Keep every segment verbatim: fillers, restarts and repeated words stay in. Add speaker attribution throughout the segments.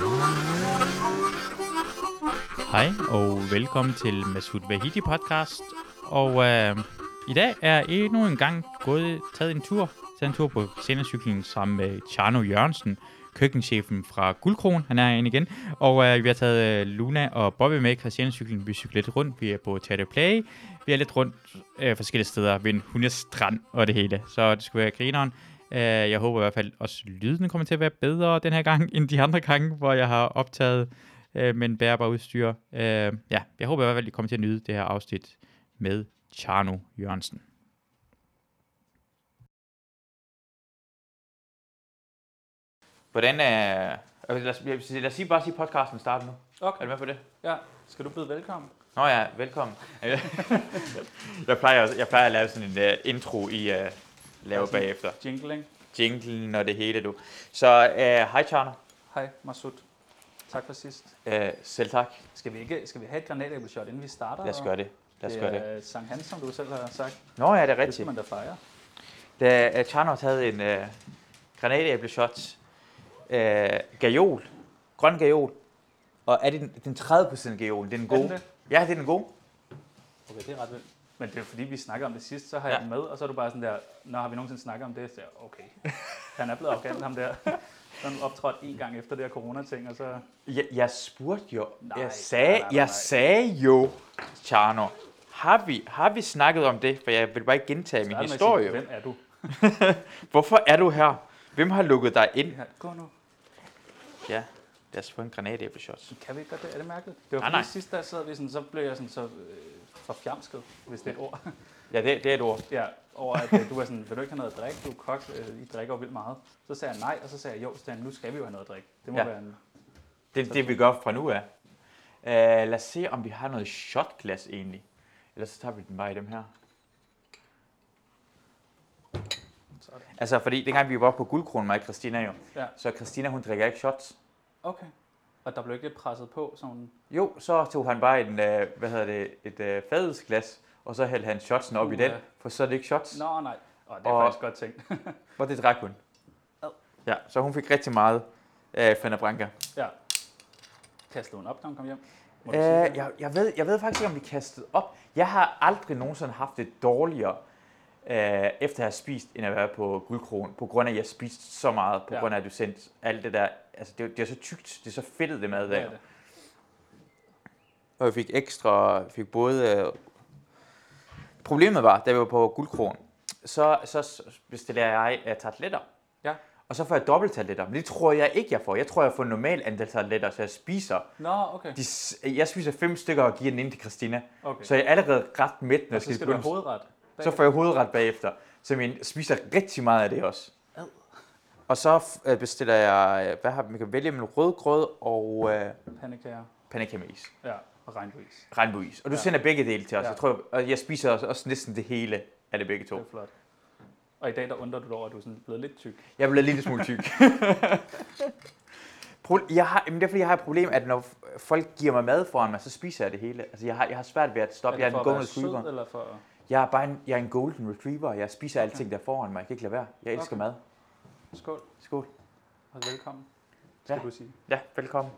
Speaker 1: Hej og velkommen til Masoud Vahidi podcast. Og øh, i dag er endnu en gang gået taget en tur, taget en tur på scenercyklen sammen med Tjarno Jørgensen, køkkenchefen fra Guldkron. Han er herinde igen. Og øh, vi har taget øh, Luna og Bobby med på scenercyklen. Vi cykler lidt rundt. Vi er på Teater Play. Vi er lidt rundt øh, forskellige steder ved en hundestrand og det hele. Så det skulle være grineren. Uh, jeg håber i hvert fald også, at lyden kommer til at være bedre den her gang, end de andre gange, hvor jeg har optaget uh, med en bærbar udstyr. Uh, ja, jeg håber i hvert fald, at I kommer til at nyde det her afsnit med Tjarno Jørgensen. Hvordan er... Uh, lad, os, lad os sige, bare sige podcasten starter nu.
Speaker 2: Okay.
Speaker 1: Er du med på det?
Speaker 2: Ja. Skal du byde velkommen?
Speaker 1: Nå ja, velkommen. jeg, plejer, jeg plejer at lave sådan en uh, intro i... Uh, lave bagefter.
Speaker 2: Jingling.
Speaker 1: Jinglen og det hele, du. Så uh, hej Tjarno.
Speaker 2: Hej Masoud. Tak for sidst.
Speaker 1: Uh, selv tak.
Speaker 2: Skal vi ikke skal vi have et granatæbleshot, inden vi starter?
Speaker 1: Lad os gøre det. Lad os gøre det.
Speaker 2: Det er Sankt Hans, som du selv har sagt.
Speaker 1: Nå ja, det er rigtigt.
Speaker 2: Det skal man da fejre.
Speaker 1: Da uh, Tjarno har taget en uh, granatæbleshot, uh, gajol, grøn gajol, og er det den, den tredive procent gajol, det er den gode?
Speaker 2: Er det?
Speaker 1: Ja, det er den gode.
Speaker 2: Okay, det er ret vildt. Men det er fordi, vi snakker om det sidst, så har
Speaker 1: ja.
Speaker 2: jeg den med, og så er du bare sådan der, når har vi nogensinde snakket om det? Så jeg, okay, han er blevet arrogant, ham der. Så han optrådt en gang efter det her corona-ting, og så...
Speaker 1: Jeg, jeg spurgte jo,
Speaker 2: nej,
Speaker 1: jeg sagde, nej, nej, nej. jeg sagde jo, Tjarno, har vi, har vi snakket om det? For jeg vil bare ikke gentage min historie.
Speaker 2: Sige, hvem er du?
Speaker 1: Hvorfor er du her? Hvem har lukket dig ind?
Speaker 2: Ja, gå nu.
Speaker 1: Ja, lad os få en granatæbleshot.
Speaker 2: Kan vi ikke gøre det? Er det mærkeligt? Det var
Speaker 1: nej,
Speaker 2: fordi
Speaker 1: nej.
Speaker 2: sidst, der sad vi sådan, så blev jeg sådan så... Øh, forfjamsket, hvis det er et ord.
Speaker 1: Ja, det, det er et ord.
Speaker 2: Ja, over at øh, du er sådan, vil du ikke have noget at drikke? Du er kok, øh, I drikker jo vildt meget. Så sagde jeg nej, og så sagde jeg jo, så sagde jeg, nu skal vi jo have noget at drikke. Det må
Speaker 1: ja.
Speaker 2: være en...
Speaker 1: Det er det, vi gør fra nu af. Uh, lad os se, om vi har noget shotglas egentlig. Ellers så tager vi den bare i dem her. Sådan. Altså, fordi dengang vi var på Guldkron, mig og Christina jo,
Speaker 2: ja.
Speaker 1: så Christina, hun drikker ikke shots.
Speaker 2: Okay. Og der blev ikke presset på sådan...
Speaker 1: Jo, så tog han bare en, uh, hvad hedder det, et uh, fadelsglas, og så hældte han shotsen op uh, i den, for så er det ikke shots.
Speaker 2: Nå, nej. Oh, det er
Speaker 1: og,
Speaker 2: faktisk godt tænkt.
Speaker 1: og det drak hun.
Speaker 2: Ad.
Speaker 1: Ja, så hun fik rigtig meget af uh, Fana Branca.
Speaker 2: Ja. Kastede hun op, da hun kom hjem?
Speaker 1: Uh, jeg, jeg, ved, jeg ved faktisk ikke, om vi kastede op. Jeg har aldrig nogensinde haft det dårligere, uh, efter at have spist, end at være på Guldkron, på grund af, at jeg spiste så meget, på ja. grund af, at du sendte alt det der. Altså, det, det er så tykt, det er så fedtet, det mad der. Ja, det. Og jeg fik ekstra, fik både... Uh, problemet var, da vi var på Guldkron, så, så bestiller jeg uh, tarteletter.
Speaker 2: Ja.
Speaker 1: Og så får jeg dobbelt tarteletter. Men det tror jeg ikke, jeg får. Jeg tror, jeg får normalt antal tarteletter, så jeg spiser...
Speaker 2: Nå, okay.
Speaker 1: De, jeg spiser fem stykker og giver den ind til Christina.
Speaker 2: Okay.
Speaker 1: Så jeg er allerede ret mæt, når jeg
Speaker 2: skal,
Speaker 1: skal
Speaker 2: du have hovedret
Speaker 1: bagefter. Så får jeg hovedret bagefter. Så jeg spiser rigtig meget af det også.
Speaker 2: Ad.
Speaker 1: Og så bestiller jeg, hvad har vi kan vælge mellem rødgrød og uh,
Speaker 2: pandekager.
Speaker 1: Pandekager med is.
Speaker 2: Ja, og regnbueis.
Speaker 1: Regnbueis. Og du ja. sender begge dele til os. Ja. Jeg tror, og jeg spiser også, også næsten det hele af det begge to.
Speaker 2: Det er flot. Og i dag der undrer du dig over, at du er sådan blevet lidt tyk.
Speaker 1: Jeg er blevet lidt smule tyk. jeg har, men det er fordi, jeg har et problem, at når folk giver mig mad foran mig, så spiser jeg det hele. Altså, jeg har, jeg har svært ved at stoppe.
Speaker 2: Er det
Speaker 1: jeg er
Speaker 2: for
Speaker 1: en
Speaker 2: at
Speaker 1: golden
Speaker 2: være
Speaker 1: retriever.
Speaker 2: sød, eller for...
Speaker 1: Jeg er bare en, jeg er en golden retriever. Jeg spiser okay. alting der foran mig. Jeg kan ikke lade være. Jeg elsker okay. mad.
Speaker 2: Skål.
Speaker 1: Skål.
Speaker 2: Og velkommen, skal
Speaker 1: ja.
Speaker 2: du sige.
Speaker 1: Ja, velkommen.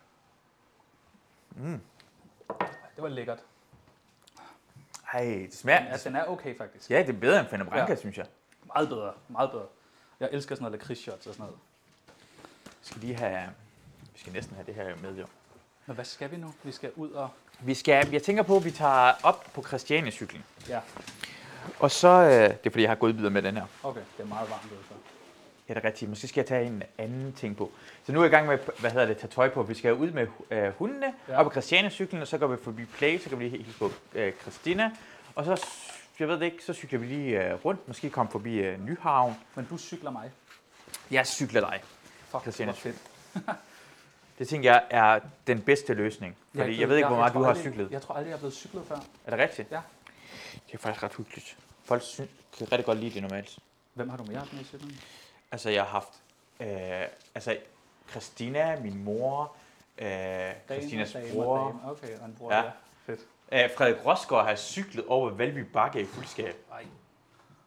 Speaker 2: Mm. Det var lækkert.
Speaker 1: Ej, det smager...
Speaker 2: Altså, den er okay faktisk.
Speaker 1: Ja, det er bedre end Fana Branca, ja. synes jeg.
Speaker 2: Meget bedre, meget bedre. Jeg elsker sådan noget lakridsshots og sådan noget.
Speaker 1: Vi skal lige have... Vi skal næsten have det her med, jo.
Speaker 2: Men hvad skal vi nu? Vi skal ud og...
Speaker 1: Vi skal... Jeg tænker på, at vi tager op på Christiania-cyklen.
Speaker 2: Ja.
Speaker 1: Og så... Øh, det er fordi, jeg har godbidder med den her.
Speaker 2: Okay, det er meget varmt udenfor.
Speaker 1: Ja, det er rigtigt. Måske skal jeg tage en anden ting på. Så nu er jeg i gang med, hvad hedder det, tage tøj på. Vi skal ud med øh, hundene, ja. op på Christiania-cyklen, og så går vi forbi Play, så går vi lige helt på øh, Christina. Og så, jeg ved det ikke, så cykler vi lige øh, rundt, måske komme forbi øh, Nyhavn.
Speaker 2: Men du cykler mig?
Speaker 1: Jeg cykler dig.
Speaker 2: Fuck, det var fedt.
Speaker 1: Det tænker jeg er den bedste løsning. Fordi jeg, jeg ved ikke, hvor meget du har
Speaker 2: aldrig,
Speaker 1: cyklet.
Speaker 2: Jeg tror aldrig, jeg er blevet cyklet før.
Speaker 1: Er det rigtigt?
Speaker 2: Ja.
Speaker 1: Det er faktisk ret hyggeligt. Folk synes, kan rigtig godt lide det normalt.
Speaker 2: Hvem har du mere haft med i cyklen?
Speaker 1: Altså, jeg har haft... Øh, altså, Christina, min mor, øh, Christinas bror.
Speaker 2: Okay, og en bror,
Speaker 1: ja.
Speaker 2: ja. Fedt.
Speaker 1: Æh, Frederik Rosgaard har cyklet over Valby Bakke i fuldskab.
Speaker 2: Ej.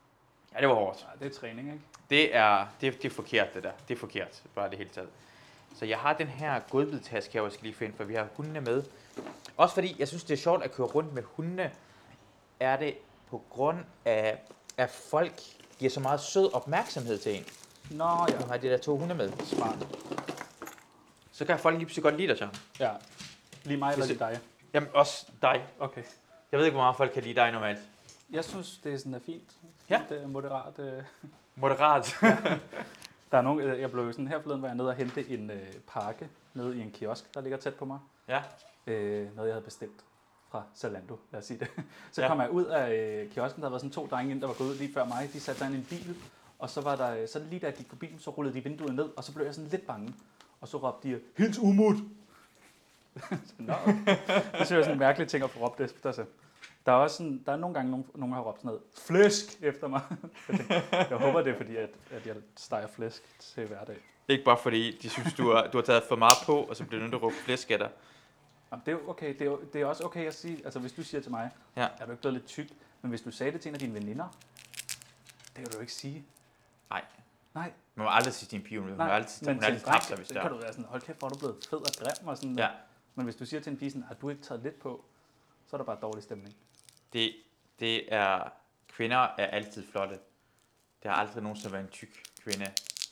Speaker 1: Ja, det var hårdt.
Speaker 2: Ja, det er træning, ikke?
Speaker 1: Det er, det, det er forkert, det der. Det er forkert, bare det hele taget. Så jeg har den her godbidtaske, jeg skal lige finde, for vi har hundene med. Også fordi, jeg synes, det er sjovt at køre rundt med hundene, er det på grund af, at folk giver så meget sød opmærksomhed til en.
Speaker 2: Nå ja.
Speaker 1: Nu har de der to hunde med.
Speaker 2: Smart.
Speaker 1: Så kan folk lige pludselig godt lide dig, John.
Speaker 2: Ja. Lige mig eller lige dig?
Speaker 1: Jamen, også dig.
Speaker 2: Okay.
Speaker 1: Jeg ved ikke, hvor meget folk kan lide dig normalt.
Speaker 2: Jeg synes, det er sådan er fint.
Speaker 1: Ja.
Speaker 2: Det er moderat. Øh.
Speaker 1: Moderat.
Speaker 2: Ja. Der er nogen, øh, jeg blev sådan her forleden, var jeg nede og hente en øh, pakke nede i en kiosk, der ligger tæt på mig.
Speaker 1: Ja.
Speaker 2: Øh, noget, jeg havde bestilt fra Zalando, lad os sige det. Så
Speaker 1: Ja.
Speaker 2: kom jeg ud af øh, kiosken, der var sådan to drenge, der var gået ud lige før mig. De satte sig ind i en bil, og så var der, så lige da jeg gik på bilen, så rullede de vinduet ned, og så blev jeg sådan lidt bange. Og så råbte de, hils Umut! Nå, okay. Det synes jeg er sådan en mærkelig ting at få råbt efter sig. Der er også sådan, der er nogle gange, nogen, nogen har råbt sådan noget, flæsk efter mig. jeg, tænker, jeg håber, det er fordi, at, at jeg steger flæsk til hverdag.
Speaker 1: Ikke bare fordi, de synes, du har, du har taget for meget på, og så bliver du nødt til at råbe flæsk af dig.
Speaker 2: Jamen, det er jo okay. Det er, jo, det er også okay at sige, altså hvis du siger til mig,
Speaker 1: Ja.
Speaker 2: er du ikke blevet lidt tyk, men hvis du sagde det til en af dine veninder, det kan du jo ikke sige.
Speaker 1: Nej.
Speaker 2: Nej.
Speaker 1: Man må aldrig sige til en pige, hun må
Speaker 2: Nej,
Speaker 1: altid,
Speaker 2: men
Speaker 1: hun
Speaker 2: til
Speaker 1: altid
Speaker 2: en dreng,
Speaker 1: tabe sig, hvis
Speaker 2: så
Speaker 1: det
Speaker 2: kan
Speaker 1: er.
Speaker 2: du være sådan, hold kæft, hvor er du blevet fed og grim og sådan.
Speaker 1: Ja.
Speaker 2: Men hvis du siger til en pige sådan, har du ikke taget lidt på, så er der bare dårlig stemning.
Speaker 1: Det, det er, kvinder er altid flotte. Det har aldrig nogensinde været en tyk kvinde.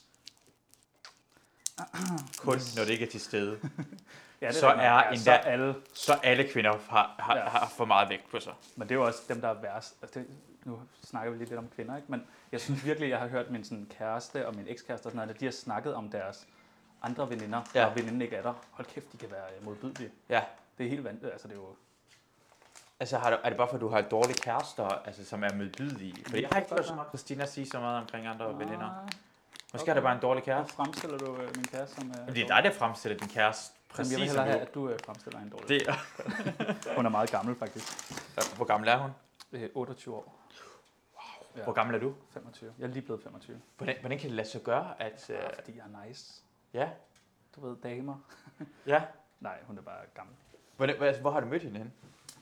Speaker 1: Kun når det ikke er til stede.
Speaker 2: Ja, det
Speaker 1: Så
Speaker 2: rigtigt.
Speaker 1: er
Speaker 2: ja,
Speaker 1: endda-
Speaker 2: så alle.
Speaker 1: Så alle kvinder har, har,
Speaker 2: Ja.
Speaker 1: har for meget vægt på sig.
Speaker 2: Men det er jo også dem, der er værst. Altså det, nu snakker vi lidt om kvinder, ikke? Men jeg synes virkelig, jeg har hørt min sådan, kæreste og min ekskæreste og sådan noget, at de har snakket om deres andre veninder,
Speaker 1: Ja.
Speaker 2: og veninden ikke er der. Hold kæft, de kan være øh, modbydelige.
Speaker 1: Ja.
Speaker 2: Det er helt vanvittigt. Altså, det er jo...
Speaker 1: Altså, har du, er det bare, fordi du har dårlige kærester, altså, som er modbydelige? Fordi jeg har ikke hørt så meget Christina sige så meget omkring andre veninder. Måske
Speaker 2: okay.
Speaker 1: er det bare en dårlig
Speaker 2: Hvor
Speaker 1: kæreste.
Speaker 2: fremstiller du øh, min kæreste som... Øh,
Speaker 1: Det er dig, der fremstiller din kæreste.
Speaker 2: Præcis,
Speaker 1: Præcis
Speaker 2: jeg vil
Speaker 1: som
Speaker 2: hellere
Speaker 1: du.
Speaker 2: have, at du øh, fremstiller en dårlig.
Speaker 1: Det er.
Speaker 2: Hun er meget gammel, faktisk.
Speaker 1: Hvor gammel er hun?
Speaker 2: Øh, otteogtyve år. Ja.
Speaker 1: Hvor gammel er du?
Speaker 2: femogtyve. Jeg er lige blevet femogtyve.
Speaker 1: Hvordan, hvordan kan det lade sig gøre, at... Øh,
Speaker 2: Ja, fordi jeg er nice.
Speaker 1: ja,
Speaker 2: Du ved, damer.
Speaker 1: ja.
Speaker 2: Nej, hun er bare gammel.
Speaker 1: Hvordan, hvor, hvor har du mødt hende hen?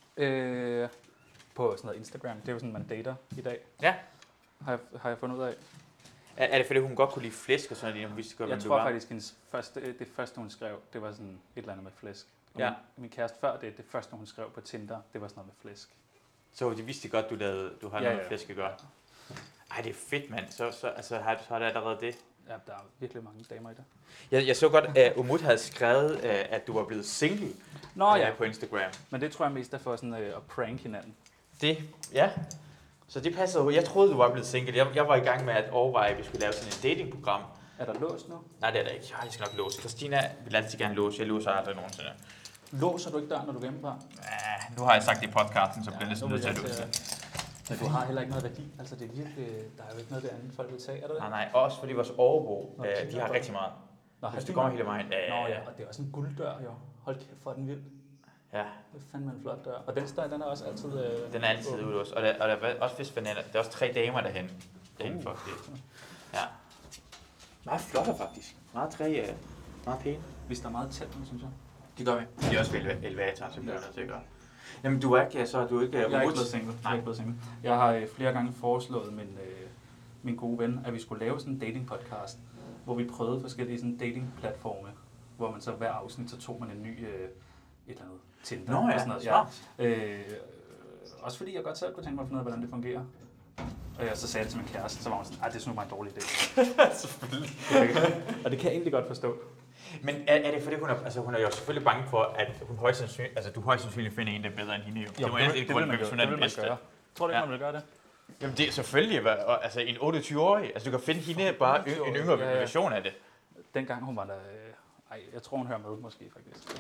Speaker 2: Øh, på sådan noget Instagram. Det er jo sådan, man dater i dag.
Speaker 1: Ja.
Speaker 2: Har jeg, har jeg fundet ud af.
Speaker 1: Er, er det fordi, hun godt kunne lide flæsk og sådan noget, hun vidste godt,
Speaker 2: Jeg
Speaker 1: hvem du
Speaker 2: tror
Speaker 1: var?
Speaker 2: faktisk, hendes første, det første, hun skrev, det var sådan et eller andet med flæsk. Og
Speaker 1: Ja.
Speaker 2: min, min kæreste før det, det første, hun skrev på Tinder, det var sådan noget med flæsk.
Speaker 1: Så de vidste godt, du, lavede, du har
Speaker 2: Ja,
Speaker 1: noget med
Speaker 2: ja.
Speaker 1: flæsk at gøre. Ej, det er fedt, mand. Så, så, altså, har, så har det allerede det.
Speaker 2: Ja, der er virkelig mange damer i det.
Speaker 1: Jeg, jeg så godt, at Umut havde skrevet, øh, at du var blevet single
Speaker 2: Nå ja,
Speaker 1: øh, på Instagram.
Speaker 2: men det tror jeg mest er for sådan øh, at prank hinanden.
Speaker 1: Det, ja. Så det passede jo. Jeg troede, du var blevet single. Jeg, jeg var i gang med at overveje, at vi skulle lave sådan et datingprogram.
Speaker 2: Er der låst nu?
Speaker 1: Nej, det er der ikke. Jeg skal nok låse. Christina vil altid gerne låse. Jeg låser aldrig nogensinde.
Speaker 2: Låser du ikke døren, når du er hjemmefra?
Speaker 1: Ja, nu har jeg sagt det i podcasten, så bliver jeg næsten
Speaker 2: nu
Speaker 1: nødt til at
Speaker 2: vil
Speaker 1: låse
Speaker 2: jeg
Speaker 1: det.
Speaker 2: Men du har heller ikke noget værdi. Altså det er virkelig, der er jo ikke noget det andet, folk vil tage, er der det?
Speaker 1: Nej, nej. Også fordi vores overbo,
Speaker 2: Nå,
Speaker 1: øh, de har rigtig meget.
Speaker 2: Nå,
Speaker 1: Hvis
Speaker 2: har
Speaker 1: du
Speaker 2: de
Speaker 1: kommer
Speaker 2: meget?
Speaker 1: hele vejen. Øh,
Speaker 2: Nå ja, og det er også en gulddør jo. Hold kæft, hvor er den vild.
Speaker 1: ja,
Speaker 2: Det er fandme en flot dør. Og den står, den er også altid... Øh,
Speaker 1: den er altid ude hos. Og der, og der er også fisk veninder. Der er også tre damer derhen. Derhen for det. Ja. Meget flotte faktisk. Meget tre, øh, meget pæne.
Speaker 2: Hvis der er meget tæt, synes jeg.
Speaker 1: Det gør vi. Det er også ved eleva- elevatoren, så bliver det sikkert. Jamen, du er ikke, så du er ikke...
Speaker 2: Jeg er ikke
Speaker 1: Umut?
Speaker 2: blevet single. Jeg er
Speaker 1: Nej.
Speaker 2: ikke blevet single. Jeg har øh, flere gange foreslået min, øh, min gode ven, at vi skulle lave sådan en dating podcast, hvor vi prøvede forskellige sådan dating platforme, hvor man så hver afsnit, så tog man en ny, øh, et eller andet Tinder
Speaker 1: Nå ja,
Speaker 2: og sådan noget.
Speaker 1: smart.
Speaker 2: Ja. Øh, også fordi jeg godt selv kunne tænke mig at finde ud af, hvordan det fungerer. Og jeg så sagde det til min kæreste, så var hun sådan, at det synes jeg var en dårlig idé.
Speaker 1: Selvfølgelig.
Speaker 2: Og det kan jeg egentlig godt forstå.
Speaker 1: Men er, er det fordi, hun er, altså, hun er jo selvfølgelig bange for, at hun højst sandsynligt, altså, du højst sandsynligt finder en, der er bedre end hende jo.
Speaker 2: Jo,
Speaker 1: må
Speaker 2: det,
Speaker 1: altid
Speaker 2: det,
Speaker 1: ikke
Speaker 2: det,
Speaker 1: grund,
Speaker 2: vil man,
Speaker 1: hvis
Speaker 2: gøre.
Speaker 1: hun er
Speaker 2: Det vil
Speaker 1: den
Speaker 2: man
Speaker 1: bedste.
Speaker 2: gøre. Tror du ikke,
Speaker 1: Ja.
Speaker 2: man vil gøre det?
Speaker 1: Jamen det er selvfølgelig, hvad- og, altså en otteogtyve-årig, altså du kan finde hende bare yng- en yngre
Speaker 2: Ja, ja.
Speaker 1: version af det.
Speaker 2: Dengang hun var der... Øh, ej, jeg tror, hun hører med måske faktisk.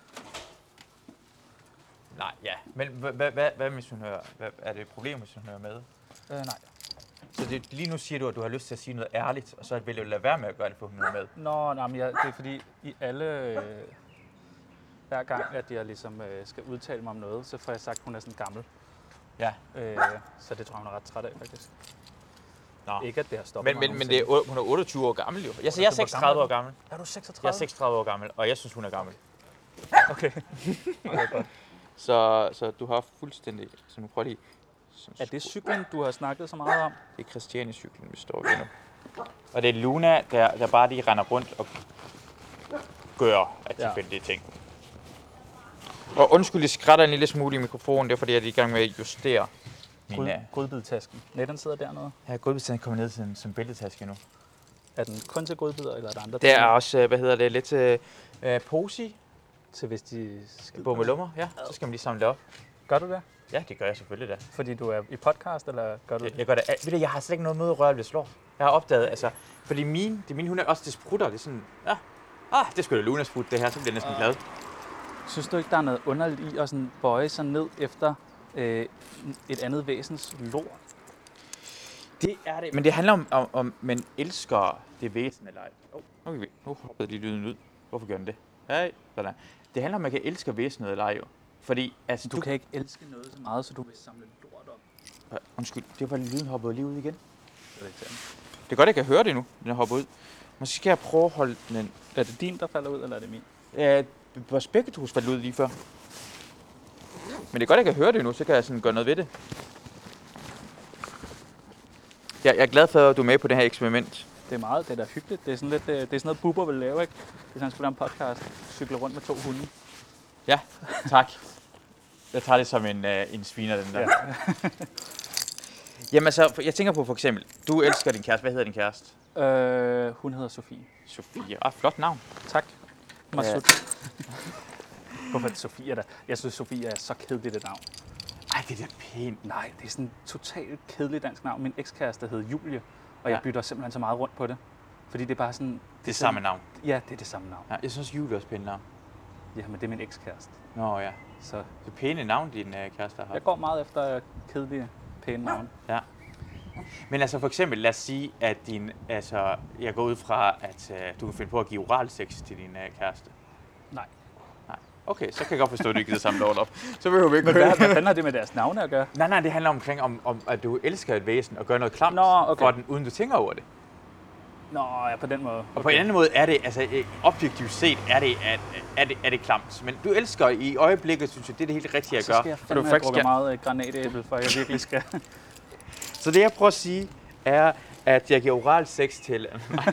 Speaker 1: Nej, ja. Men hvad, hvad, hvad, hvad hvis hun hører, hvad, er det et problem, hvis hun hører med?
Speaker 2: Øh, nej.
Speaker 1: Så det, lige nu siger du, at du har lyst til at sige noget ærligt, og så vil du lade være med at gøre det, for hun hører med.
Speaker 2: Nå, nej, men jeg, det er fordi, i alle... Øh, hver gang, at jeg ligesom øh, skal udtale mig om noget, så får jeg sagt, at hun er sådan gammel.
Speaker 1: Ja.
Speaker 2: Øh, så det tror jeg, hun er ret træt af, faktisk.
Speaker 1: Nå.
Speaker 2: Ikke, at det har stoppet
Speaker 1: Men,
Speaker 2: mig
Speaker 1: men, men det er,
Speaker 2: nogensinde.
Speaker 1: hun er otteogtyve år gammel jo. Jeg, så jeg er
Speaker 2: Altså, hvor
Speaker 1: seksogtredive år
Speaker 2: gammel
Speaker 1: gammel.
Speaker 2: Er du seksogtredive?
Speaker 1: Jeg er seksogtredive år gammel, og jeg synes, hun er gammel.
Speaker 2: Okay. Okay, godt.
Speaker 1: Så, så du har fuldstændig... Så nu prøver lige...
Speaker 2: Er det cyklen, du har snakket så meget om?
Speaker 1: Det er Christiania-cyklen, vi står ved nu. Og det er Luna, der, der bare lige render rundt og skøre af
Speaker 2: Ja.
Speaker 1: tilfældige ting. Og undskyld, jeg skrætter en lille smule i mikrofonen, det er fordi, jeg er i gang med at justere min...
Speaker 2: Grød,
Speaker 1: Uh,
Speaker 2: godbidtasken. Nej, den sidder dernede.
Speaker 1: jeg har godbidtasken kommet ned til en, som billedtaske nu.
Speaker 2: Er den kun til godbider, eller er der andre
Speaker 1: Det er også, hvad hedder det, lidt uh, uh, posi,
Speaker 2: til, hvis de skider?
Speaker 1: bummelummer, ja, så skal man lige samle det op.
Speaker 2: Gør du det?
Speaker 1: Ja, det gør jeg selvfølgelig da.
Speaker 2: Fordi du er i podcast, eller gør du
Speaker 1: Jeg,
Speaker 2: det?
Speaker 1: jeg gør det. Ved du, jeg har slet ikke noget med at røre ved slår. Jeg har opdaget, altså, fordi mine, det mine hunde også, det sprutter, det er sådan, ja, ah, det skulle da Lunas sprut, det her, så bliver jeg næsten glad.
Speaker 2: Synes du ikke, der er noget underligt i at sådan bøje sig ned efter øh, et andet væsens lort?
Speaker 1: Det er det, men det handler om, om, om man elsker det væsen eller ej. Oh, okay, nu hoppede lige lyden ud. Hvorfor gør den det? Hey, sådan. Det handler om, at man kan elske væsenet eller ej jo. Fordi, altså,
Speaker 2: Du, du kan ikke elske noget så meget, så du vil samle lort op.
Speaker 1: Uh, undskyld, det var lyden hoppede lige ud igen.
Speaker 2: Det er ikke sådan.
Speaker 1: Det er godt, jeg kan høre det nu, den hopper ud. Måske skal jeg prøve at holde den...
Speaker 2: Er det din, der falder ud, eller er det min?
Speaker 1: Ja, vores begge to faldt ud lige før. Men det er godt, jeg kan høre det nu, så kan jeg sådan gøre noget ved det. Ja, jeg er glad for, at du er med på det her eksperiment.
Speaker 2: Det er meget, det er da hyggeligt. Det er sådan lidt, det er sådan noget Bubber vil lave, ikke? Hvis han skulle lave en podcast, cykle rundt med to hunde.
Speaker 1: Ja, tak. Jeg tager det som en, uh, en sviner, den der. Ja. Jamen altså, jeg tænker på for eksempel, du elsker din kæreste. Hvad hedder din kæreste?
Speaker 2: Øh, hun hedder Sofie.
Speaker 1: Sofie. Ah, flot navn.
Speaker 2: Tak. Masud. Hvorfor er det Sofie der? Jeg synes, Sofie er så kedeligt et navn.
Speaker 1: Ej, det er da pænt.
Speaker 2: Nej, det er sådan et totalt kedeligt dansk navn. Min ekskæreste hed Julie, og
Speaker 1: Ja.
Speaker 2: jeg bytter simpelthen så meget rundt på det. Fordi det er bare sådan...
Speaker 1: Det er samme navn.
Speaker 2: Ja, det er det samme navn.
Speaker 1: Ja, jeg synes, Julie er også pænt navn.
Speaker 2: Ja, men det er min ekskæreste.
Speaker 1: Nå ja.
Speaker 2: Så
Speaker 1: Det er pæne navn, din uh, kæreste har.
Speaker 2: jeg går meget efter kedelige, pæne navn.
Speaker 1: Ja. Men altså for eksempel, lad os sige, at din, altså, jeg går ud fra, at uh, du kan finde på at give oral sex til din uh, kæreste.
Speaker 2: Nej.
Speaker 1: Nej. Okay, så kan jeg godt forstå, at du ikke gider samle lort op. Så behøver vi ikke
Speaker 2: Men hvad, hvad fanden har det med deres navne at gøre?
Speaker 1: Nej, nej, det handler omkring, om, om, at du elsker et væsen og gør noget klamt
Speaker 2: Nå, okay.
Speaker 1: for den, uden du tænker over det.
Speaker 2: Nå, ja, på den måde. Okay.
Speaker 1: Og på en anden måde er det, altså øh, objektivt set, er det, at, er det, er det klamt. Men du elsker i øjeblikket, synes jeg, det er det helt rigtige at
Speaker 2: Så
Speaker 1: gøre.
Speaker 2: skal jeg
Speaker 1: For
Speaker 2: fandme
Speaker 1: du
Speaker 2: have
Speaker 1: faktisk
Speaker 2: drukket
Speaker 1: skal-
Speaker 2: meget øh, granatæble, for jeg virkelig skal.
Speaker 1: Så det jeg prøver at sige, er, at jeg giver oral sex til...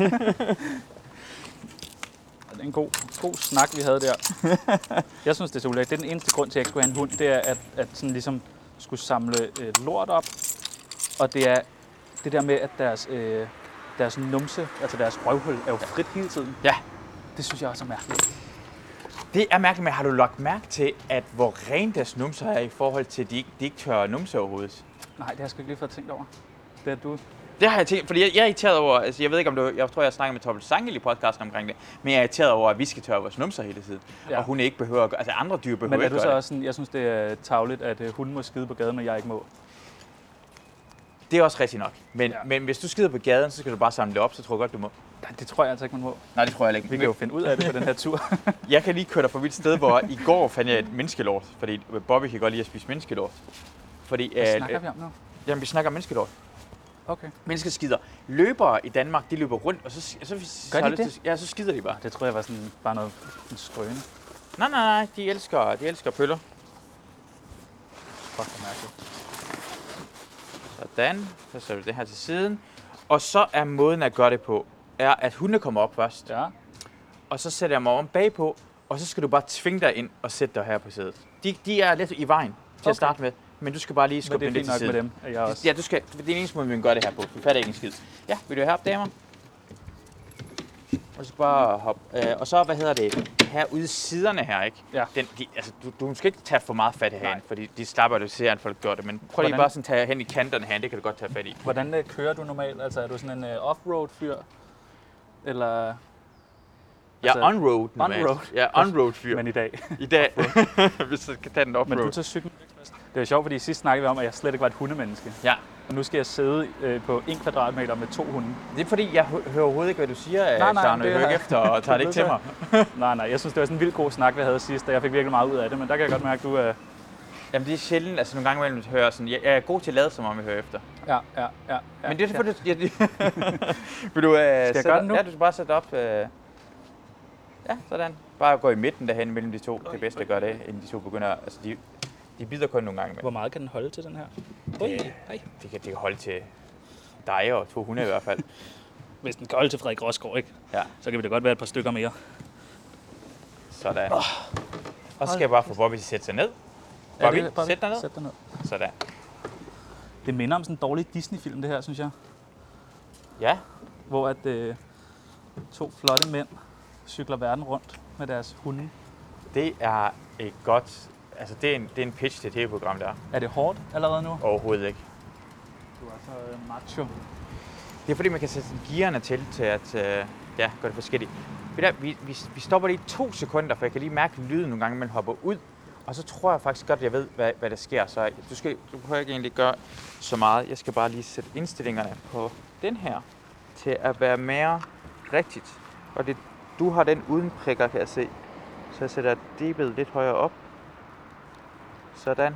Speaker 2: Det er en god, god snak, vi havde der. Jeg synes, det er så ulækkert. Det er den eneste grund til, at jeg ikke skulle have en hund, det er at, at sådan ligesom skulle samle øh, lort op. Og det er det der med, at deres, øh, deres numse, altså deres røvhul, er jo frit hele tiden.
Speaker 1: Ja.
Speaker 2: Det synes jeg også er mærkeligt.
Speaker 1: Det er mærkeligt, men har du lagt mærke til, at hvor ren deres numser er i forhold til, at de ikke, de ikke tør numse overhovedet?
Speaker 2: Nej, det har jeg sgu ikke lige fået tænkt over. Det er du.
Speaker 1: Det har jeg tænkt, fordi jeg, jeg er irriteret over, altså jeg ved ikke om du, jeg tror jeg snakker med Tobbel Sangel i podcasten omkring det, men jeg er irriteret over, at vi skal tørre vores numser hele tiden,
Speaker 2: Ja.
Speaker 1: og hun ikke behøver at gøre, altså andre dyr behøver
Speaker 2: Men er
Speaker 1: ikke
Speaker 2: du så
Speaker 1: gøre det.
Speaker 2: også sådan, jeg synes, det er tarveligt, at øh, hunden må skide på gaden, men jeg ikke må.
Speaker 1: Det er også rigtigt nok, men,
Speaker 2: Ja.
Speaker 1: ja. men hvis du skider på gaden, så skal du bare samle det op, så tror jeg godt, du må.
Speaker 2: Nej, det tror jeg altså ikke, man må.
Speaker 1: Nej, det tror jeg ikke.
Speaker 2: Vi kan jo finde ud af det på den her tur.
Speaker 1: Jeg kan lige køre dig forbi et sted, hvor i går fandt jeg et menneskelort, fordi Bobby kan godt lide at spise menneskelort. Fordi,
Speaker 2: Hvad
Speaker 1: at,
Speaker 2: snakker vi om nu?
Speaker 1: Jamen, vi snakker om menneskelort.
Speaker 2: Okay.
Speaker 1: Menneskeskider. Løbere i Danmark, de løber rundt, og så, så, så,
Speaker 2: Gør
Speaker 1: har
Speaker 2: de
Speaker 1: lyst
Speaker 2: det?
Speaker 1: Til, ja, så skider de bare.
Speaker 2: Det tror jeg var sådan bare noget en skrøne.
Speaker 1: Nej, nej, nej, de elsker, de elsker pøller.
Speaker 2: Fuck, hvor mærkeligt.
Speaker 1: Sådan, så sætter vi det her til siden. Og så er måden at gøre det på, er at hunde kommer op først.
Speaker 2: Ja.
Speaker 1: Og så sætter jeg mig om bagpå, og så skal du bare tvinge dig ind og sætte dig her på sædet. De, de er lidt i vejen til
Speaker 2: Okay.
Speaker 1: at starte med, men du skal bare lige
Speaker 2: Men
Speaker 1: skubbe
Speaker 2: det er
Speaker 1: dem lidt
Speaker 2: fint
Speaker 1: til
Speaker 2: nok med
Speaker 1: siden.
Speaker 2: dem, at jeg også...
Speaker 1: Ja, du skal, det er den eneste måde, vi kan gøre det her på. Du fatter ikke en skid. Ja, vil du have op, damer? Og så bare hoppe. Øh, og så, hvad hedder det, her ude i siderne her, ikke?
Speaker 2: Ja.
Speaker 1: Den, de, altså, du, du skal ikke tage for meget fat i herinde, fordi de slapper, du ser, at folk gør det. Men prøv lige
Speaker 2: Hvordan-
Speaker 1: bare sådan tage hen i kanterne herinde, det kan du godt tage fat i.
Speaker 2: Hvordan øh, kører du normalt? Altså, er du sådan en uh, off-road-fyr? Eller...
Speaker 1: Ja,
Speaker 2: altså,
Speaker 1: on-road. normalt.
Speaker 2: on-road.
Speaker 1: Ja, on-road fyr.
Speaker 2: Men i dag.
Speaker 1: I dag, hvis jeg kan tage den off-road.
Speaker 2: Men du tager cyklen. Det er sjovt, fordi sidst snakkede vi om, at jeg slet ikke var et hundemenneske.
Speaker 1: Ja,
Speaker 2: Og nu skal jeg sidde øh, på en kvadratmeter med to hunde.
Speaker 1: det er fordi, jeg hø- hører overhovedet ikke, hvad du siger,
Speaker 2: Nej, nej,
Speaker 1: Stano. Jeg
Speaker 2: det
Speaker 1: hører
Speaker 2: er-
Speaker 1: ikke efter og tager det ikke til mig.
Speaker 2: Nej, nej, jeg synes, det var sådan en vild god snak, vi havde sidst, og jeg fik virkelig meget ud af det. Men der kan jeg godt mærke, at du er...
Speaker 1: Jamen, det er sjældent, altså nogle gange imellem hører sådan, jeg, jeg er god til at lade, som om jeg hører efter.
Speaker 2: Ja, ja, ja. ja
Speaker 1: Men det er
Speaker 2: ja.
Speaker 1: fordi, ja. Vil du uh,
Speaker 2: jeg gøre det nu?
Speaker 1: Ja, du skal bare sætte op. Uh... Ja, sådan. Bare gå i midten derhen mellem de to. Det er bedst at gøre det, inden de to begynder. Altså, de, de bider kun nogle gange med.
Speaker 2: Hvor meget kan den holde til den her?
Speaker 1: Det,
Speaker 2: Ui, hej.
Speaker 1: det, kan, det kan holde til dig og to hunde i hvert fald.
Speaker 2: Hvis den kan holde til Frederik Rosgaard, ikke?
Speaker 1: Ja.
Speaker 2: Så kan vi da godt være et par stykker mere.
Speaker 1: Sådan. Og så skal jeg bare få Bobby til at sætte sig ned. Bobby, ja, Bobby. sæt dig ned.
Speaker 2: Sæt dig ned.
Speaker 1: Sådan.
Speaker 2: Det minder om sådan en dårlig Disney-film, det her, synes jeg.
Speaker 1: Ja.
Speaker 2: Hvor at øh, to flotte mænd cykler verden rundt med deres hunde.
Speaker 1: Det er et godt... Altså, det er en, det er en pitch til et T V-program, der.
Speaker 2: Er det hårdt allerede nu?
Speaker 1: Overhovedet ikke.
Speaker 2: Du er så øh, macho.
Speaker 1: Det er fordi, man kan sætte gearerne til, til at øh, ja, gøre det forskelligt. Vi, vi, vi, vi stopper lige to sekunder, for jeg kan lige mærke lyden nogle gange, man hopper ud. Og så tror jeg faktisk godt, at jeg ved, hvad, hvad der sker. Så du, skal, du behøver ikke egentlig gøre så meget. Jeg skal bare lige sætte indstillingerne på den her, til at være mere rigtigt. Og det, du har den uden prikker, kan jeg se. Så jeg sætter dB'et lidt højere op. Sådan.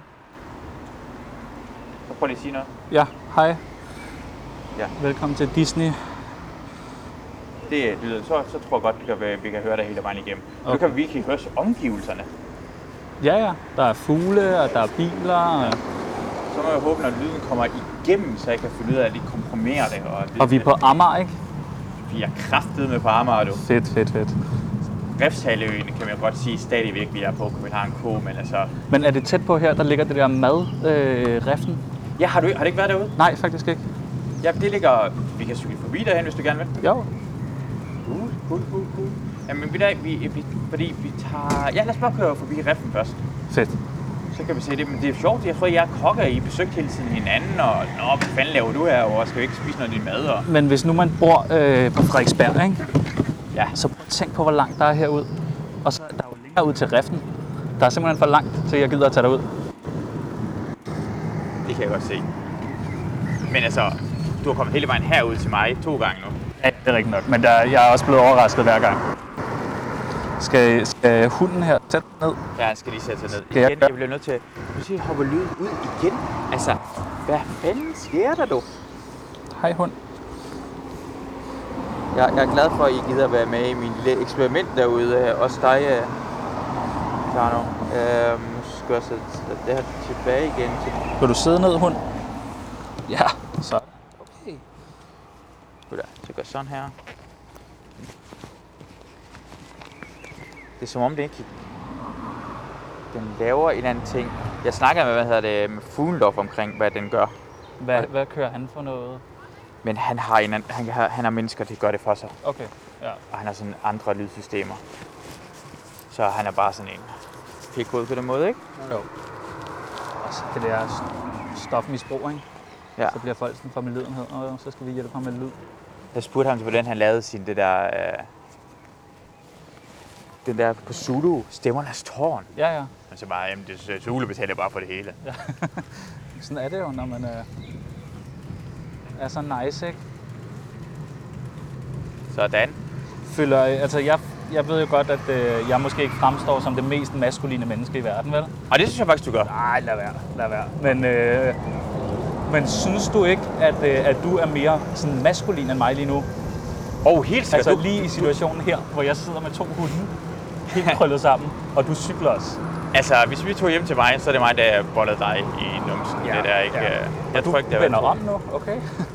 Speaker 1: Så prøv lige at sige noget.
Speaker 2: Ja, hej.
Speaker 1: Ja.
Speaker 2: Velkommen til Disney.
Speaker 1: Det er lyden. Så, så tror jeg godt, vi kan, vi kan høre det hele vejen igennem. Okay. Nu kan vi virkelig høre omgivelserne.
Speaker 2: Ja, ja. Der er fugle, og der er biler.
Speaker 1: Ja. Så må jeg håbe, når lyden kommer igennem, så jeg kan finde ud af at lige komprimere det. Og,
Speaker 2: og vi er på Amager, ikke?
Speaker 1: Vi er kraftedeme på Amager, du.
Speaker 2: Fedt, fedt, fedt.
Speaker 1: Refshaløen kan man godt sige stadigvæk, vi er på København K, men altså...
Speaker 2: Men er det tæt på her, der ligger det der mad-reften? Øh,
Speaker 1: ja, har du, har du ikke været derude?
Speaker 2: Nej, faktisk ikke.
Speaker 1: Ja, det ligger... Vi kan cykle forbi derhen, hvis du gerne vil.
Speaker 2: Jo.
Speaker 1: Cool, cool, cool, cool. Jamen, vi, der, vi, vi, fordi vi tager... Ja, lad os bare køre forbi reften først.
Speaker 2: Fedt.
Speaker 1: Så kan vi se det, men det er sjovt. Jeg tror, jeg er kokker, I besøgt hele tiden hinanden, og nå, hvad fanden laver du her, og skal vi ikke spise noget af din mad? Og...
Speaker 2: Men hvis nu man bor øh, på Frederiksberg, ikke?
Speaker 1: Ja.
Speaker 2: Så prøv at tænk på, hvor langt der er herud. Og så er der jo længere ud til reften. Der er simpelthen for langt, så jeg gider at tage derud.
Speaker 1: Det kan jeg godt se. Men altså, du har kommet hele vejen herud til mig to gange nu.
Speaker 2: Ja, det er rigtigt nok, men der, jeg er også blevet overrasket hver gang. Skal, skal hunden her sætte ned?
Speaker 1: Ja, han skal lige sætte sig ned.
Speaker 2: Skal jeg,
Speaker 1: igen, jeg bliver nødt til at sige, hoppe lyden ud igen. Altså, hvad fanden sker der, du?
Speaker 2: Hej hund.
Speaker 1: Jeg, jeg er glad for, at I gider være med i min lille eksperiment derude. Også dig, Tjerno. Øhm, nu skal jeg sætte det her tilbage igen. Til...
Speaker 2: Vil du sidde ned, hund? Ja, så. Okay.
Speaker 1: Godt, så gør sådan her. Det er som om det ikke... Den laver en eller anden ting. Jeg snakker med, hvad hedder det, med Fuglendorf omkring, hvad den gør.
Speaker 2: Hvad, hvad kører han for noget?
Speaker 1: Men han har, en, han, har, han har mennesker, der gør det for sig.
Speaker 2: Okay, ja.
Speaker 1: Og han har sådan andre lydsystemer. Så han er bare sådan en pikhoved på den måde, ikke?
Speaker 2: Jo. Og så det der stofmisbrug, ikke?
Speaker 1: Ja.
Speaker 2: Så bliver folk sådan for med lydenhed, og så skal vi hjælpe ham med lyd.
Speaker 1: Jeg spurgte ham til, hvordan han lavede sin det der... Øh, den der på Zulu, Stemmernes Tårn.
Speaker 2: Ja, ja.
Speaker 1: Og så bare, jamen det Zulu betaler bare for det hele.
Speaker 2: Ja. Sådan er det jo, når man øh, er så nice, ikke?
Speaker 1: Sådan.
Speaker 2: Føler, altså jeg, jeg ved jo godt, at øh, jeg måske ikke fremstår som det mest maskuline menneske i verden, vel?
Speaker 1: Og det synes jeg faktisk, du gør.
Speaker 2: Nej, lad være, lad være. Men, øh, men synes du ikke, at, øh, at du er mere sådan maskulin end mig lige nu?
Speaker 1: Åh, oh, helt sikkert.
Speaker 2: Altså lige i situationen her, hvor jeg sidder med to hunde, helt krøllet sammen, og du cykler os.
Speaker 1: Altså, hvis vi tog hjem til mig, så er det mig, der bollede dig i numsen.
Speaker 2: Ja,
Speaker 1: det der ikke...
Speaker 2: ja.
Speaker 1: Jeg
Speaker 2: du
Speaker 1: tror ikke, det er
Speaker 2: vender om nu, okay?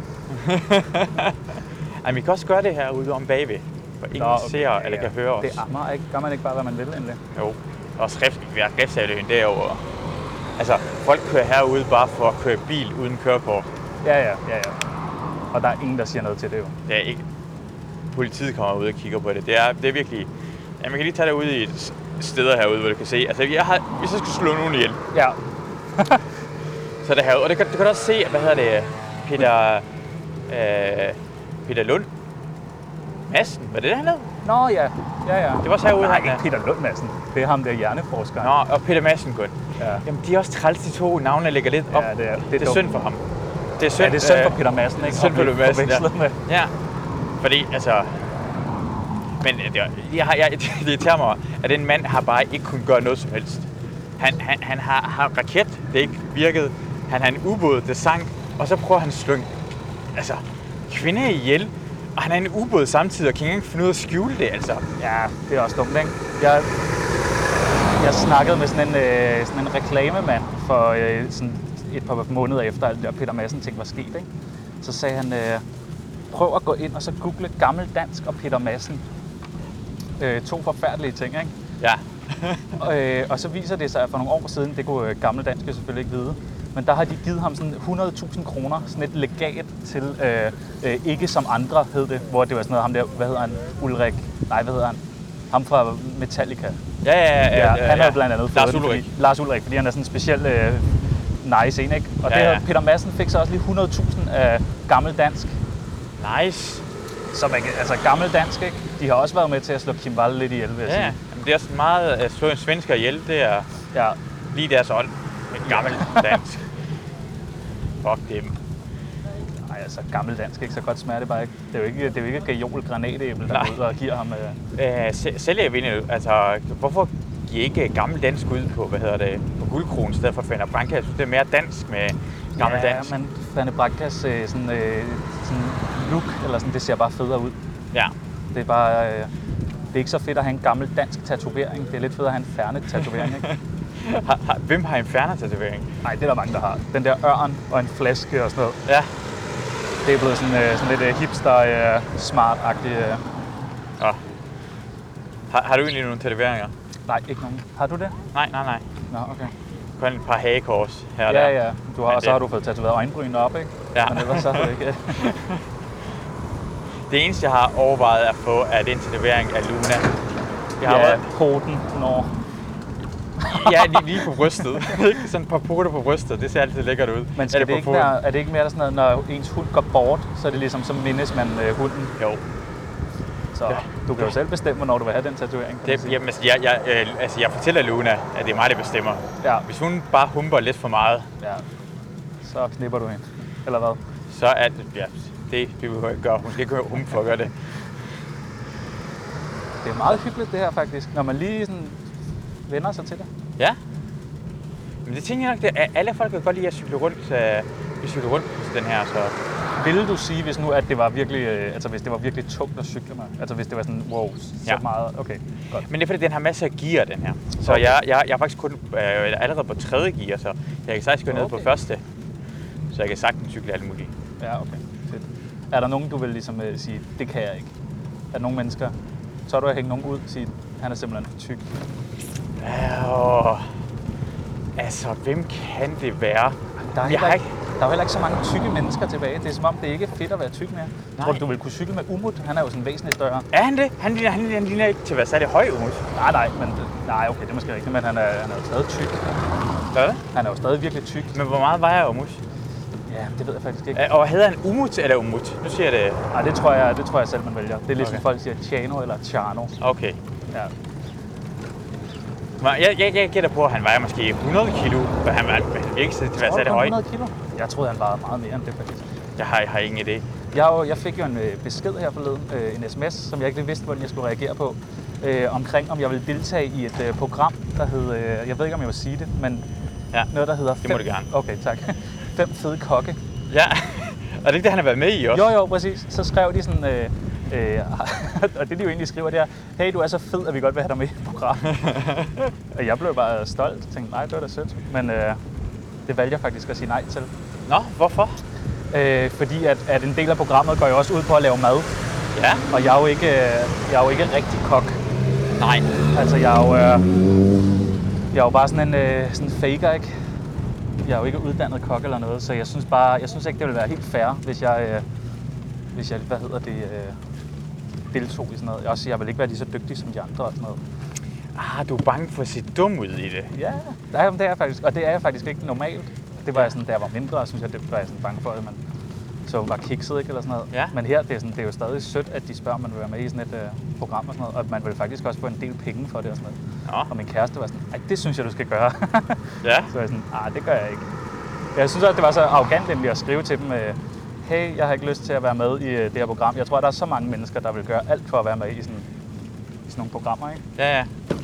Speaker 1: Ej, vi kan også gøre det her ude om bagved, hvor ingen Nå, okay, ser ja, eller kan høre os.
Speaker 2: Det ammer ikke. Gør man ikke bare, hvad man vil egentlig?
Speaker 1: Jo, og Refshaløen derovre. Altså, folk kører herude bare for at køre bil uden kørekort.
Speaker 2: Ja, ja, ja, ja. Og der er ingen, der siger noget til det jo.
Speaker 1: Det er ikke... Politiet kommer ud og kigger på det. Det er, det er virkelig... Ja, man kan lige tage dig ud i et steder herude, hvor du kan se... Altså, jeg har, hvis jeg skal slå nogen ihjel...
Speaker 2: Ja.
Speaker 1: så er det herude. Og det kan, du kan også se, hvad hedder det... Peter... Øh, Peter Lund Madsen. Var det det, han hed?
Speaker 2: Nå ja, ja, ja.
Speaker 1: Det var også herude,
Speaker 2: Nej,
Speaker 1: han
Speaker 2: ikke Peter Lund Madsen. Det er ham der hjerneforskeren.
Speaker 1: Nå, og Peter Madsen kun.
Speaker 2: Ja.
Speaker 1: Jamen, de er også træls, de to navne ligger lidt op.
Speaker 2: Ja, det er, det er,
Speaker 1: det er synd for ham.
Speaker 2: Det er synd, ja, det er synd for Peter Madsen, ikke?
Speaker 1: Synd for Peter Madsen, ja.
Speaker 2: Med.
Speaker 1: Ja, fordi, altså... Men det, jeg har, jeg, det irriterer mig, at den mand har bare ikke kunnet gøre noget som helst. Han, han, han har, har raket, det ikke virkede. Han har en ubåd, det sank. Og så prøver han at slå en altså, kvinde ihjel. Og han er en ubåd samtidig, og kan ikke finde ud af at skjule det, altså.
Speaker 2: Ja, det er også dumt, ikke? Jeg, jeg snakkede med sådan en, øh, sådan en reklamemand for øh, sådan et par måneder efter, at Peter Madsen ting var sket, ikke? Så sagde han, øh, prøv at gå ind og så google gammel dansk og Peter Madsen. Øh, to forfærdelige ting, ikke?
Speaker 1: Ja.
Speaker 2: og, øh, og så viser det sig, at for nogle år siden, det kunne øh, gammeldanske selvfølgelig ikke vide, men der har de givet ham sådan hundrede tusind kroner, sådan et legat til øh, øh, ikke som andre hed det, hvor det var sådan noget, ham der, hvad hedder han, Ulrik, nej, hvad hedder han, ham fra Metallica.
Speaker 1: Ja, ja, ja. ja, ja
Speaker 2: han
Speaker 1: ja.
Speaker 2: har blandt andet
Speaker 1: Lars
Speaker 2: fået
Speaker 1: Ulrik.
Speaker 2: Fordi, Lars Ulrik, fordi han er sådan en speciel øh, nice en, ikke? Og
Speaker 1: Ja,
Speaker 2: det her,
Speaker 1: ja.
Speaker 2: Peter Madsen fik så også lige hundrede tusind af gammeldansk.
Speaker 1: Nice.
Speaker 2: Så man kan, altså gammeldansk, ikke? De har også været med til at slå Kim Wall lidt ihjel, vil jeg
Speaker 1: Ja,
Speaker 2: sige.
Speaker 1: jamen, det er også meget at slå en svensker ihjel, det er
Speaker 2: Ja.
Speaker 1: lige deres ånd. Med gammel dansk. Fuck dem.
Speaker 2: Nej, altså gammeldansk, ikke? Så godt smager det bare ikke. Det er jo ikke, det er jo ikke gajol granatæble, der
Speaker 1: Nej.
Speaker 2: går ud og giver ham... Øh...
Speaker 1: Øh, se- sælger vi altså, hvorfor giver ikke gammel dansk ud på, hvad hedder det, på guldkronen, i stedet for Fanny Branca? Jeg synes, det er mere dansk med gammel
Speaker 2: ja,
Speaker 1: dansk.
Speaker 2: men Fanny Brancas øh, sådan, øh, sådan look, eller sådan, det ser bare federe ud.
Speaker 1: Ja.
Speaker 2: Det er bare... Øh, det er ikke så fedt at have en gammel dansk tatovering. Det er lidt fedt at have en Fernet-tatovering, ikke?
Speaker 1: har, har, hvem har en Fernet-tatovering?
Speaker 2: Nej, det er der mange, der har. Den der ørn og en flaske og sådan noget.
Speaker 1: Ja.
Speaker 2: Det er blevet sådan, øh, sådan lidt øh, hipster-smart-agtigt. Øh.
Speaker 1: Nå. Har, har du egentlig nogle tatoveringer?
Speaker 2: Nej, ikke nogen. Har du det?
Speaker 1: Nej, nej, nej.
Speaker 2: Nå, okay.
Speaker 1: Kun et par hagekors her og der.
Speaker 2: Ja, ja. Du har,
Speaker 1: Men
Speaker 2: og så
Speaker 1: det-
Speaker 2: har du fået tatoveret øjenbrynene op, ikke?
Speaker 1: Ja.
Speaker 2: Men ellers så har du ikke.
Speaker 1: Det eneste, jeg har overvejet at få, er det en tatovering af Luna. Jeg har
Speaker 2: Ja,
Speaker 1: været,
Speaker 2: poten. Nå.
Speaker 1: ja, lige, lige på brystet. Ikke? Sådan et par poter på brystet, det ser altid lækkert ud.
Speaker 2: Men skal
Speaker 1: Er
Speaker 2: det,
Speaker 1: på
Speaker 2: ikke
Speaker 1: foden?
Speaker 2: være, er det ikke mere sådan noget, når ens hund går bort, så er det ligesom, så mindes man øh, hunden.
Speaker 1: Jo.
Speaker 2: Så
Speaker 1: Ja.
Speaker 2: du kan jo selv bestemme, hvornår du vil have den tatovering. kan man
Speaker 1: Det,
Speaker 2: sige.
Speaker 1: jamen, altså, jeg, jeg, øh, altså, jeg fortæller Luna, at det er mig, der bestemmer.
Speaker 2: Ja.
Speaker 1: Hvis hun bare humper lidt for meget,
Speaker 2: Ja. Så knipper du hende. Eller hvad?
Speaker 1: så er det, ja, det, det behøver jeg ikke gøre. Hun skal ikke humpe for at gøre det.
Speaker 2: Det er meget hyggeligt det her faktisk, når man lige sådan vender sig til det.
Speaker 1: Ja. Men det tænker jeg nok, det er, alle folk kan godt lide at cykle rundt, øh, vi cykler rundt på den her, så...
Speaker 2: Ville du sige, hvis nu at det var virkelig, øh, altså hvis det var virkelig tungt at cykle med? Altså hvis det var sådan, wow, så
Speaker 1: Ja.
Speaker 2: meget, okay, godt.
Speaker 1: Men det er fordi, den har masser af gear, den her. Så
Speaker 2: Okay.
Speaker 1: jeg, jeg, jeg er faktisk kun øh, allerede på tredje gear, så jeg kan sagtens gå ned på
Speaker 2: Okay.
Speaker 1: første. Så jeg kan sagtens cykle alt muligt.
Speaker 2: Ja, okay, fedt. Er der nogen, du vil ligesom øh, sige, det kan jeg ikke? Er der nogle mennesker, så du at hænge nogen ud og sige, han er simpelthen for tyk?
Speaker 1: Åh, altså, hvem kan det være?
Speaker 2: Der er,
Speaker 1: Jeg
Speaker 2: heller
Speaker 1: har
Speaker 2: ikke, der er jo heller ikke så mange tykke mennesker tilbage. Det er som om, det ikke er fedt at være tyk mere.
Speaker 1: Nej.
Speaker 2: Tror du, du vil kunne cykle med Umut? Han er jo sådan væsentligt større.
Speaker 1: Er han det? Han ligner, han ligner, han ligner ikke til at være særlig høj, Umut.
Speaker 2: Nej, nej, men, nej, okay, det er måske rigtigt, men han er, han er jo stadig tyk.
Speaker 1: Hvad?
Speaker 2: Han er jo stadig virkelig tyk.
Speaker 1: Men hvor meget vejer Umut?
Speaker 2: Ja, det ved jeg faktisk ikke.
Speaker 1: Øh, Og hedder han Umut eller Umut? Nu siger jeg det.
Speaker 2: Nej, det tror jeg, det tror jeg selv, man vælger. Det er ligesom
Speaker 1: Okay.
Speaker 2: folk siger Tjano eller Tjano.
Speaker 1: Okay.
Speaker 2: Ja.
Speaker 1: Men Jeg, jeg, jeg gætter på, at han vejer måske hundrede kilo, for han var han virker ikke til at være
Speaker 2: Tror du,
Speaker 1: særlig
Speaker 2: han er
Speaker 1: høj.
Speaker 2: hundrede kilo? Jeg troede, han vejede meget mere end det faktisk.
Speaker 1: Jeg har, jeg har ingen idé.
Speaker 2: Jeg, har jo- jeg fik jo en øh, besked her forleden, øh, en sms, som jeg ikke lige vidste, hvordan jeg skulle reagere på, øh, omkring om jeg ville deltage i et øh, program, der hed, øh, jeg ved ikke om jeg vil sige det, men
Speaker 1: Ja,
Speaker 2: noget, der hedder...
Speaker 1: det må du gerne.
Speaker 2: Okay, tak. Fem fede kokke.
Speaker 1: Ja. Og det er ikke det, han har været med i også?
Speaker 2: Jo, jo, præcis. Så skrev de sådan, øh, øh, og det de jo egentlig skriver, det er, hey, du er så fed, at vi godt vil have dig med i programmet. Og jeg blev bare stolt og tænkte, nej, det var da sødt. Men øh, det valgte jeg faktisk at sige nej til.
Speaker 1: Nå, hvorfor?
Speaker 2: Øh, fordi at, at en del af programmet går jo også ud på at lave mad.
Speaker 1: Ja.
Speaker 2: Og jeg er jo ikke, øh, jeg er jo ikke rigtig kok.
Speaker 1: Nej.
Speaker 2: Altså, jeg er jo, øh, jeg er jo bare sådan en øh, sådan faker, ikke? Jeg er jo ikke uddannet kok eller noget, så jeg synes bare, jeg synes ikke, det ville være helt fair, hvis jeg, øh, hvis jeg, hvad hedder det, øh, deltog i sådan noget. Også, jeg vil ikke være lige så dygtig som de andre og sådan noget.
Speaker 1: Ah, du er bange for at se dum ud i det.
Speaker 2: Ja, det er, det er jeg faktisk, og det er jeg faktisk ikke normalt. Det var jeg sådan, da jeg var mindre, synes jeg, det var jeg sådan bange for, at man så var kikset, ikke, eller sådan noget.
Speaker 1: Ja.
Speaker 2: Men her, det er, sådan, det er jo stadig sødt, at de spørger, om man vil være med i sådan et øh, program og sådan noget, og man vil faktisk også få en del penge for det og sådan noget.
Speaker 1: Nå.
Speaker 2: Og min kæreste var sådan, ej, det synes jeg, du skal gøre.
Speaker 1: Ja.
Speaker 2: Så var jeg sådan, ah, det gør jeg ikke. Jeg synes også, det var så arrogant egentlig at skrive til dem, øh, hey, jeg har ikke lyst til at være med i øh, det her program. Jeg tror, der er så mange mennesker, der vil gøre alt for at være med i sådan, i sådan nogle programmer, ikke?
Speaker 1: Ja, ja.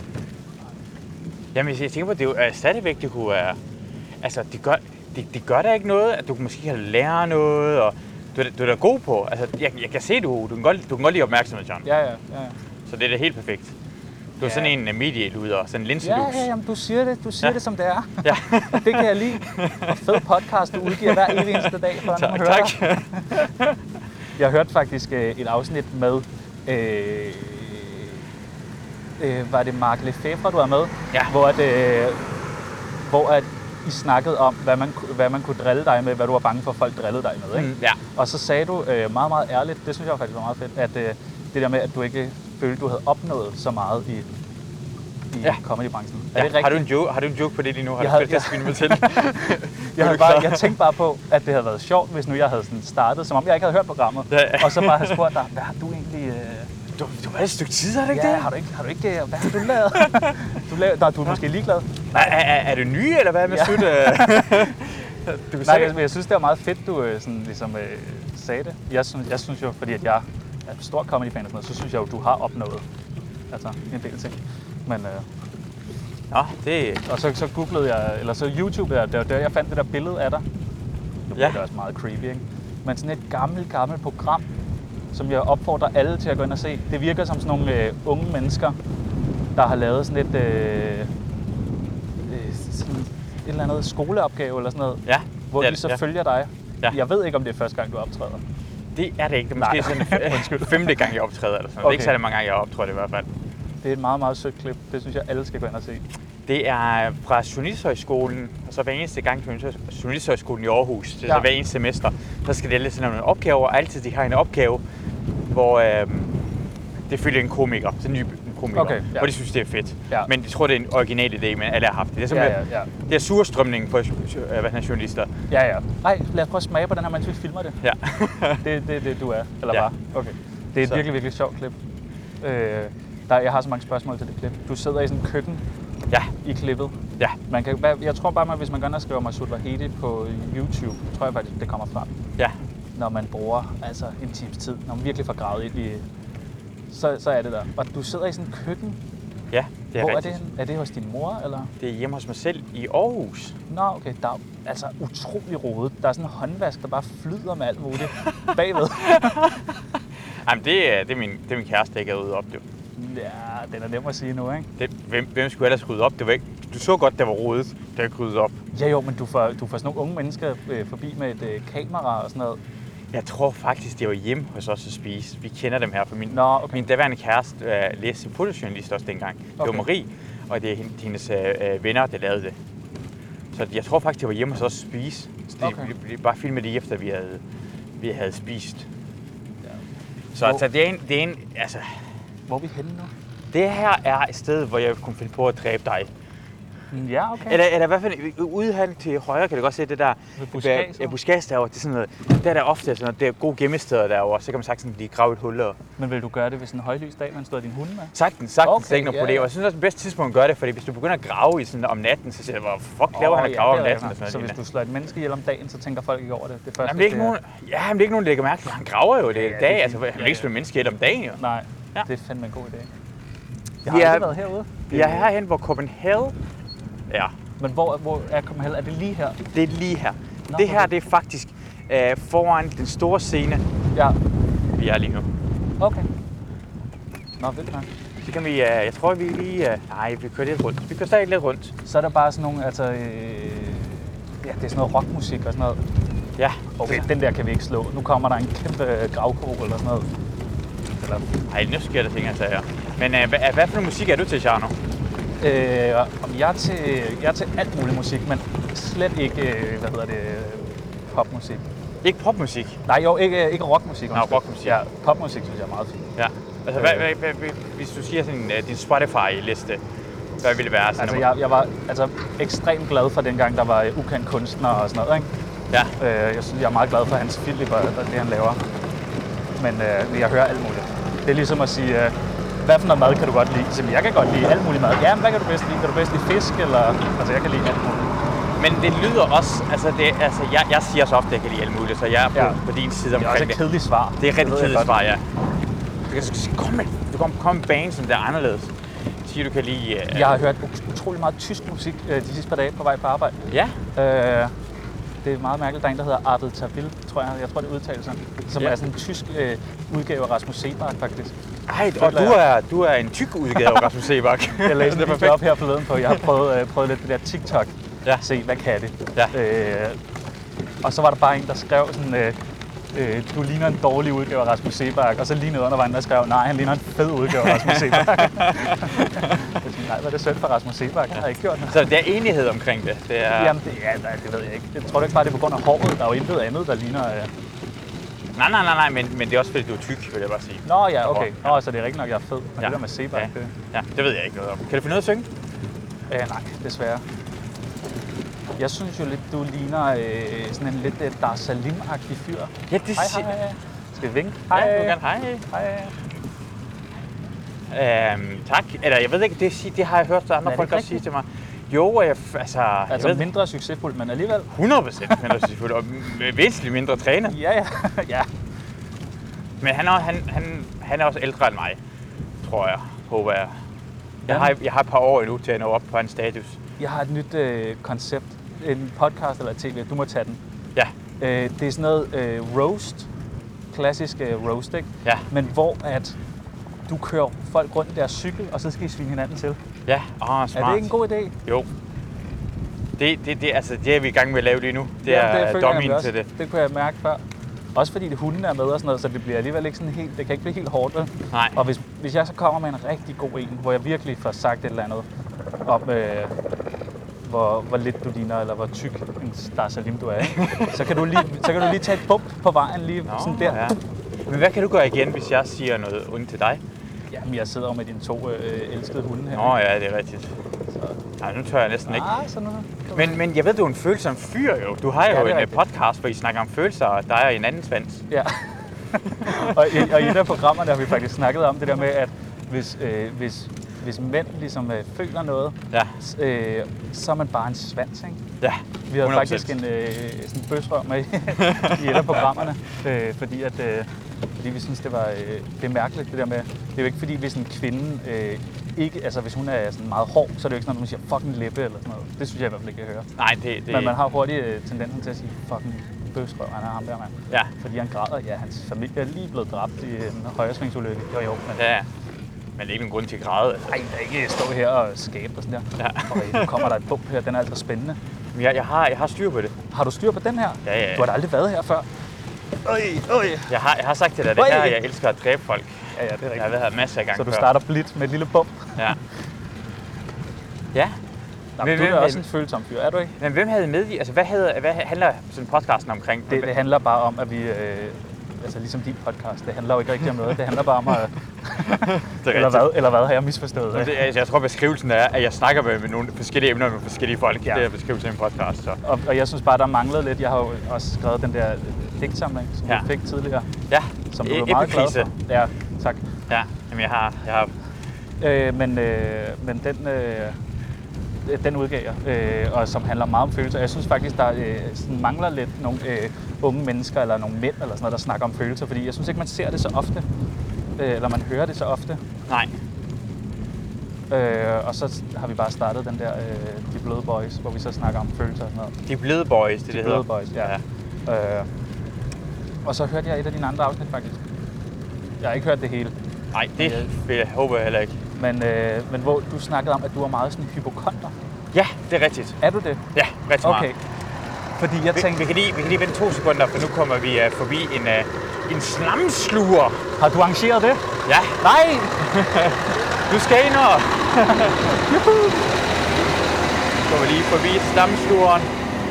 Speaker 1: Jamen, jeg tænker på, at det er jo øh, stadigvæk, det kunne være... Altså, det gør, det, det gør da ikke noget, at du måske kan lære noget, og du er, du er da god på. Altså, jeg, jeg kan se, du, du, kan godt, du kan godt lide opmærksomhed, John.
Speaker 2: Ja, ja, ja. ja.
Speaker 1: Så det er da helt perfekt. Du er
Speaker 2: Ja.
Speaker 1: sådan en uh, medieluder, sådan en
Speaker 2: Ja,
Speaker 1: linselus.
Speaker 2: ja, jamen, du siger det, du siger
Speaker 1: Ja.
Speaker 2: det, som det er.
Speaker 1: Ja.
Speaker 2: Og det kan jeg lide. Og fed podcast, du udgiver hver evig eneste dag, for at
Speaker 1: Tak,
Speaker 2: nogen hører
Speaker 1: tak.
Speaker 2: dig. Jeg hørte faktisk øh, et afsnit med øh, øh, var det Mark Lefebvre, du var med?
Speaker 1: Ja.
Speaker 2: Hvor, at, øh, hvor at I snakkede om, hvad man, hvad man kunne drille dig med, hvad du var bange for, at folk drillede dig med, ikke?
Speaker 1: Mm, ja.
Speaker 2: Og så sagde du øh, meget, meget ærligt, det synes jeg faktisk var meget fedt, at øh, det der med, at du ikke følte, du havde opnået så meget i, i ja. comedybranchen. Er
Speaker 1: Ja.
Speaker 2: det rigtigt?
Speaker 1: Har du en joke, har du en joke på det lige nu? Har
Speaker 2: jeg
Speaker 1: du
Speaker 2: havde,
Speaker 1: spillet det svine mig til?
Speaker 2: jeg, havde bare, jeg tænkte bare på, at det havde været sjovt, hvis nu jeg havde sådan startet, som om jeg ikke havde hørt programmet, ja. og så bare havde spurgt dig, hvad har du egentlig... Øh...
Speaker 1: Du, du var et stykke tid, har du ikke
Speaker 2: ja,
Speaker 1: det?
Speaker 2: har du ikke, har du ikke, hvad har du lavet? du lavet nej, du er måske ligeglad.
Speaker 1: Nej, er, er, er du ny, eller hvad med
Speaker 2: ja.
Speaker 1: sut? du
Speaker 2: Nej, jeg, jeg synes, det var meget fedt, du sådan, ligesom, øh, sagde det. Jeg synes, jeg synes jo, fordi at jeg er stor comedy-fan og sådan noget, så synes jeg jo, du har opnået altså, en del ting. Men, øh,
Speaker 1: Nå, det...
Speaker 2: Og så, så googlede jeg, eller så YouTube, jeg, det var der, jeg fandt det der billede af dig. Nu bliver
Speaker 1: ja.
Speaker 2: det også meget creepy, ikke? Men sådan et gammelt, gammelt program, som jeg opfordrer alle til at gå ind og se. Det virker som sådan nogle øh, unge mennesker, der har lavet sådan et, øh, øh, sådan et eller andet skoleopgave eller sådan noget,
Speaker 1: ja,
Speaker 2: hvor
Speaker 1: de
Speaker 2: så
Speaker 1: ja.
Speaker 2: følger dig.
Speaker 1: Ja.
Speaker 2: Jeg ved ikke, om det er første gang, du optræder.
Speaker 1: Det er det ikke. Det er måske
Speaker 2: Nej.
Speaker 1: sådan femte gang, jeg optræder. Eller sådan. Okay. Det er ikke særlig mange gange, jeg optrådte i hvert fald.
Speaker 2: Det er et meget, meget sødt klip. Det synes jeg, alle skal gå ind og se.
Speaker 1: Det er fra Journalisthøjskolen, og så hver eneste gang til Journalisthøjskolen i Aarhus, det er ja. så hver eneste semester, så skal de alle sådan nogle opgaver, og altid de har en opgave, hvor øh, det følger en komiker, så en ny komiker,
Speaker 2: okay, ja.
Speaker 1: og de synes, det er fedt. Ja. Men jeg tror, det er en original idé, men alle har haft det. Det er, ja, ja, ja. det er surstrømning på hvad journalister.
Speaker 2: Ja, ja. Ej, lad os prøve at smage på den her, mens vi filmer det.
Speaker 1: Ja.
Speaker 2: det er det, det, du er, eller
Speaker 1: ja.
Speaker 2: var. Okay. Det er et så. virkelig, virkelig sjovt klip. Øh, der, jeg har så mange spørgsmål til det klip. Du sidder i sådan en køkken.
Speaker 1: Ja.
Speaker 2: I klippet.
Speaker 1: Ja. Man
Speaker 2: kan, jeg tror bare, at hvis man går ind og skriver Masud Vahedi på YouTube, tror jeg faktisk, det kommer frem.
Speaker 1: Ja.
Speaker 2: Når man bruger altså en times tid, når man virkelig får gravet ind i, så, så er det der. Og du sidder i sådan en køkken.
Speaker 1: Ja, det er
Speaker 2: Hvor
Speaker 1: rigtigt.
Speaker 2: er det, er det hos din mor, eller?
Speaker 1: Det er hjemme hos mig selv i Aarhus.
Speaker 2: Nå, okay. Der er altså utrolig rodet. Der er sådan en håndvask, der bare flyder med alt muligt bagved.
Speaker 1: Jamen, det er, det er, min, det er min kæreste, der ikke er ude op, det.
Speaker 2: Ja, den er nem at sige nu, ikke?
Speaker 1: Det, hvem, hvem skulle ellers rydde op? Det var ikke, du så godt, der var rodet, der ikke ryddet op.
Speaker 2: Ja jo, men du får, du får sådan nogle unge mennesker øh, forbi med et øh, kamera og sådan noget.
Speaker 1: Jeg tror faktisk, det var hjemme hos os at spise. Vi kender dem her, for min,
Speaker 2: Nå, okay.
Speaker 1: min daværende kæreste øh, læste som fotojournalist også dengang. Det okay. var Marie, og det er hendes øh, venner, der lavede det. Så jeg tror faktisk, det var hjemme hos os at spise. Så det, okay. vi, vi bare filmede det efter, vi havde, vi havde spist. Ja. Så altså, det er en... Det er en altså,
Speaker 2: hvor er vi henne nu?
Speaker 1: Det her er et sted, hvor jeg kunne finde på at dræbe dig.
Speaker 2: Ja, okay.
Speaker 1: Eller, eller i hvert fald ude her til højre kan du godt se det der
Speaker 2: buskads.
Speaker 1: Ja, buskads derovre. Det er sådan noget, der er der ofte sådan noget, det er gode gemmesteder derovre. Så kan man sagtens lige grave et hul og...
Speaker 2: Men vil du gøre det ved sådan en højlys dag, man står din hunde med?
Speaker 1: Sagtens, sagtens. Okay, det er ikke noget
Speaker 2: ja,
Speaker 1: problem.
Speaker 2: ja.
Speaker 1: Jeg synes også, det bedste tidspunkt at gøre det, fordi hvis du begynder at grave i sådan om natten, så siger du, hvor fuck laver oh, han at grave ja, om natten? Og sådan
Speaker 2: så
Speaker 1: noget.
Speaker 2: hvis du slår et menneske ihjel om dagen, så tænker folk ikke over det. Det første,
Speaker 1: jamen, det er ikke nogen, ja, men det er ikke nogen, der lægger mærke til. Han graver jo det i ja, dag. Altså, han vil ikke slå et menneske ihjel om dagen, jo.
Speaker 2: Nej,
Speaker 1: ja.
Speaker 2: det er fandme en god idé. Jeg har ja, aldrig været herude.
Speaker 1: Jeg er herhen, hvor Copenhagen er.
Speaker 2: Men hvor, hvor er Copenhagen? Er det lige her?
Speaker 1: Det er lige her. Nå, det her, det er faktisk øh, foran den store scene,
Speaker 2: ja.
Speaker 1: vi er lige nu.
Speaker 2: Okay. Nå, vildt nok.
Speaker 1: Så kan vi, øh, jeg tror vi lige, øh, nej, vi kører lidt rundt. Vi kører stadig lidt rundt.
Speaker 2: Så er der bare sådan nogle, altså, øh, ja, det er sådan noget rockmusik og sådan noget.
Speaker 1: Ja.
Speaker 2: Okay, den der kan vi ikke slå. Nu kommer der en kæmpe øh, gravko eller sådan noget.
Speaker 1: Eller... Ej, nu sker der ting, altså her. Men øh, hvad, hvad for noget musik er du til, Jarno?
Speaker 2: Øh, jeg, er til, jeg er til alt muligt musik, men slet ikke, hvad hedder det, popmusik.
Speaker 1: Ikke popmusik?
Speaker 2: Nej, jo, ikke, ikke rockmusik.
Speaker 1: Nå, rockmusik.
Speaker 2: Ja, popmusik synes jeg er meget fint.
Speaker 1: Ja. Altså, øh. hvad, hvad, hvad, hvis du siger sådan uh, din Spotify-liste, hvad ville det være?
Speaker 2: Altså, jeg, jeg var altså, ekstremt glad for dengang, der var ukendt kunstner og sådan noget, ikke?
Speaker 1: Ja.
Speaker 2: Øh, jeg synes, jeg er meget glad for hans Philip og det, han laver. Men øh, jeg hører alt muligt. Det er ligesom at sige... Øh, hvad for noget mad kan du godt lide? Så jeg kan godt lide alt muligt mad. Ja, men hvad kan du bedst lide? Kan du bedst lide fisk, eller... Altså, jeg kan lide alt muligt.
Speaker 1: Men det lyder også... Altså, det, altså jeg, jeg siger så ofte, at jeg kan lide alt muligt, så jeg er på, ja. på din side omkring det.
Speaker 2: Det er også et kedeligt svar.
Speaker 1: Det er et rigtig kedeligt svar, ja. Du kan komme med, du kan komme med band, som det er anderledes. Siger, du kan lide... Uh...
Speaker 2: Jeg har hørt utrolig meget tysk musik uh, de sidste par dage på vej på arbejde.
Speaker 1: Ja.
Speaker 2: Uh, det er meget mærkeligt. Der er en, der hedder Adel Tawil, tror jeg. Jeg tror, det udtales sådan. Som ja. er sådan en tysk uh, udgave af Rasmus Seebach, faktisk.
Speaker 1: Ej, og du er, du er en tyk udgave af Rasmus Seebach.
Speaker 2: Jeg læste det op her forleden på. Jeg har prøvet, uh, prøvet lidt det der TikTok.
Speaker 1: Ja.
Speaker 2: Se, hvad kan det?
Speaker 1: Ja.
Speaker 2: Uh, og så var der bare en, der skrev sådan... Uh, øh, du ligner en dårlig udgave af Rasmus Seebach, og så lige nede under var en, der skrev, nej, han ligner en fed udgave af Rasmus Seebach. Jeg tænkte, nej, hvad er det synd for Rasmus Seebach? Jeg har ikke gjort noget.
Speaker 1: Så der er enighed omkring det? Det er...
Speaker 2: Jamen, det, ja, nej, det ved jeg ikke. Jeg tror ikke bare, det er på grund af håret. Der er jo intet andet, der ligner... Øh...
Speaker 1: Nej, nej, nej, nej, men, men det er også fordi, du er tyk, vil jeg bare sige.
Speaker 2: Nå ja, okay. Nå, så det er rigtig nok, jeg er fed. Men
Speaker 1: ja.
Speaker 2: det der med Seebach,
Speaker 1: ja.
Speaker 2: det...
Speaker 1: Ja, det ved jeg ikke noget om. Kan du finde ud af at synge?
Speaker 2: Øh, nej, desværre. Jeg synes jo lidt, du ligner øh, sådan en lidt øh, Dar Salim-agtig fyr.
Speaker 1: Ja, det
Speaker 2: hej,
Speaker 1: siger...
Speaker 2: hej. Skal vi vinke?
Speaker 1: Hej. Ja, du kan hej.
Speaker 2: Hej.
Speaker 1: Øhm, tak. Eller jeg ved ikke, det, det har jeg hørt andre folk også sige til mig. Jo, jeg, altså...
Speaker 2: Altså
Speaker 1: jeg ved,
Speaker 2: mindre succesfuld, men alligevel...
Speaker 1: hundrede procent mindre succesfuld, og væsentligt mindre trænet.
Speaker 2: Ja, ja. ja.
Speaker 1: Men han er, han, han, han er også ældre end mig, tror jeg, håber jeg. Jeg har, jeg har et par år endnu til at nå op på hans status.
Speaker 2: Jeg har et nyt øh, koncept. En podcast eller tv. Du må tage den.
Speaker 1: Ja.
Speaker 2: Øh, det er sådan noget øh, roast. Klassisk øh, roast, ikke?
Speaker 1: Ja.
Speaker 2: Men hvor at du kører folk rundt i deres cykel, og så skal I svine hinanden til.
Speaker 1: Ja, ah, smart.
Speaker 2: Er det ikke en god idé?
Speaker 1: Jo. Det, det, det, altså, det er vi i gang med at lave lige nu. Det
Speaker 2: ja,
Speaker 1: er dommen til det.
Speaker 2: Det kunne jeg mærke før. Også fordi det hunden er med og sådan noget, så det bliver alligevel ikke sådan helt, det kan ikke blive helt hårdt, vel?
Speaker 1: Nej.
Speaker 2: Og hvis, hvis jeg så kommer med en rigtig god en, hvor jeg virkelig får sagt et eller andet om, øh, hvor, hvor lidt du ligner, eller hvor tyk en Dar Salim du er, ikke? så, kan du lige, så kan du lige tage et bump på vejen lige Nå, sådan der. Ja.
Speaker 1: Men hvad kan du gøre igen, hvis jeg siger noget ondt til dig?
Speaker 2: Jamen, jeg sidder jo med dine to øh, elskede hunde her.
Speaker 1: Nå ja, det er rigtigt. Så. Nej, nu tør jeg næsten ikke.
Speaker 2: Nej, sådan noget.
Speaker 1: Men, men jeg ved, du er en følsom fyr jo. Du har jo ja, en rigtigt. podcast, hvor I snakker om følelser, og der er en anden svans. Ja.
Speaker 2: og, i, og i et af programmerne har vi faktisk snakket om det der med, at hvis, øh, hvis, hvis mænd ligesom øh, føler noget, ja. øh, så er man bare en svans, ikke?
Speaker 1: Ja,
Speaker 2: vi havde faktisk en øh, sådan bøsrør med i et af programmerne, øh, fordi at øh, fordi vi synes det var øh, det er mærkeligt det der med. Det er jo ikke fordi hvis en kvinde øh, ikke, altså hvis hun er sådan meget hård, så er det jo ikke sådan, at man siger fucking lippe eller sådan noget. Det synes jeg i hvert fald ikke, jeg hører.
Speaker 1: Nej, det, det...
Speaker 2: Men man har hurtigt øh, tendensen til at sige fucking bøsrøv, han er ham der mand.
Speaker 1: Ja.
Speaker 2: Fordi han græder. Ja, hans familie er lige blevet dræbt i en højresvingsulykke. Jo jo. Men...
Speaker 1: Ja, men det er ikke en grund til at græde.
Speaker 2: Altså. Nej, der er ikke stå her og skabe og sådan der. Ja. Og nu kommer der et bump her, den er altså spændende.
Speaker 1: Men jeg, jeg, har, jeg har styr på det.
Speaker 2: Har du styr på den her?
Speaker 1: Ja, ja, ja.
Speaker 2: Du har da aldrig været her før. Øj, øj.
Speaker 1: Jeg har, jeg har sagt til dig, det her, jeg elsker at dræbe folk.
Speaker 2: Ja, ja, det er rigtigt.
Speaker 1: Jeg har været her masser af gange
Speaker 2: Så du
Speaker 1: før.
Speaker 2: starter blidt med et lille bump?
Speaker 1: Ja. Ja.
Speaker 2: Nå, men du er også en følsom fyr, er du ikke?
Speaker 1: Men hvem havde med i? Altså, hvad, havde, hvad handler sådan podcasten omkring?
Speaker 2: Det, det handler bare om, at vi... Øh, altså ligesom din podcast, det handler jo ikke rigtig om noget. Det handler bare om at... eller, hvad, eller hvad har jeg misforstået?
Speaker 1: Det, altså, jeg tror, beskrivelsen er, at jeg snakker med, med nogle forskellige emner med forskellige folk. Ja. Det er beskrivelsen af en podcast. Så.
Speaker 2: Og, og jeg synes bare, der manglede lidt. Jeg har jo også skrevet den der digtsamling, som ja. du fik tidligere.
Speaker 1: Ja,
Speaker 2: som du var meget glad for. Ja, tak.
Speaker 1: Ja, jamen jeg har... Jeg har...
Speaker 2: Øh, men, øh, men den... Øh, den udgav jeg, øh, og som handler meget om følelser. Jeg synes faktisk, der øh, sådan mangler lidt nogle øh, unge mennesker, eller nogle mænd, eller sådan noget, der snakker om følelser, fordi jeg synes ikke, man ser det så ofte, øh, eller man hører det så ofte.
Speaker 1: Nej.
Speaker 2: Øh, og så har vi bare startet den der, øh, De Bløde Boys, hvor vi så snakker om følelser og sådan noget.
Speaker 1: De Bløde Boys, det
Speaker 2: De
Speaker 1: det hedder?
Speaker 2: De Bløde Boys, ja. ja. Øh, og så hørte jeg et af dine andre afsnit, faktisk. Jeg har ikke hørt det hele.
Speaker 1: Nej, det vil jeg håber jeg heller ikke.
Speaker 2: Men, øh, men hvor du snakkede om, at du var meget sådan hypokonder.
Speaker 1: Ja, det er rigtigt.
Speaker 2: Er du det?
Speaker 1: Ja, rigtig meget.
Speaker 2: Okay. Fordi jeg tænkte...
Speaker 1: Vi, vi, kan lige, vi kan lige vente to sekunder, for nu kommer vi uh, forbi en, uh, en slamsluger.
Speaker 2: Har du arrangeret det?
Speaker 1: Ja.
Speaker 2: Nej!
Speaker 1: Du skal ind og... kommer lige forbi slamslugeren.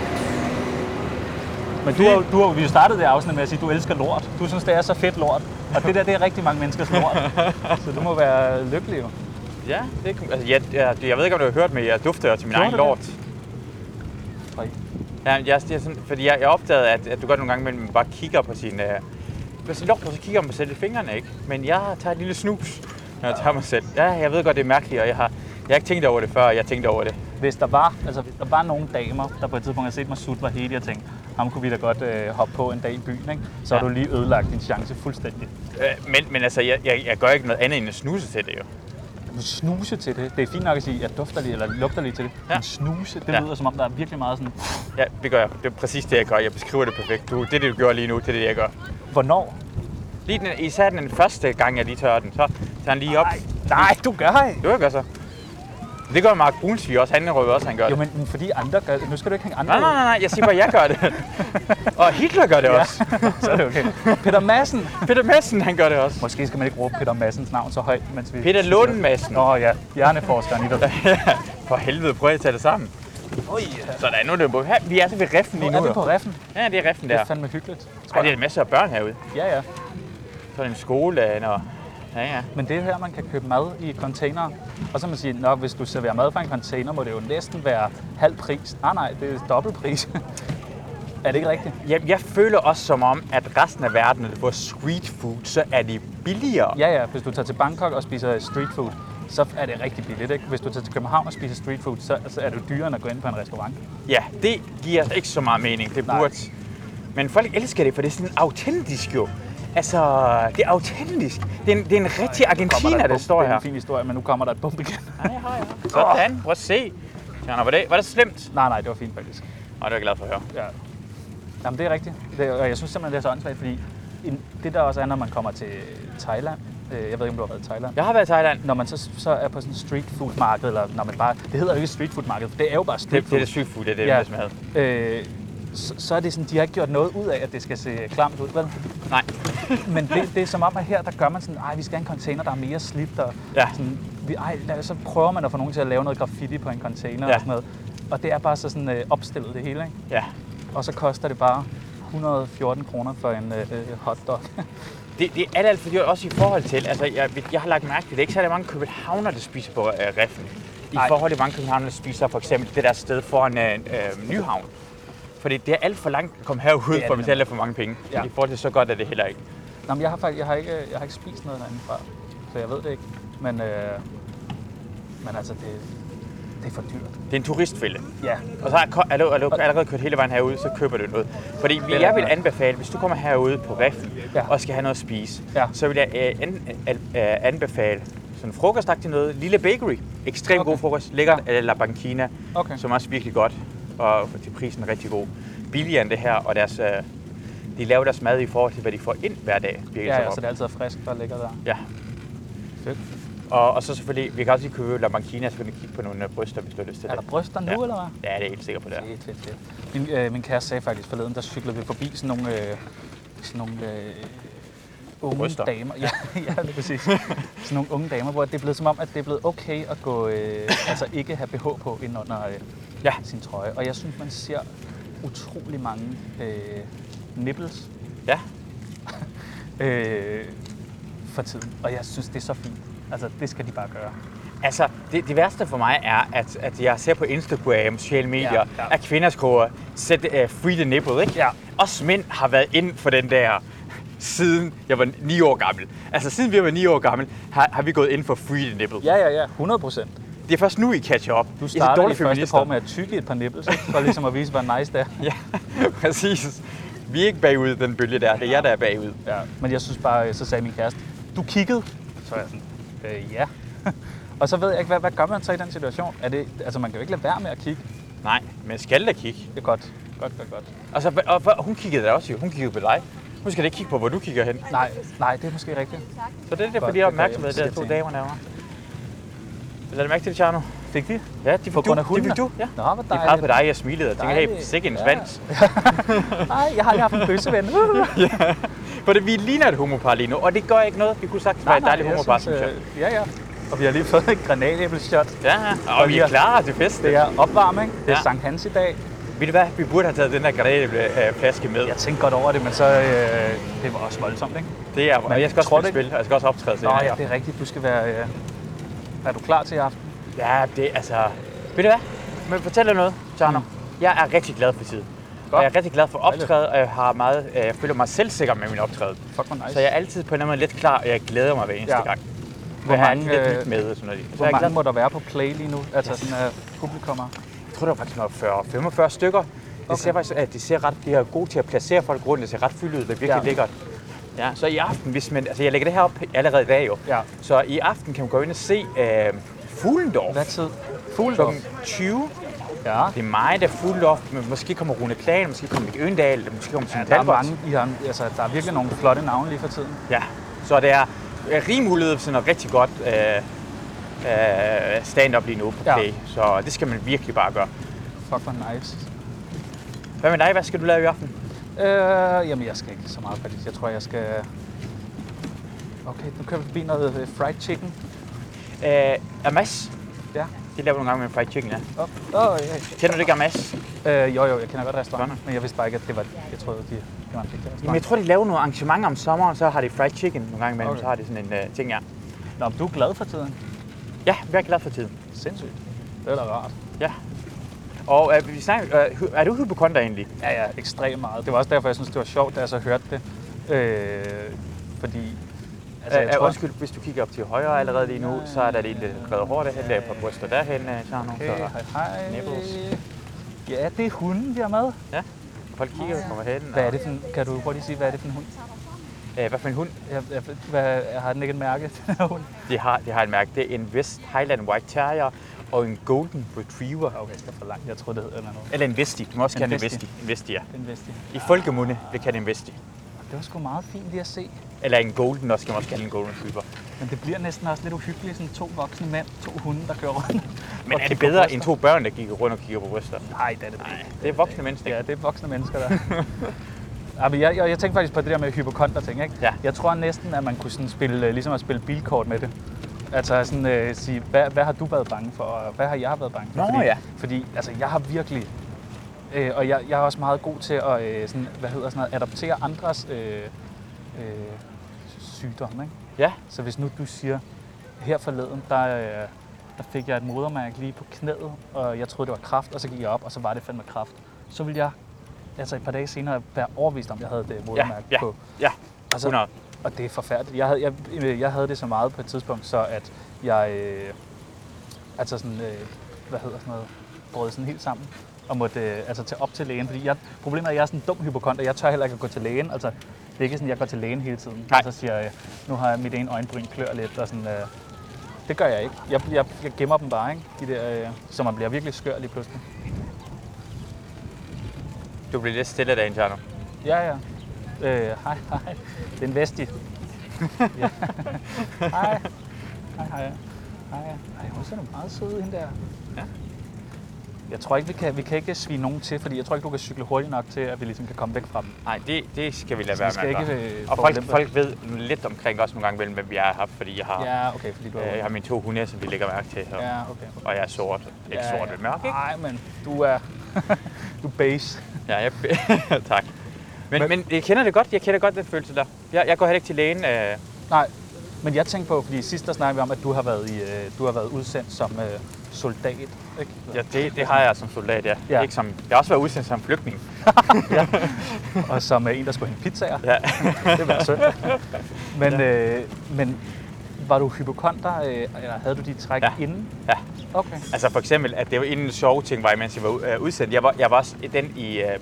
Speaker 2: Men du har, du har jo startet det afsnit med at sige, at du elsker lort. Du synes, det er så fedt lort. Og det der, det er rigtig mange menneskers lort. Så du må være lykkelig jo.
Speaker 1: Ja, det, altså, jeg, jeg, jeg ved ikke, om du har hørt, men jeg dufter til min Gjorde egen lort.
Speaker 2: Nej.
Speaker 1: Ja, jeg, jeg, sådan, fordi jeg, jeg opdagede, at, at du godt nogle gange mellem bare kigger på sin... Uh, sin lort, og så kigger man selv i fingrene, ikke? Men jeg tager et lille snus, når jeg tager mig selv. Ja, jeg ved godt, det er mærkeligt, og jeg har, jeg har ikke tænkt over det før, jeg tænkte over det.
Speaker 2: Hvis der var, altså hvis der var nogle damer, der på et tidspunkt har set mig sutte, var hele, jeg tænkte, ham kunne vi da godt øh, hoppe på en dag i byen, ikke? Så ja. Har du lige ødelagt din chance fuldstændig.
Speaker 1: Øh, men, men altså, jeg, jeg, jeg gør ikke noget andet end at snuse til det jo.
Speaker 2: Snuse til det? Det er fint nok at sige, at jeg dufter lige, eller lugter lige til det. Ja. Men snuse, det ja. lyder som om, der er virkelig meget sådan...
Speaker 1: Ja, det gør jeg. Det er præcis det, jeg gør. Jeg beskriver det perfekt. Du, det er det, du gør lige nu, det er det, jeg gør.
Speaker 2: Hvornår?
Speaker 1: Lige den, især den første gang, jeg lige tørrer den, så tager den lige op.
Speaker 2: Nej, nej, du gør ikke.
Speaker 1: Jo, jeg gør så. Det gør Mark Brunsvig også. Han røver også, han gør det.
Speaker 2: Jo, men fordi andre gør det. Nu skal du ikke hænge andre
Speaker 1: Nej, nej, nej, nej. Jeg siger bare, jeg gør det. Og Hitler gør det
Speaker 2: ja.
Speaker 1: også.
Speaker 2: Så er det okay. Peter Madsen.
Speaker 1: Peter Madsen, han gør det også.
Speaker 2: Måske skal man ikke råbe Peter Madsens navn så højt, mens vi...
Speaker 1: Peter Lund Madsen.
Speaker 2: Åh oh, ja, hjerneforskeren i dig.
Speaker 1: For helvede, prøv at tage det sammen.
Speaker 2: Oj,
Speaker 1: Sådan, nu er det på. Vi er så ved Reffen lige nu.
Speaker 2: nu er vi på Reffen.
Speaker 1: Ja, det er Reffen
Speaker 2: Det
Speaker 1: der.
Speaker 2: er fandme hyggeligt.
Speaker 1: Ej, det er en masse af børn herude.
Speaker 2: Ja, ja.
Speaker 1: Så er det en skole, og... Ja, ja.
Speaker 2: Men det er her, man kan købe mad i containere. Og så man sige, nok hvis du serverer mad fra en container, må det jo næsten være halv pris. Nej, nej, det er dobbelt pris. Er det ikke rigtigt?
Speaker 1: Jamen, jeg føler også som om, at resten af verden, når du får street food, så er de billigere.
Speaker 2: Ja, ja. Hvis du tager til Bangkok og spiser street food, så er det rigtig billigt, ikke? Hvis du tager til København og spiser street food, så altså, er det dyrere end at gå ind på en restaurant.
Speaker 1: Ja, det giver ikke så meget mening. Det burde. Men folk elsker det, for det er sådan autentisk jo. Altså, det er autentisk. Det er en, det er en rigtig argentiner, der står her.
Speaker 2: Det er en fin historie, men nu kommer der et bump igen.
Speaker 1: Nej, jeg har jeg. Sådan, prøv at se. Tjerno, var det, var det slemt?
Speaker 2: Nej, nej, det var fint faktisk.
Speaker 1: Nå, det er jeg glad for at høre.
Speaker 2: Ja. Jamen, det er rigtigt. Det, og jeg synes simpelthen, det er så åndssvagt, fordi en, det der også er, når man kommer til Thailand. Øh, jeg ved ikke, om du har været i Thailand.
Speaker 1: Jeg har været i Thailand.
Speaker 2: Når man så, så er på sådan en street food marked, eller når man bare... Det hedder jo ikke street food marked, for det er jo bare street
Speaker 1: det,
Speaker 2: food.
Speaker 1: Det er det street food, det er det,
Speaker 2: ja.
Speaker 1: jeg som havde.
Speaker 2: Øh, så, så er det sådan, de har ikke gjort noget ud af, at det skal se klamt ud, vel?
Speaker 1: Nej.
Speaker 2: Men det, det er som om, at her, der gør man sådan, ej, vi skal have en container, der er mere slidt, og
Speaker 1: ja.
Speaker 2: sådan, vi, ej, der, så prøver man at få nogen til at lave noget graffiti på en container
Speaker 1: ja.
Speaker 2: og sådan noget. Og det er bare så sådan øh, opstillet det hele, ikke?
Speaker 1: Ja.
Speaker 2: Og så koster det bare et hundrede og fjorten kroner for en øh, hotdog.
Speaker 1: det, det er alt, alt for dyrt, også i forhold til, altså jeg, jeg har lagt mærke til, det er ikke så mange københavner, der spiser på øh, Reffen. I Ej. forhold til mange københavner, der spiser for eksempel det der sted foran øh, øh, Nyhavn. Fordi det er alt for langt at komme herud, for at betale for mange penge. Ja. I forhold til så godt er det heller ikke.
Speaker 2: Nå, men jeg har faktisk jeg har ikke, jeg har ikke spist noget derindefra, så jeg ved det ikke. Men, øh, men altså, det, det er for dyrt.
Speaker 1: Det er en turistfælde.
Speaker 2: Ja.
Speaker 1: Og så er, er, du, er du allerede kørt hele vejen herud, så køber du noget. Fordi det jeg vil anbefale, hvis du kommer herude på Reffen ja. og skal have noget at spise, ja. så vil jeg øh, an, øh, anbefale sådan en frokostagtig noget. Lille bakery. Ekstremt okay. god frokost. Lækker ja. La Banquina, okay. som er også virkelig godt. Og til prisen er rigtig god. Billigere end det her, og deres, øh, de laver deres mad i forhold til, hvad de får ind hver dag.
Speaker 2: Ja, ja, så det er altid frisk, der ligger der.
Speaker 1: Ja.
Speaker 2: Fedt.
Speaker 1: Og, og så selvfølgelig, vi kan også lige købe La Banquina, så kan vi kigge på nogle bryster, hvis du har lyst til det.
Speaker 2: Er der bryster nu,
Speaker 1: ja.
Speaker 2: eller hvad?
Speaker 1: Ja, det er jeg helt sikker på det.
Speaker 2: Fedt, fedt, fedt. Min, øh, min kæreste sagde faktisk forleden, der cyklede vi forbi sådan nogle, øh, sådan nogle øh, unge
Speaker 1: bryster.
Speaker 2: damer. Ja, ja, det er præcis. Sådan nogle unge damer, hvor det er blevet som om, at det er blevet okay at gå, øh, altså ikke have B H på ind under øh, ja. sin trøje. Og jeg synes, man ser utrolig mange øh, nipples.
Speaker 1: Ja.
Speaker 2: øh, for tiden. Og jeg synes, det er så fint. Altså, det skal de bare gøre.
Speaker 1: Altså, det, det værste for mig er, at, at jeg ser på Instagram, sociale medier, ja, ja. at kvinder skriver set uh, free the nipple, ikke?
Speaker 2: Ja.
Speaker 1: Os mænd har været ind for den der, siden jeg var ni år gammel. Altså, siden vi var ni år gammel, har, har vi gået ind for free the nipple.
Speaker 2: Ja, ja, ja. hundrede procent.
Speaker 1: Det er først nu, I catcher op.
Speaker 2: Du starter i første form med at tykke et par nipples, for ligesom at vise, hvor nice det er.
Speaker 1: Ja, præcis. Vi er ikke bagud den bølge der. Det er jer, der er bagud.
Speaker 2: Ja, men jeg synes bare, så sagde min kæreste, du kiggede. Så er jeg sådan, øh, ja. Og så ved jeg ikke, hvad, hvad gør man så i den situation? Er det, altså, man kan jo ikke lade være med at kigge.
Speaker 1: Nej, men skal da kigge.
Speaker 2: Det er godt. Godt, godt, godt.
Speaker 1: Altså, og, og hun kiggede da også jo. Hun kiggede på dig. Hun skal da ikke kigge på, hvor du kigger hen.
Speaker 2: Nej, nej, det er måske rigtigt.
Speaker 1: Så det er det, fordi jeg er opmærksom med, det to damer nærmere. Lad det mærke til det, Tjerno.
Speaker 2: Fik de?
Speaker 1: Ja, de fik
Speaker 2: på
Speaker 1: du.
Speaker 2: grund af
Speaker 1: De fik du. Ja.
Speaker 2: Nå, hvor dejligt.
Speaker 1: De pegede på dig, jeg smilede og tænkte, hey, sikke en svans.
Speaker 2: Nej, jeg har lige haft en bøsseven.
Speaker 1: Ja, for det, vi ligner et homopar lige nu, og det gør ikke noget. Vi kunne sagtens være et dejligt homopar, synes jeg.
Speaker 2: Ja, ja. Og vi har lige fået et granatæbleshot.
Speaker 1: Ja, og, og vi er klar til fest.
Speaker 2: Det er opvarming. Det er
Speaker 1: ja.
Speaker 2: Sankt Hans i dag.
Speaker 1: Ved du hvad? Vi burde have taget den der granatæbleflaske med.
Speaker 2: Jeg tænkte godt over det, men så øh, det var også voldsomt, ikke?
Speaker 1: Det er, og jeg skal også spille spil, og jeg skal også optræde til.
Speaker 2: Nå ja, det er rigtigt. Du skal være... Øh... Er du klar til i aften?
Speaker 1: Ja, det altså... Ved du hvad? Men fortæl dig noget, Tjerno. Mm. Jeg er rigtig glad for tiden. Godt. Og jeg er rigtig glad for optræde, og jeg, har meget, jeg føler mig selvsikker med min optræde.
Speaker 2: Fuck, hvor nice.
Speaker 1: Så jeg er altid på en eller anden måde lidt klar, og jeg glæder mig hver eneste ja. gang.
Speaker 2: Hvor mange,
Speaker 1: lidt nyt med, sådan noget.
Speaker 2: Hvor mange må der være på play lige nu? Altså yes. sådan uh, publikummer?
Speaker 1: Jeg tror, der er faktisk noget fyrre til femogfyrre stykker. Det okay. ser faktisk, at de ser ret, de er gode til at placere folk rundt. Det ser ret fyldt ud. Det er virkelig ja. lækkert. Ja, så i aften, hvis man, altså jeg lægger det her op allerede i dag jo. Ja. Så i aften kan man gå ind og se uh, Fuglendorf.
Speaker 2: Hvad tid? Fuglendorf?
Speaker 1: tyve.
Speaker 2: Ja.
Speaker 1: Det er mig, der er Fuglendorf. Måske kommer Rune Klan, måske kommer Mick Øgendal, måske kommer Signe
Speaker 2: ja, der er mange, I har, altså, der er virkelig nogle flotte navne lige for tiden.
Speaker 1: Ja, så det er rig mulighed for sådan noget rigtig godt øh, øh, stand-up lige nu på Play, ja. Så det skal man virkelig bare gøre.
Speaker 2: Fuck, hvor nice.
Speaker 1: Hvad med dig? Hvad skal du lave i aften?
Speaker 2: Øh, jamen, jeg skal ikke så meget faktisk. Jeg tror, jeg skal... Okay, nu kører vi forbi noget fried chicken.
Speaker 1: Øh, Amas?
Speaker 2: Ja.
Speaker 1: Det laver du nogle gange med fried chicken, ja.
Speaker 2: Åh, oh, oh, ja.
Speaker 1: Kender du ikke Amas?
Speaker 2: Øh, jo, jo, jeg kender godt restauranter, men jeg vidste bare ikke, at det var... Jeg troede, de, det var en rigtig restaurant.
Speaker 1: Jamen, jeg tror, de laver nogle arrangementer om sommeren, så har de fried chicken nogle gange imellem,
Speaker 2: Okay.
Speaker 1: så har de sådan en uh, ting, ja.
Speaker 2: Nå, men du er glad for tiden?
Speaker 1: Ja, jeg er glad for tiden.
Speaker 2: Sindssygt. Det er da rart.
Speaker 1: Ja. Og uh, vi snakker, uh, er du hypokonder egentlig?
Speaker 2: Ja, ja, ekstremt meget. Det var også derfor, jeg synes, det var sjovt, da jeg så hørte det. Øh, fordi...
Speaker 1: Altså, jeg uh, tror... Undskyld, hvis du kigger op til højre allerede lige nu, så er der lige lidt røde hår derhen, der på bryster derhen, Tjerno.
Speaker 2: Okay,
Speaker 1: så...
Speaker 2: hej hej.
Speaker 1: Nipples.
Speaker 2: Ja, det er hunden, vi har med.
Speaker 1: Ja, folk kigger og kommer hen.
Speaker 2: Hvad er det for en, kan du prøve lige sige, hvad er det for en hund?
Speaker 1: Uh, hvad for en hund?
Speaker 2: Jeg, jeg, hvad, har den ikke et mærke, den her hund?
Speaker 1: Det har, det har et mærke. Det er en West Highland White Terrier og en Golden Retriever.
Speaker 2: Okay, det er for langt. Jeg troede, det hed eller noget.
Speaker 1: Eller en Westie. Du må også
Speaker 2: En
Speaker 1: kalde en
Speaker 2: Westie.
Speaker 1: Westie. En Westie, ja.
Speaker 2: En Westie.
Speaker 1: I folkemunde vil kalde en Westie.
Speaker 2: Det var sgu meget fint lige at se.
Speaker 1: Eller en Golden, også kan man også kalde en Golden Retriever.
Speaker 2: Men det bliver næsten også lidt uhyggeligt, sådan to voksne mænd, to hunde, der kører rundt.
Speaker 1: Men er det bedre end to børn, der kigger rundt og kigger på bryster?
Speaker 2: Nej, det er det ikke.
Speaker 1: Nej, det er voksne mennesker.
Speaker 2: Ja, det er voksne mennesker, der. Ja, men jeg, jeg, jeg tænkte faktisk på det der med hypokonder-ting, ikke?
Speaker 1: Ja.
Speaker 2: Jeg tror næsten, at man kunne sådan spille, ligesom at spille bilkort med det. Altså sådan øh, sige, hvad, hvad har du været bange for, og hvad har jeg været bange for?
Speaker 1: Nå,
Speaker 2: fordi,
Speaker 1: ja.
Speaker 2: Fordi altså, jeg har virkelig, øh, og jeg, jeg er også meget god til at øh, sådan, hvad hedder sådan noget, adoptere andres øh, øh, sygdomme, ikke?
Speaker 1: Ja.
Speaker 2: Så hvis nu du siger, her forleden, der, øh, der fik jeg et modermærke lige på knæet, og jeg troede, det var kræft, og så gik jeg op, og så var det fandme kræft. Så ville jeg altså et par dage senere være overbevist om, at jeg havde det modermærke
Speaker 1: ja, ja,
Speaker 2: på.
Speaker 1: Ja,
Speaker 2: altså,
Speaker 1: hundrede.
Speaker 2: Og det er forfærdeligt. Jeg havde, jeg, jeg havde det så meget på et tidspunkt, så at jeg øh, altså sådan, øh, hvad hedder sådan noget, brød sådan helt sammen og måtte øh, altså tage op til lægen. Fordi jeg, problemet er, at jeg er sådan en dum hypokonder. Jeg tør heller ikke at gå til lægen. Altså, det er ikke sådan, at jeg går til lægen hele tiden.
Speaker 1: Nej.
Speaker 2: Og så siger jeg, nu har jeg mit ene øjenbryn klør lidt, og sådan, øh, det gør jeg ikke. Jeg, jeg, jeg gemmer dem bare, ikke? De der, øh, så man bliver virkelig skør lige pludselig.
Speaker 1: Du bliver lidt stille af Tjerno.
Speaker 2: Ja, ja. Øh, hej, hej. Det er en Westie. Ja. Hej. Hej, hej. Hej. Ej, hun ser da meget sød ud, hende der.
Speaker 1: Ja.
Speaker 2: Jeg tror ikke, vi kan, vi kan ikke svine nogen til, fordi jeg tror ikke, du kan cykle hurtigt nok til, at vi ligesom kan komme væk fra dem.
Speaker 1: Nej, det, det skal vi lade
Speaker 2: Så
Speaker 1: være
Speaker 2: vi skal
Speaker 1: med at
Speaker 2: ikke,
Speaker 1: gøre.
Speaker 2: øh,
Speaker 1: Og folk,
Speaker 2: forulempe.
Speaker 1: folk ved lidt omkring også nogle gange, mellem, hvem vi har haft, fordi jeg har,
Speaker 2: Ja, okay, fordi du er...
Speaker 1: øh, jeg har mine to hunde, som de lægger mærke til. Og,
Speaker 2: Ja, okay.
Speaker 1: og jeg er sort. Ikke
Speaker 2: Ja,
Speaker 1: sort,
Speaker 2: ja.
Speaker 1: men mørk, ikke?
Speaker 2: Nej, men du er... du er base.
Speaker 1: Ja, jeg... tak. Men,
Speaker 2: Men-
Speaker 1: men, men jeg kender det godt. Jeg kender godt den følelse der. Jeg, jeg går heller ikke til lægen. Øh,
Speaker 2: Nej, men jeg tænkte på, fordi sidst der snakkede vi om, at du har været, i, øh, du har været udsendt som øh, soldat, ikke?
Speaker 1: ja, det, det har jeg som soldat, ja.
Speaker 2: Ja.
Speaker 1: Ikke som, jeg har også været udsendt som flygtning.
Speaker 2: Ja. Og som øh, en, der skulle hente pizzaer.
Speaker 1: Ja.
Speaker 2: Det var synd. Men, øh, men var du hypokonder, øh, eller havde du de træk
Speaker 1: Ja.
Speaker 2: inden?
Speaker 1: Ja.
Speaker 2: Okay.
Speaker 1: Altså for eksempel, at det var en sjove ting, var, mens jeg var øh, udsendt. Jeg var, jeg var også den i, øh,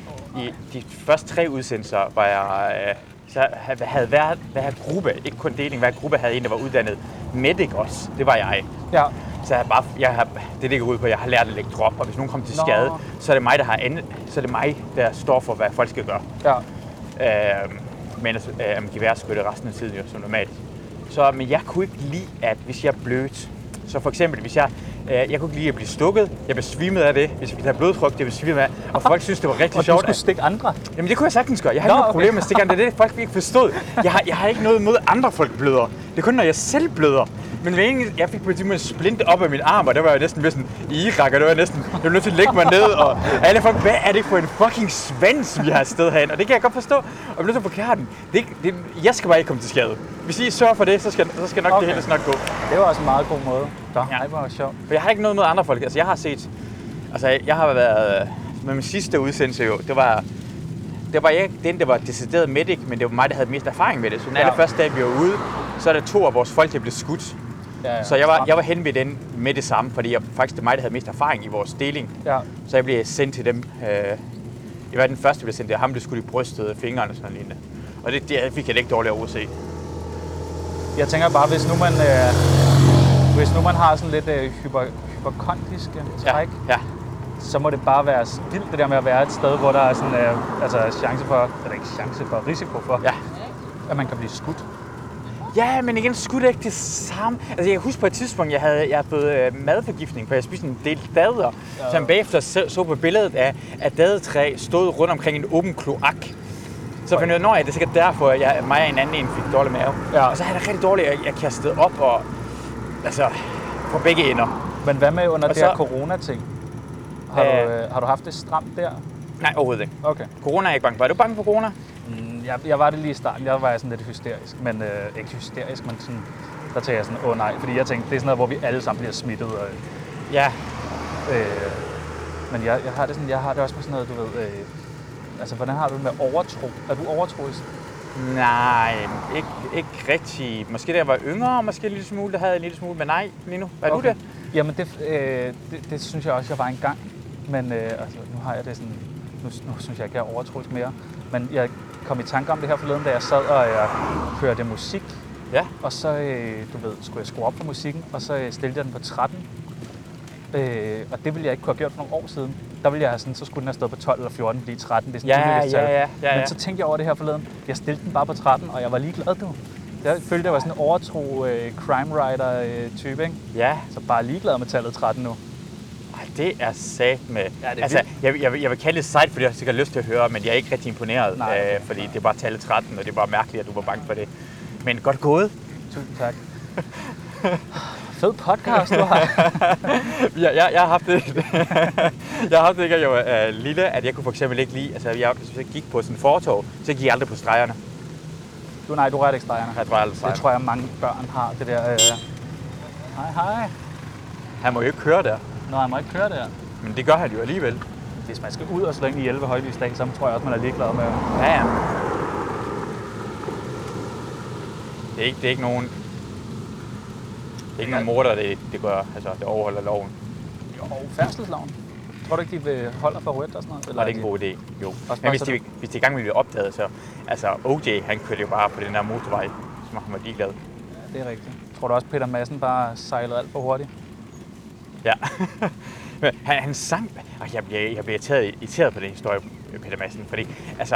Speaker 1: i de første tre udsendelser, var jeg... Øh, så havde hver, hver gruppe, ikke kun deling, hver gruppe havde en, der var uddannet medic også. Det var jeg.
Speaker 2: Ja.
Speaker 1: Så jeg har bare, jeg har, det ligger ud på, at jeg har lært at lægge drop, og hvis nogen kommer til
Speaker 2: Nå.
Speaker 1: skade, så er det mig, der har andet, så er det mig, der står for, hvad folk skal gøre.
Speaker 2: Ja.
Speaker 1: Øh, men altså, øh, geværskytte resten af tiden jo, som normalt. Så, men jeg kunne ikke lide, at hvis jeg blødt, så for eksempel, hvis jeg, øh, jeg kunne ikke lide at blive stukket, jeg besvimede af det, hvis jeg fik have blodtryk, det besvimede af, og folk synes, det var rigtig
Speaker 2: Og
Speaker 1: sjovt.
Speaker 2: du skulle stikke andre?
Speaker 1: Jamen det kunne jeg sagtens gøre. Jeg har
Speaker 2: Nå,
Speaker 1: ikke noget
Speaker 2: okay.
Speaker 1: problem med stikkerne. Det er det, folk ikke forstod. Jeg har, jeg har ikke noget imod andre folk bløder. Det er kun, når jeg selv bløder. Men hver enkelt, jeg fik på et tidspunkt splint op af min arm, og der var jeg næsten ved sådan i Irak, og det var jeg næsten, jeg var nødt til at lægge mig ned, og alle folk, hvad er det for en fucking svans, vi har et sted herinde? Og det kan jeg godt forstå, og jeg er nødt til at forklare den. Det, er ikke- det, jeg skal bare ikke komme til skade. Hvis I sørger for det, så skal, så skal nok
Speaker 2: Okay.
Speaker 1: det hele snart gå.
Speaker 2: Det var også en meget god måde. Nå,
Speaker 1: Ja.
Speaker 2: ja. Det var sjovt.
Speaker 1: For jeg har ikke noget med andre folk. Altså jeg har set, altså jeg har været, med min sidste udsendelse jo, det var, det var ikke den, der var decideret medic, men det var mig, der havde mest erfaring med det. Så den
Speaker 2: Ja.
Speaker 1: allerførste dag, vi var ude, så er der to af vores folk, der blev skudt.
Speaker 2: Ja, ja.
Speaker 1: Så jeg var, jeg var henne ved den med det samme, fordi jeg, faktisk det var mig, der havde mest erfaring i vores deling.
Speaker 2: Ja.
Speaker 1: Så jeg blev sendt til dem. Øh, jeg var den første, der blev sendt. Det var ham, der skulle i brystet og fingrene og sådan noget. Og det, det fik jeg ikke dårligt over at se.
Speaker 2: Jeg tænker bare, hvis nu man, øh, hvis nu man har sådan lidt øh, hyper, hyperkondiske træk,
Speaker 1: Ja, ja.
Speaker 2: så må det bare være vildt det der med at være et sted, hvor der er sådan, øh, altså chance for, eller ikke chance for, risiko for,
Speaker 1: Ja.
Speaker 2: at man kan blive skudt.
Speaker 1: Ja, men igen, skulle det ikke det samme? Altså, jeg kan huske på et tidspunkt, jeg havde, jeg havde fået øh, madforgiftning, for jeg spiste en del dader, ja. Som bagefter så, så på billedet af, at dadetræ stod rundt omkring en åben kloak. Så fandt jeg ud af, at det er sikkert derfor, at jeg, mig og en anden en fik dårlig mave. Ja. Og så havde jeg det rigtig dårligt, at jeg kastede op og... Altså, på begge ender.
Speaker 2: Men hvad med under
Speaker 1: og
Speaker 2: det
Speaker 1: så,
Speaker 2: her corona-ting? Har, øh, du, øh, har du haft det stramt der?
Speaker 1: Nej, overhovedet ikke.
Speaker 2: Okay.
Speaker 1: Corona er jeg ikke bange for. Er du bange for corona?
Speaker 2: Mm, jeg, jeg var det lige i starten. Jeg var sådan lidt hysterisk. Men øh, ikke hysterisk, men sådan... Der tænkte jeg sådan, åh nej. Fordi jeg tænkte, det er sådan noget, hvor vi alle sammen bliver smittet. Og,
Speaker 1: ja.
Speaker 2: Øh, men jeg, jeg har det sådan, jeg har det også med sådan noget, du ved... Øh, altså, hvordan har du det med overtro? Er du overtroisk?
Speaker 1: Nej, ikke, ikke rigtig. Måske da jeg var yngre, måske en lille smule, der havde en lille smule, men nej, lige nu. Er okay. du det?
Speaker 2: Jamen, det, øh, det, det synes jeg også, jeg var engang. Men øh, altså, nu har jeg det sådan... Nu, nu synes jeg ikke, jeg er overtroisk mere. Men jeg kom i tanke om det her forleden, da jeg sad og jeg hørte musik.
Speaker 1: Ja.
Speaker 2: Og så, øh, du ved, skulle jeg skrue op for musikken, og så øh, stillede jeg den på tretten. Øh, og det ville jeg ikke kunne have gjort for nogle år siden. Der ville jeg have sådan, så skulle den have stået på tolv eller fjorten, fordi tretten, det er sådan
Speaker 1: ja,
Speaker 2: tydeligt
Speaker 1: ja, ja, ja, ja.
Speaker 2: Men så tænkte jeg over det her forleden. Jeg stillede den bare på tretten, og jeg var ligeglad, du. Jeg følte, jeg var sådan en overtro øh, crime writer øh, type, ikke?
Speaker 1: Ja.
Speaker 2: Så bare ligeglad med tallet tretten nu.
Speaker 1: Ej, det er sat med.
Speaker 2: Ja, det er
Speaker 1: altså, jeg, jeg, jeg vil kalde det sejt, fordi jeg har sikkert lyst til at høre, men jeg er ikke rigtig imponeret.
Speaker 2: Nej, okay.
Speaker 1: øh, fordi det er bare tallet tretten, og det er bare mærkeligt, at du var bange for det. Men godt gået.
Speaker 2: Tusind tak. Fed podcast, du har.
Speaker 1: jeg, jeg, jeg har haft det, jeg har haft det, ikke, at jeg var uh, lille, at jeg kunne for eksempel ikke lide, altså jeg, hvis jeg gik på sådan en fortov, så gik jeg aldrig på stregerne.
Speaker 2: Du, nej, du rørte ikke stregerne.
Speaker 1: Jeg tror aldrig stregerne.
Speaker 2: Det tror jeg, mange børn har, det der... Øh... Hej, hej.
Speaker 1: Han må jo ikke køre der.
Speaker 2: Nå, han må ikke køre der.
Speaker 1: Men det gør han jo alligevel.
Speaker 2: Hvis man skal ud og slænge i elleve højlysdag, så tror jeg også, man er ligeglad med.
Speaker 1: Ja, ja. Det er ikke, det er ikke nogen... Det er ikke nogen morder, det, det gør, altså det overholder loven.
Speaker 2: Jo, færdselsloven. Tror du ikke, de holder for rødt og sådan noget?
Speaker 1: Eller er det ikke en god idé? Jo. Men hvis de, hvis de i gang ville opdaget, så... Altså, O J, han kørte jo bare på den der motorvej, som han var ligeglad.
Speaker 2: Ja, det er rigtigt. Tror du også, Peter Madsen bare sejlede alt for hurtigt?
Speaker 1: Ja. han, han sang... Og jeg bliver, jeg bliver irriteret, irriteret på den historie, Peter Madsen, fordi... Altså...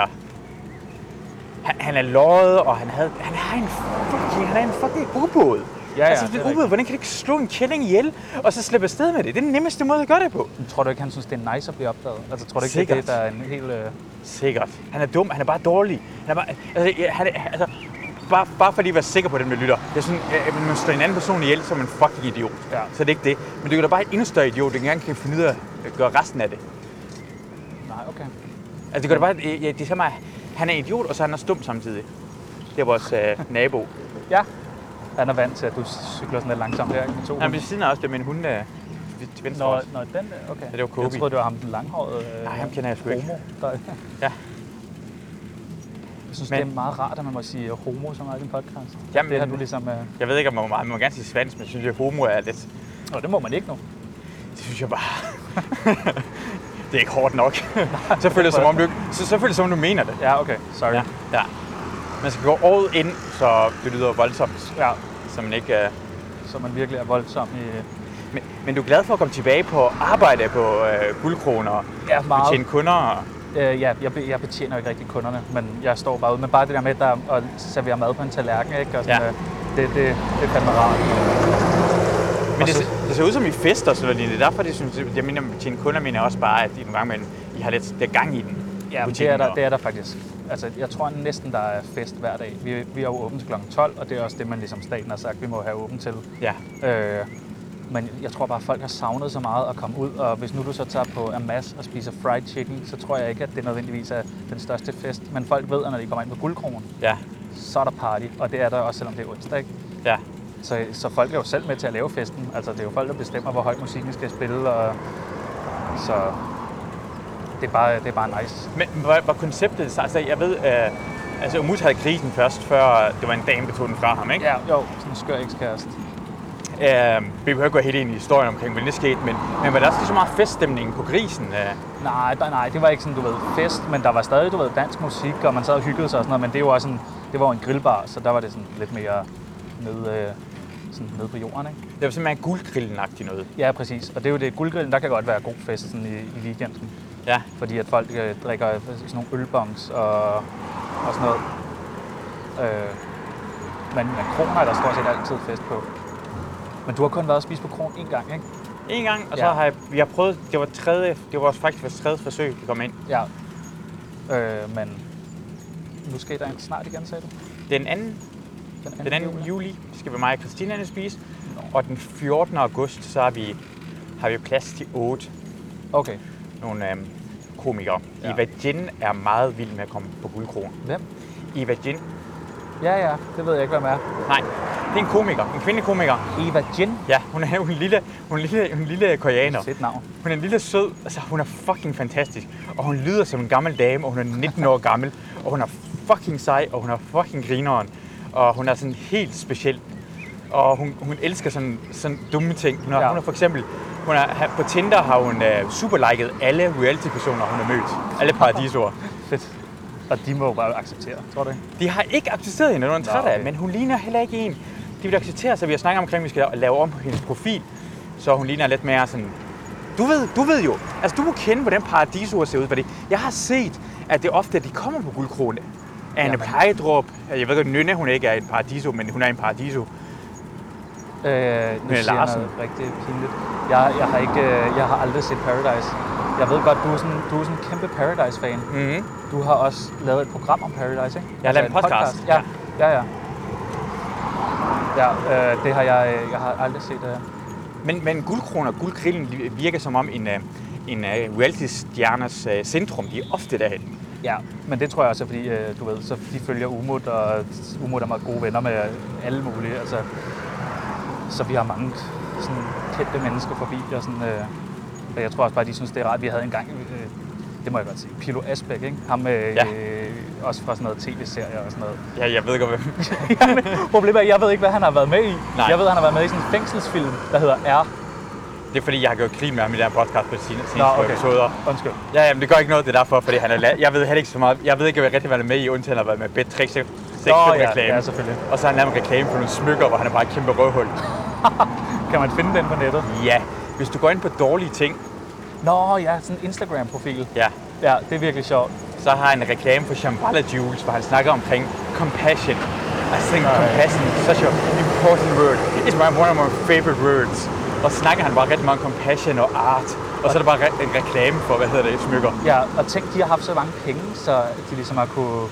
Speaker 1: Han, han er løjet, og han havde... Han har en fucking... Han er en fucking ubåd. Ja, ja, altså, det er ubåd, hvordan kan du ikke slå en kælling ihjel, og så slippe afsted med det? Det er den nemmeste måde at gøre det på.
Speaker 2: Men tror du ikke, han synes, det er nice at blive opdaget? Altså, tror du ikke,
Speaker 1: Sikkert.
Speaker 2: det er det, der er en helt... Øh...
Speaker 1: Sikkert. Han er dum, han er bare dårlig. Han er bare... Altså, ja, han er, altså bare, bare fordi at være sikker på, at den bliver lytter. Det er sådan, at man slår en anden person ihjel, som en fucking idiot. Ja. Så det er ikke det. Men du er da bare et endnu større idiot, du engang kan finde ud af at gøre resten af det.
Speaker 2: Nej, okay.
Speaker 1: Altså, det gør det bare... Ja, det er så meget... Han er idiot, og så er han også dum samtidig. Det er vores øh, nabo.
Speaker 2: Ja. Han er vant til, at du cykler sådan lidt langsomt der, ikke?
Speaker 1: Han ved siden af også, det med en hund øh, til venstre.
Speaker 2: Nå, nå, den der? Okay.
Speaker 1: Ja, det var Kobe.
Speaker 2: Jeg troede, det var ham, den langhårede øh,
Speaker 1: Nej, ham kender jeg sgu ikke.
Speaker 2: Homo. Der...
Speaker 1: Ja.
Speaker 2: Jeg synes, Men... det er meget rart, at man må sige homo så meget i din podcast.
Speaker 1: Jamen,
Speaker 2: det har du ligesom... Øh...
Speaker 1: Jeg ved ikke, om man må, man må gerne sige svensk, men jeg synes, at homo er lidt...
Speaker 2: Nå, det må man ikke nu.
Speaker 1: Det synes jeg bare... det er ikke hårdt nok. så føler det som om du, så, så føler det som om du mener det.
Speaker 2: Ja, okay. Sorry.
Speaker 1: Ja. ja. Man skal gå all in, så det lyder voldsomt.
Speaker 2: Ja.
Speaker 1: Så man ikke... Uh...
Speaker 2: Så man virkelig er voldsom i...
Speaker 1: Men, men du er glad for at komme tilbage på arbejde på uh, guldkroner?
Speaker 2: Ja, meget.
Speaker 1: Betjene kunder?
Speaker 2: Øh, ja, jeg, jeg betjener jo ikke rigtig kunderne, men jeg står bare ude. Men bare det der med der, at servere mad på en tallerken, ikke? Og sådan, ja. øh, det, det, det er fandme rart.
Speaker 1: Men det, det ser ud som I fester, så det er derfor, det synes, jeg mener, at betjene kunder mener også bare, at I nogle gange, men I har lidt det gang i den.
Speaker 2: Ja, det er, der, det er der faktisk. Altså, jeg tror næsten, der er fest hver dag. Vi, vi er jo åbent til klokken tolv, og det er også det, man ligesom staten har sagt, vi må have åbent til.
Speaker 1: Ja.
Speaker 2: Øh, men jeg tror bare, at folk har savnet så meget at komme ud, og hvis nu du så tager på Amas og spiser fried chicken, så tror jeg ikke, at det nødvendigvis er den største fest. Men folk ved, at når de kommer ind på guldkronen,
Speaker 1: ja. så
Speaker 2: er der party, og det er der også, selvom det er onsdag, ikke?
Speaker 1: Ja.
Speaker 2: Så, så folk er jo selv med til at lave festen. Altså, det er jo folk, der bestemmer, hvor højt musikken skal spille, og så... Det er bare, det er bare nice.
Speaker 1: Men var, var konceptet, altså jeg ved, øh, altså Umut havde krisen først, før det var en dame, der tog den fra ham, ikke?
Speaker 2: Ja, jo, sådan en skør ekskæreste.
Speaker 1: Øh, vi behøver ikke gå helt ind i historien omkring, hvordan det skete, men, men var der også lige så meget feststemning på grisen? Øh?
Speaker 2: Nej, der, nej, det var ikke sådan, du ved, fest, men der var stadig, du ved, dansk musik, og man sad og hyggede sig og sådan noget, men det var også sådan, det var en grillbar, så der var det sådan lidt mere nede, øh, sådan nede på jorden, ikke? Det
Speaker 1: var simpelthen guldgrillen-agtigt noget.
Speaker 2: Ja, præcis, og det er jo det, guldgrillen, der kan godt være god fest sådan i, i weekenden.
Speaker 1: Ja.
Speaker 2: Fordi at folk øh, drikker sådan nogle ølbongs og, og sådan noget. Øh, Men, men Kron er der stort set altid fest på. Men du har kun været og spise på Kron én gang, ikke?
Speaker 1: En gang, og så
Speaker 2: Ja.
Speaker 1: har jeg, vi har prøvet, det var tredje, det var faktisk vores tredje forsøg, vi kom ind.
Speaker 2: Ja. Øh, men nu skal I der snart igen, sagde du?
Speaker 1: Den anden,
Speaker 2: Den
Speaker 1: den anden
Speaker 2: juli?
Speaker 1: juli skal vi mig og Christina ind og spise,
Speaker 2: Nå.
Speaker 1: og den fjortende august, så har vi, har vi plads til otte
Speaker 2: Okay.
Speaker 1: nogle øhm, komikere.
Speaker 2: Ja.
Speaker 1: Eva Jin er meget vild med at komme på Guldkronen.
Speaker 2: Hvem?
Speaker 1: Eva Jin?
Speaker 2: Ja, ja. Det ved jeg ikke, hvem er.
Speaker 1: Nej, det er en komiker, en kvindelig komiker.
Speaker 2: Eva Jin?
Speaker 1: Ja, hun er hun er en lille, hun er en lille, hun er en lille koreaner.
Speaker 2: Fedt navn.
Speaker 1: Hun er en lille sød, altså hun er fucking fantastisk. Og hun lyder som en gammel dame, og hun er nitten år gammel. Og hun er fucking sej, og hun er fucking grineren. Og hun er sådan helt speciel. Og hun, hun elsker sådan, sådan dumme ting. Hun er,
Speaker 2: Ja.
Speaker 1: hun er for eksempel, hun er, på Tinder har hun uh, superliket alle reality-personer, hun har mødt. Alle paradisoer.
Speaker 2: Fedt. Og de må jo bare acceptere, tror du ikke?
Speaker 1: De har ikke accepteret hende, hun er træt af,
Speaker 2: okay.
Speaker 1: men hun ligner heller ikke en. De vil acceptere, så vi har snakket omkring, at vi skal lave om på hendes profil. Så hun ligner lidt mere sådan... Du ved, du ved jo, altså du må kende, hvordan paradisoer ser ud, fordi jeg har set, at det ofte, at de kommer på Guldkronen. Anne
Speaker 2: Jamen.
Speaker 1: Plejdrup, jeg ved godt, Nynne, hun ikke er en paradiso, men hun er en paradiso.
Speaker 2: Øh, nu siger jeg
Speaker 1: Larsen.
Speaker 2: noget rigtig pinligt. Jeg, jeg, har ikke, øh, jeg har aldrig set Paradise. Jeg ved godt, du er sådan, du er sådan en kæmpe Paradise-fan.
Speaker 1: Mm-hmm.
Speaker 2: Du har også lavet et program om Paradise, ikke?
Speaker 1: Jeg har lavet en podcast.
Speaker 2: Ja, ja, ja. Ja, øh, det har jeg, jeg har aldrig set. Øh.
Speaker 1: Men, men Guldkronen og Guldgrillen virker som om en, øh, en uh, reality-stjerners uh, centrum. De er ofte derhen.
Speaker 2: Ja, men det tror jeg også er fordi, øh, du ved, så de følger Umut, og Umut er meget gode venner med alle mulige. Altså, så vi har mange sådan, kendte mennesker forbi, og sådan, øh, og jeg tror også bare, de synes, det er rart. Vi havde engang, øh, det må jeg godt sige, Pilo Asbæk, ikke? Ham øh,
Speaker 1: Ja.
Speaker 2: øh, også fra sådan noget tv-serier og sådan noget.
Speaker 1: Ja, jeg ved godt, hvem.
Speaker 2: Jamen, problemet er, at jeg ved ikke, hvad han har været med i.
Speaker 1: Nej.
Speaker 2: Jeg ved, at han har været med i sådan en fængselsfilm, der hedder R.
Speaker 1: Det er fordi, jeg har gjort krig med ham i den her podcast på sine seneste
Speaker 2: Nå, okay.
Speaker 1: episoder.
Speaker 2: Undskyld.
Speaker 1: Ja, jamen, det gør ikke noget, det er derfor, fordi han er la- jeg ved heller ikke så meget. Jeg ved ikke, hvad jeg rigtig har været med i, undtagen at have været med Bet tre seks
Speaker 2: Nå, ja,
Speaker 1: reklame.
Speaker 2: ja, selvfølgelig.
Speaker 1: Og så har han lavet en reklame for nogle smykker, hvor han er bare et kæmpe røvhul.
Speaker 2: Kan man finde den på nettet?
Speaker 1: Ja, hvis du går ind på dårlige ting,
Speaker 2: Nå ja, sådan en Instagram-profil.
Speaker 1: ja,
Speaker 2: Ja, det er virkelig sjovt.
Speaker 1: så har han en reklame for Shambhala Jewels, hvor han snakker omkring compassion. I think compassion is such an important word. It's my, one of my favorite words. Og så snakker han bare rigtig meget om compassion og art. Og så er der bare re- en reklame for, hvad hedder det, smykker.
Speaker 2: Ja, og tænk, de har haft så mange penge, så de ligesom har kunne,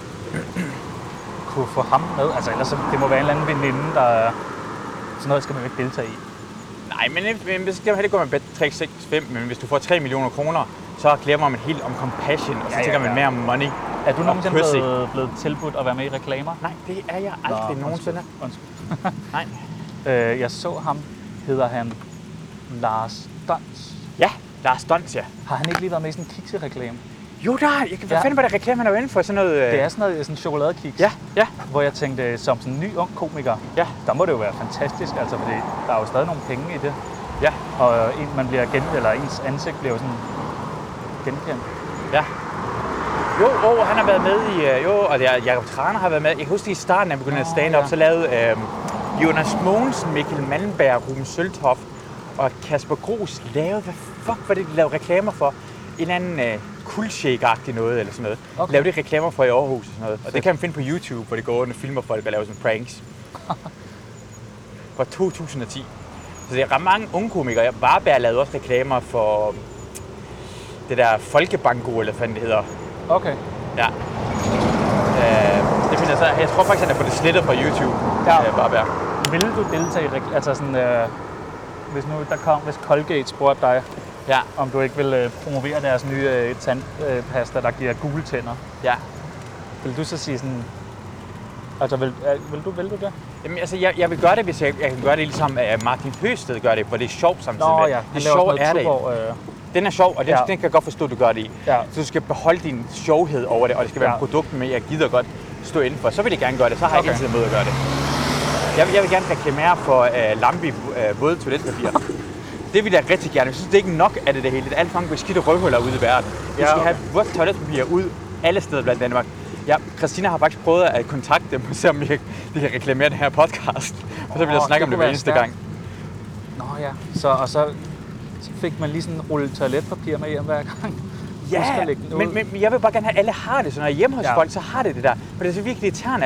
Speaker 2: kunne få ham med. Altså ellers, så- det må være en eller anden veninde, der... Sådan noget skal man jo ikke deltage i.
Speaker 1: Nej, men, men hvis det heller ikke går med Bet tre seks fem, men hvis du får tre millioner kroner, så glemmer man helt om compassion, og så
Speaker 2: Ja, ja,
Speaker 1: tænker man
Speaker 2: ja.
Speaker 1: mere om money.
Speaker 2: Er du
Speaker 1: og
Speaker 2: nogensinde
Speaker 1: pussy.
Speaker 2: blevet, blevet tilbudt at være med i reklamer?
Speaker 1: Nej, det er jeg aldrig
Speaker 2: Nå,
Speaker 1: nogensinde.
Speaker 2: Undskyld. undskyld.
Speaker 1: Nej.
Speaker 2: øh, jeg så ham, hedder han Lars Dons.
Speaker 1: Ja, Lars Dons, ja.
Speaker 2: Har han ikke lige været med i sådan en kiks-reklame?
Speaker 1: Jo, der er. Jeg, hvad
Speaker 2: Ja.
Speaker 1: fanden var det reklame, han er jo inde for? Sådan noget... Øh...
Speaker 2: Det er sådan noget sådan chokoladekiks.
Speaker 1: Ja, ja,
Speaker 2: Hvor jeg tænkte, som sådan en ny ung komiker,
Speaker 1: ja,
Speaker 2: der må det jo være fantastisk, altså fordi der er jo stadig nogle penge i det.
Speaker 1: ja,
Speaker 2: Og en, man bliver gen, eller ens ansigt bliver jo sådan genkendt.
Speaker 1: ja. Jo, oh, han har været med i... Øh, jo, og det er, Jacob Trane har været med. Jeg kan huske, i starten, da jeg begyndte at
Speaker 2: Nå,
Speaker 1: stand-up,
Speaker 2: ja.
Speaker 1: så lavede øh, Jonas Mogensen, Mikkel Malmberg, Ruben Søltoft og Kasper Gros lavede... Hvad fuck var det, de lavede reklamer for? En eller anden øh, coolshake-agtig noget, eller sådan noget.
Speaker 2: Okay.
Speaker 1: Lavede de reklamer for i Aarhus og sådan noget. Og
Speaker 2: Fedt.
Speaker 1: det kan man finde på YouTube, hvor det går under filmer folk og laver sådan pranks. Fra to tusind og ti. Så det er ret mange unge komikere. Varberg lavede også reklamer for det der Folkebanko, eller hvad fanden det hedder.
Speaker 2: Okay.
Speaker 1: Ja. Øh, det finder jeg så. Jeg tror faktisk, han er på det slettet fra YouTube.
Speaker 2: Ja.
Speaker 1: Øh, Varberg.
Speaker 2: Vil du deltage i rekl- altså sådan, øh, hvis nu der kom, hvis Colgate spurgte dig,
Speaker 1: Ja,
Speaker 2: om du ikke vil øh, promovere deres nye øh, tandpasta, der giver gule tænder,
Speaker 1: ja.
Speaker 2: vil du så sige sådan, altså vil, øh, vil du, vil du det?
Speaker 1: Jamen, altså, jeg, jeg vil gøre det, hvis jeg, jeg kan gøre det ligesom uh, Martin Høsted gør det, hvor det er sjovt samtidig
Speaker 2: Nå
Speaker 1: med.
Speaker 2: ja,
Speaker 1: det sjove er det.
Speaker 2: Tuborg, øh,
Speaker 1: Den er sjov, og den,
Speaker 2: Ja.
Speaker 1: den kan jeg godt forstå, at du gør det i.
Speaker 2: ja.
Speaker 1: Så du skal beholde din sjovhed over det, og det skal være
Speaker 2: Ja.
Speaker 1: et produkt med, jeg gider godt stå indenfor. Så vil jeg gerne gøre det, så har
Speaker 2: Okay.
Speaker 1: jeg altid mod at gøre det. Jeg, vil- jeg vil gerne reklamere for uh, Lambi uh, våde toiletpapir. Det vil jeg rigtig gerne. Jeg synes, det er ikke nok af det, det hele. Det er alt for mange beskidte røvhuller ude i verden. Vi
Speaker 2: Ja,
Speaker 1: skal
Speaker 2: okay.
Speaker 1: have vådt toiletpapir ud alle steder blandt Danmark. Ja, Christina har faktisk prøvet at kontakte dem, og se om vi kan, de kan reklamere den her podcast. Og så vil jeg
Speaker 2: Åh,
Speaker 1: snakke
Speaker 2: det
Speaker 1: om det
Speaker 2: kunne
Speaker 1: hver
Speaker 2: være
Speaker 1: eneste
Speaker 2: stærkt.
Speaker 1: gang.
Speaker 2: Nå ja, så, og så, så fik man lige sådan en rulle toiletpapir med hjem hver gang. Husk
Speaker 1: Ja,
Speaker 2: at lægge den ud.
Speaker 1: men, men jeg vil bare gerne have, at alle har det. Så når jeg er hjemme hos
Speaker 2: Ja.
Speaker 1: folk, så har det det der. For det er så virkelig irriterende, at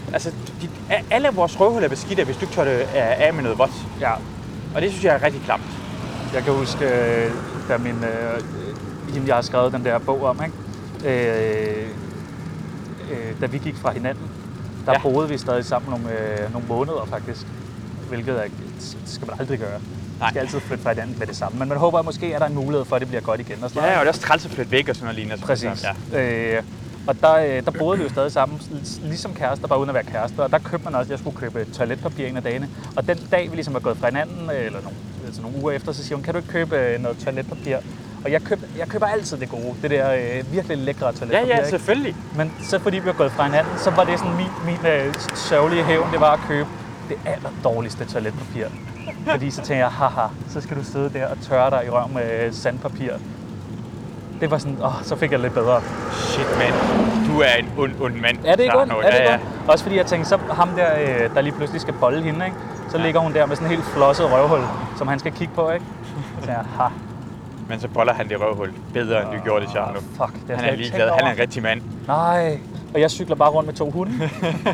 Speaker 1: altså, de, alle vores røvhuller er beskidte, hvis du ikke tør det af med noget vådt.
Speaker 2: Ja.
Speaker 1: Og det synes jeg er rigtig klamt.
Speaker 2: Jeg kan huske, da min, øh, hende, jeg har skrevet den der bog om, ikke? Øh, øh, da vi gik fra hinanden, der ja. boede vi stadig sammen nogle, øh, nogle måneder faktisk, hvilket er, det skal man aldrig gøre. Man skal altid flytte fra hinanden med det samme, men man håber, at måske er der en mulighed for, at det bliver godt igen. Og
Speaker 1: ja, og det er også træls at flytte væk og sådan noget lignende.
Speaker 2: Præcis. Ja. Øh, og der, der boede vi jo stadig sammen, ligesom kærester, bare uden at være kærester. Og der købte man også, at jeg skulle købe toiletpapir en af dagene. Og den dag, vi ligesom var gået fra hinanden, eller nogle, altså nogle uger efter, så siger hun, kan du ikke købe noget toiletpapir? Og jeg, køb, jeg køber altid det gode, det der øh, virkelig lækre toiletpapir.
Speaker 1: Ja, ja, selvfølgelig.
Speaker 2: Ikke? Men så fordi vi var gået fra hinanden, så var det sådan min, min øh, sørgelige hævn, det var at købe det aller dårligste toiletpapir. Fordi så tænkte jeg, haha, så skal du sidde der og tørre dig i røven med sandpapir. Det var sådan, åh, så fik jeg det lidt bedre.
Speaker 1: Shit, mand. Du er en ond, ond mand.
Speaker 2: Er det ikke ondt? Er det
Speaker 1: ja, ja.
Speaker 2: Også fordi jeg tænkte, så ham der, der lige pludselig skal bolle hende, ikke? Så ja. ligger hun der med sådan en helt flosset røvhul, som han skal kigge på, ikke? Så tænkte jeg, ha.
Speaker 1: Men så boller han det røvhul bedre, end du gjorde det, Tjerno.
Speaker 2: Fuck, det
Speaker 1: han er ligeglad. Han er en rigtig mand.
Speaker 2: Nej, og jeg cykler bare rundt med to hunde.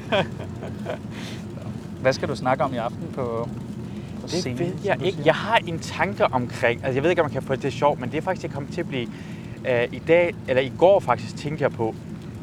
Speaker 2: Hvad skal du snakke om i aften på, på
Speaker 1: det
Speaker 2: scenen?
Speaker 1: Det ved jeg ikke. Jeg har en tanke omkring, altså jeg ved ikke, om man kan få det til sjovt, men det er faktisk, det kommer til at blive uh, i dag, eller i går faktisk, tænkte jeg på,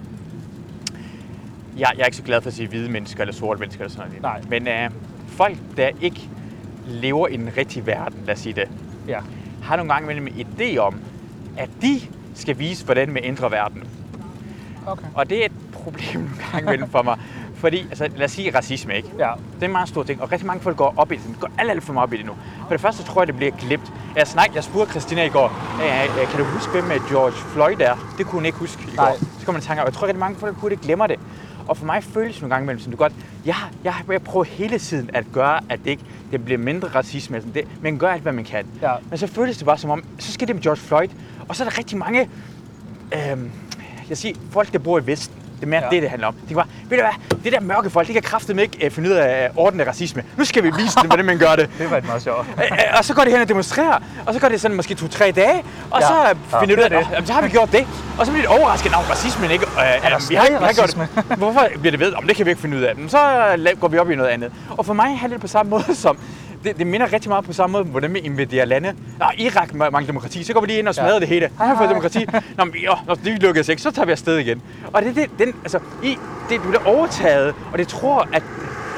Speaker 1: jeg, jeg er ikke så glad for at sige hvide mennesker, eller sorte mennesker, eller sådan noget. Nej. Men uh, folk, der ikke lever i en rigtig verden, lad os sige det,
Speaker 2: ja.
Speaker 1: har nogle gange mellem en idé om, at de skal vise, hvordan man ændrer verden.
Speaker 2: Okay.
Speaker 1: Og det er et problem nogle gange mellem for mig. Fordi, altså, lad os sige racisme, ikke?
Speaker 2: Ja.
Speaker 1: Det er en meget stor ting, og rigtig mange folk går op i det. De går alt, alt for meget op i det nu. For det første tror jeg, det bliver glemt. Jeg snak, jeg spurgte Christina i går, øh, kan du huske, hvem George Floyd er? Det kunne hun ikke huske i
Speaker 2: Nej.
Speaker 1: går. Så kommer man tænke, og jeg tror, at rigtig mange folk burde glemmer det. Og for mig føles det nogle gange imellem, som du godt, ja, jeg, jeg prøver hele tiden at gøre, at det ikke det bliver mindre racisme, det, men gør alt, hvad man kan.
Speaker 2: Ja.
Speaker 1: Men så føles det bare som om, så skal det med George Floyd, og så er der rigtig mange, øh, jeg siger, folk, der bor i Vesten. Det er mere ja. det, det handler om. De bare, ved du hvad, det der mørke folk, de kan kraftedeme ikke finde ud af ordentlig racisme. Nu skal vi vise dem, hvordan man gør det.
Speaker 2: Det var meget sjovt.
Speaker 1: Og så går de hen og demonstrerer, og så går det sådan måske to-tre dage, og ja. så
Speaker 2: ja,
Speaker 1: finder de ud af det. Så har vi gjort det, og så bliver det overrasket, at racismen ikke... Øh,
Speaker 2: er der
Speaker 1: vi har,
Speaker 2: vi har gjort
Speaker 1: det. Hvorfor bliver det ved? Om det kan vi ikke finde ud af. Men så går vi op i noget andet. Og for mig handler det på samme måde som... Det, det minder rigtig meget på samme måde, hvordan vi invaderer lande. Nå, Irak mangler demokrati, så går vi lige ind og smadrer ja. det hele. Har jeg fået demokrati? Nå, men, jo, når det lykkedes ikke, så tager vi afsted igen. Og det er det, den, altså, i, det bliver overtaget, og det tror, at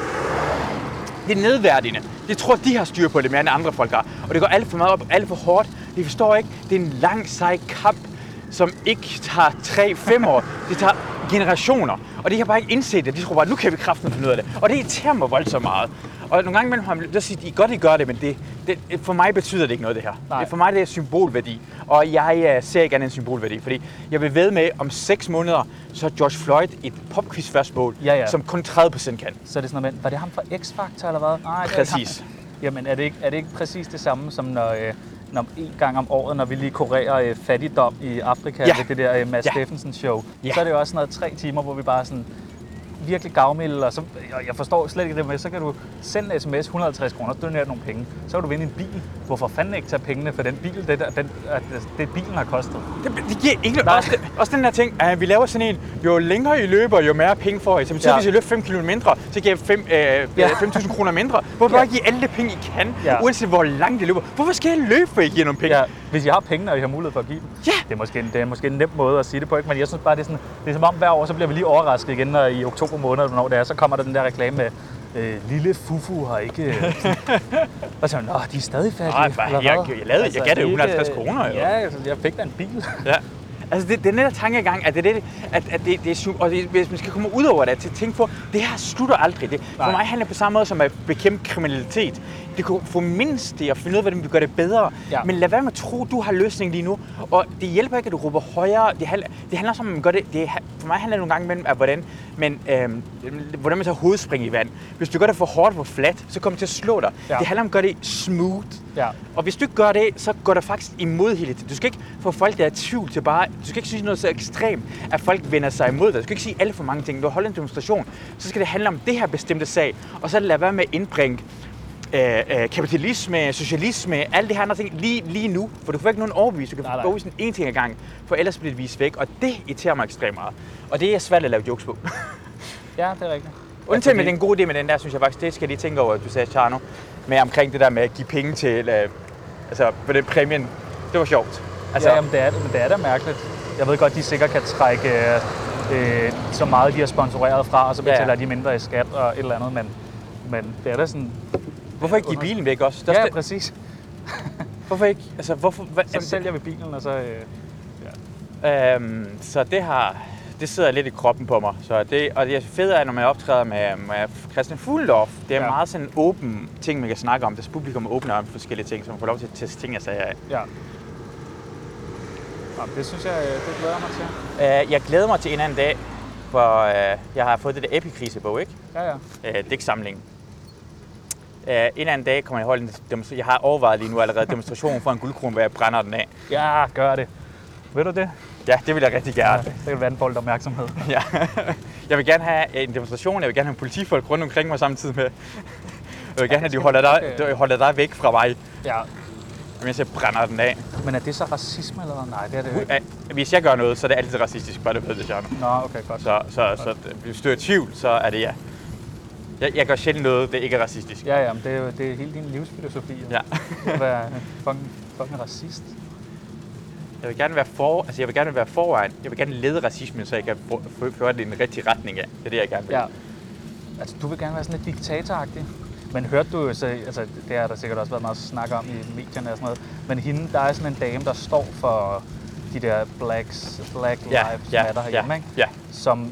Speaker 1: det er nedværdigende. Det tror, de har styr på det mere end andre folk har. Og det går alt for meget op, alt for hårdt. De forstår ikke, det er en lang, sej kamp, som ikke tager tre fem år. Det tager generationer. Og de har bare ikke indset det. De tror bare, nu kan vi kraften finde ud af det. Og det irriterer mig voldsomt meget. Og nogle gange imellem har man siger, I godt, I gør det, men det, det, for mig betyder det ikke noget, det her. Nej. For mig det er symbolværdi. Og jeg uh, ser ikke andet en symbolværdi, fordi jeg vil ved med, om seks måneder, så er George Floyd et popquiz-spørgsmål, ja, ja. som kun tredive procent kan.
Speaker 2: Så er det sådan noget, var det ham fra X-Factor eller hvad? Nej,
Speaker 1: præcis.
Speaker 2: Jamen er det, ikke, er det ikke præcis det samme, som når, øh, når en gang om året, når vi lige kurerer øh, fattigdom i Afrika, ja. ved det der øh, Mads ja. Steffensen show, ja. så er det jo også sådan noget tre timer, hvor vi bare sådan virkelig gavmilde, og så, jeg forstår slet ikke det med, så kan du sende en sms et hundrede og halvtreds kroner, så donerer nogle penge, så kan du vinde en bil. Hvorfor fanden ikke tage pengene for den bil, det, der, den, det bilen har kostet? Det,
Speaker 1: det giver ikke også, også den der ting, at vi laver sådan en, jo længere I løber, jo mere penge får I. Så betyder, ja. hvis I løber fem kilo mindre, så giver jeg fem tusind kroner mindre. Hvorfor ja. ikke give alle de penge, I kan, ja. uanset hvor langt I løber? Hvorfor skal jeg løbe, for I giver nogle penge? Ja.
Speaker 2: Hvis I har pengene, og I har mulighed for at give dem.
Speaker 1: Ja.
Speaker 2: Det er måske en, det er måske en nem måde at sige det på, ikke? Men jeg synes bare, det er, sådan, det er som om hver år, så bliver vi lige overrasket igen, når i oktober måned, hvornår det er, så kommer der den der reklame med, øh, lille Fufu har ikke... Og så er de er stadig fattige.
Speaker 1: Nej, jeg, jeg, jeg, lavede, altså, jeg gav det et hundrede og halvtreds kroner. Jo.
Speaker 2: Ja, altså, jeg fik da en bil.
Speaker 1: Ja. Altså, det, det er den der tankegang, at det, det, at, at det, det er, og det, hvis man skal komme ud over det, til at tænke på, det her slutter aldrig. Det, for mig handler det på samme måde som at bekæmpe kriminalitet. Det kunne få mindst det at finde ud af, hvordan vi gør det bedre. Ja. Men lad være med at tro, du har løsningen lige nu. Og det hjælper ikke, at du råber højere. Det handler, det handler om, at man gør det. det. For mig handler det nogle gange mellem, at hvordan, men, øhm, hvordan man tager hovedspring i vand. Hvis du gør det for hårdt for flat, så kommer det til at slå dig. Ja. Det handler om at gøre det smooth. Ja. Og hvis du ikke gør det, så går det faktisk imod hele tiden. Du skal ikke få folk, der er i tvivl til bare... Du skal ikke sige noget så ekstremt, at folk vender sig imod dig. Du skal ikke sige alt for mange ting. Du holder en demonstration, så skal det handle om det her bestemte sag. Og så lad være med at indbringe øh, øh, kapitalisme, socialisme, alle de her andre ting lige, lige nu. For du får ikke nogen overbevis. Du kan gå i sådan en ting ad gang, for ellers bliver det vist væk. Og det irriterer mig ekstremt meget. Og det er svært at lave jokes på.
Speaker 2: Ja, det er rigtigt.
Speaker 1: Undtagen med den gode idé med den der, synes jeg faktisk, det skal de tænke over, at du sagde, Tjerno, med omkring det der med at give penge til, øh, altså på den præmien. Det var sjovt.
Speaker 2: Altså, ja, jamen, det er, men det er da mærkeligt. Jeg ved godt, de sikkert kan trække øh, så meget, de har sponsoreret fra, og så betaler ja, ja. de mindre i skat og et eller andet, men, men det er da sådan...
Speaker 1: Hvorfor ikke give bilen væk også?
Speaker 2: Der ja, ja, præcis.
Speaker 1: Hvorfor ikke? Altså, hvorfor... Hva,
Speaker 2: så sælger vi bilen, og så... Øh,
Speaker 1: ja. øhm, så det har... Det sidder lidt i kroppen på mig. Så det, og det fede er, når man optræder med, med Christian Fuglendorf, det er ja. meget sådan en åben ting, man kan snakke om. Det publikum åbner om forskellige ting, så man får lov til at teste ting, jeg sagde af.
Speaker 2: Ja. Jamen, det synes jeg, det glæder jeg mig til.
Speaker 1: Uh, jeg glæder mig til en anden dag, for uh, jeg har fået det der epikrisebog, ikke?
Speaker 2: Ja, ja.
Speaker 1: Uh, digtsamlingen. Uh, en anden dag kommer jeg holde en demonstration. Jeg har overvejet lige nu allerede demonstration for en guldkrone, hvor jeg brænder den af.
Speaker 2: Ja, gør det. Ved du det?
Speaker 1: Ja, det vil jeg rigtig gerne.
Speaker 2: Ja, det vil være en bold opmærksomhed.
Speaker 1: Ja. Jeg vil gerne have en demonstration, jeg vil gerne have en politifolk rundt omkring mig samtidig med. Jeg vil gerne have, at de holder dig, de holder dig væk fra mig.
Speaker 2: Ja.
Speaker 1: Mens jeg brænder den af.
Speaker 2: Men er det så racisme eller nej? Det er det jo ikke.
Speaker 1: Hvis jeg gør noget, så er det altid racistisk, bare det ved det, Tjerno.
Speaker 2: Nå, okay, godt.
Speaker 1: Så, så, så, så hvis du er i tvivl, så er det ja. Jeg, jeg gør sjældent noget, det ikke er racistisk.
Speaker 2: Ja, ja, men det er jo det er hele din livsfilosofi.
Speaker 1: Ja.
Speaker 2: At være fucking, fucking racist.
Speaker 1: Jeg vil gerne være for, altså jeg vil gerne være forvejen. Jeg vil gerne lede racismen, så jeg kan føre det i en rigtig retning af. Det er det, jeg gerne vil.
Speaker 2: Ja. Altså, du vil gerne være sådan lidt diktatoragtig. Men hørte du så, altså det har der sikkert også været meget snak om i medierne og sådan noget, men hende, der er sådan en dame, der står for de der blacks, Black
Speaker 1: ja,
Speaker 2: Lives
Speaker 1: ja,
Speaker 2: Matter herhjemme,
Speaker 1: ja,
Speaker 2: ikke?
Speaker 1: Ja.
Speaker 2: Som,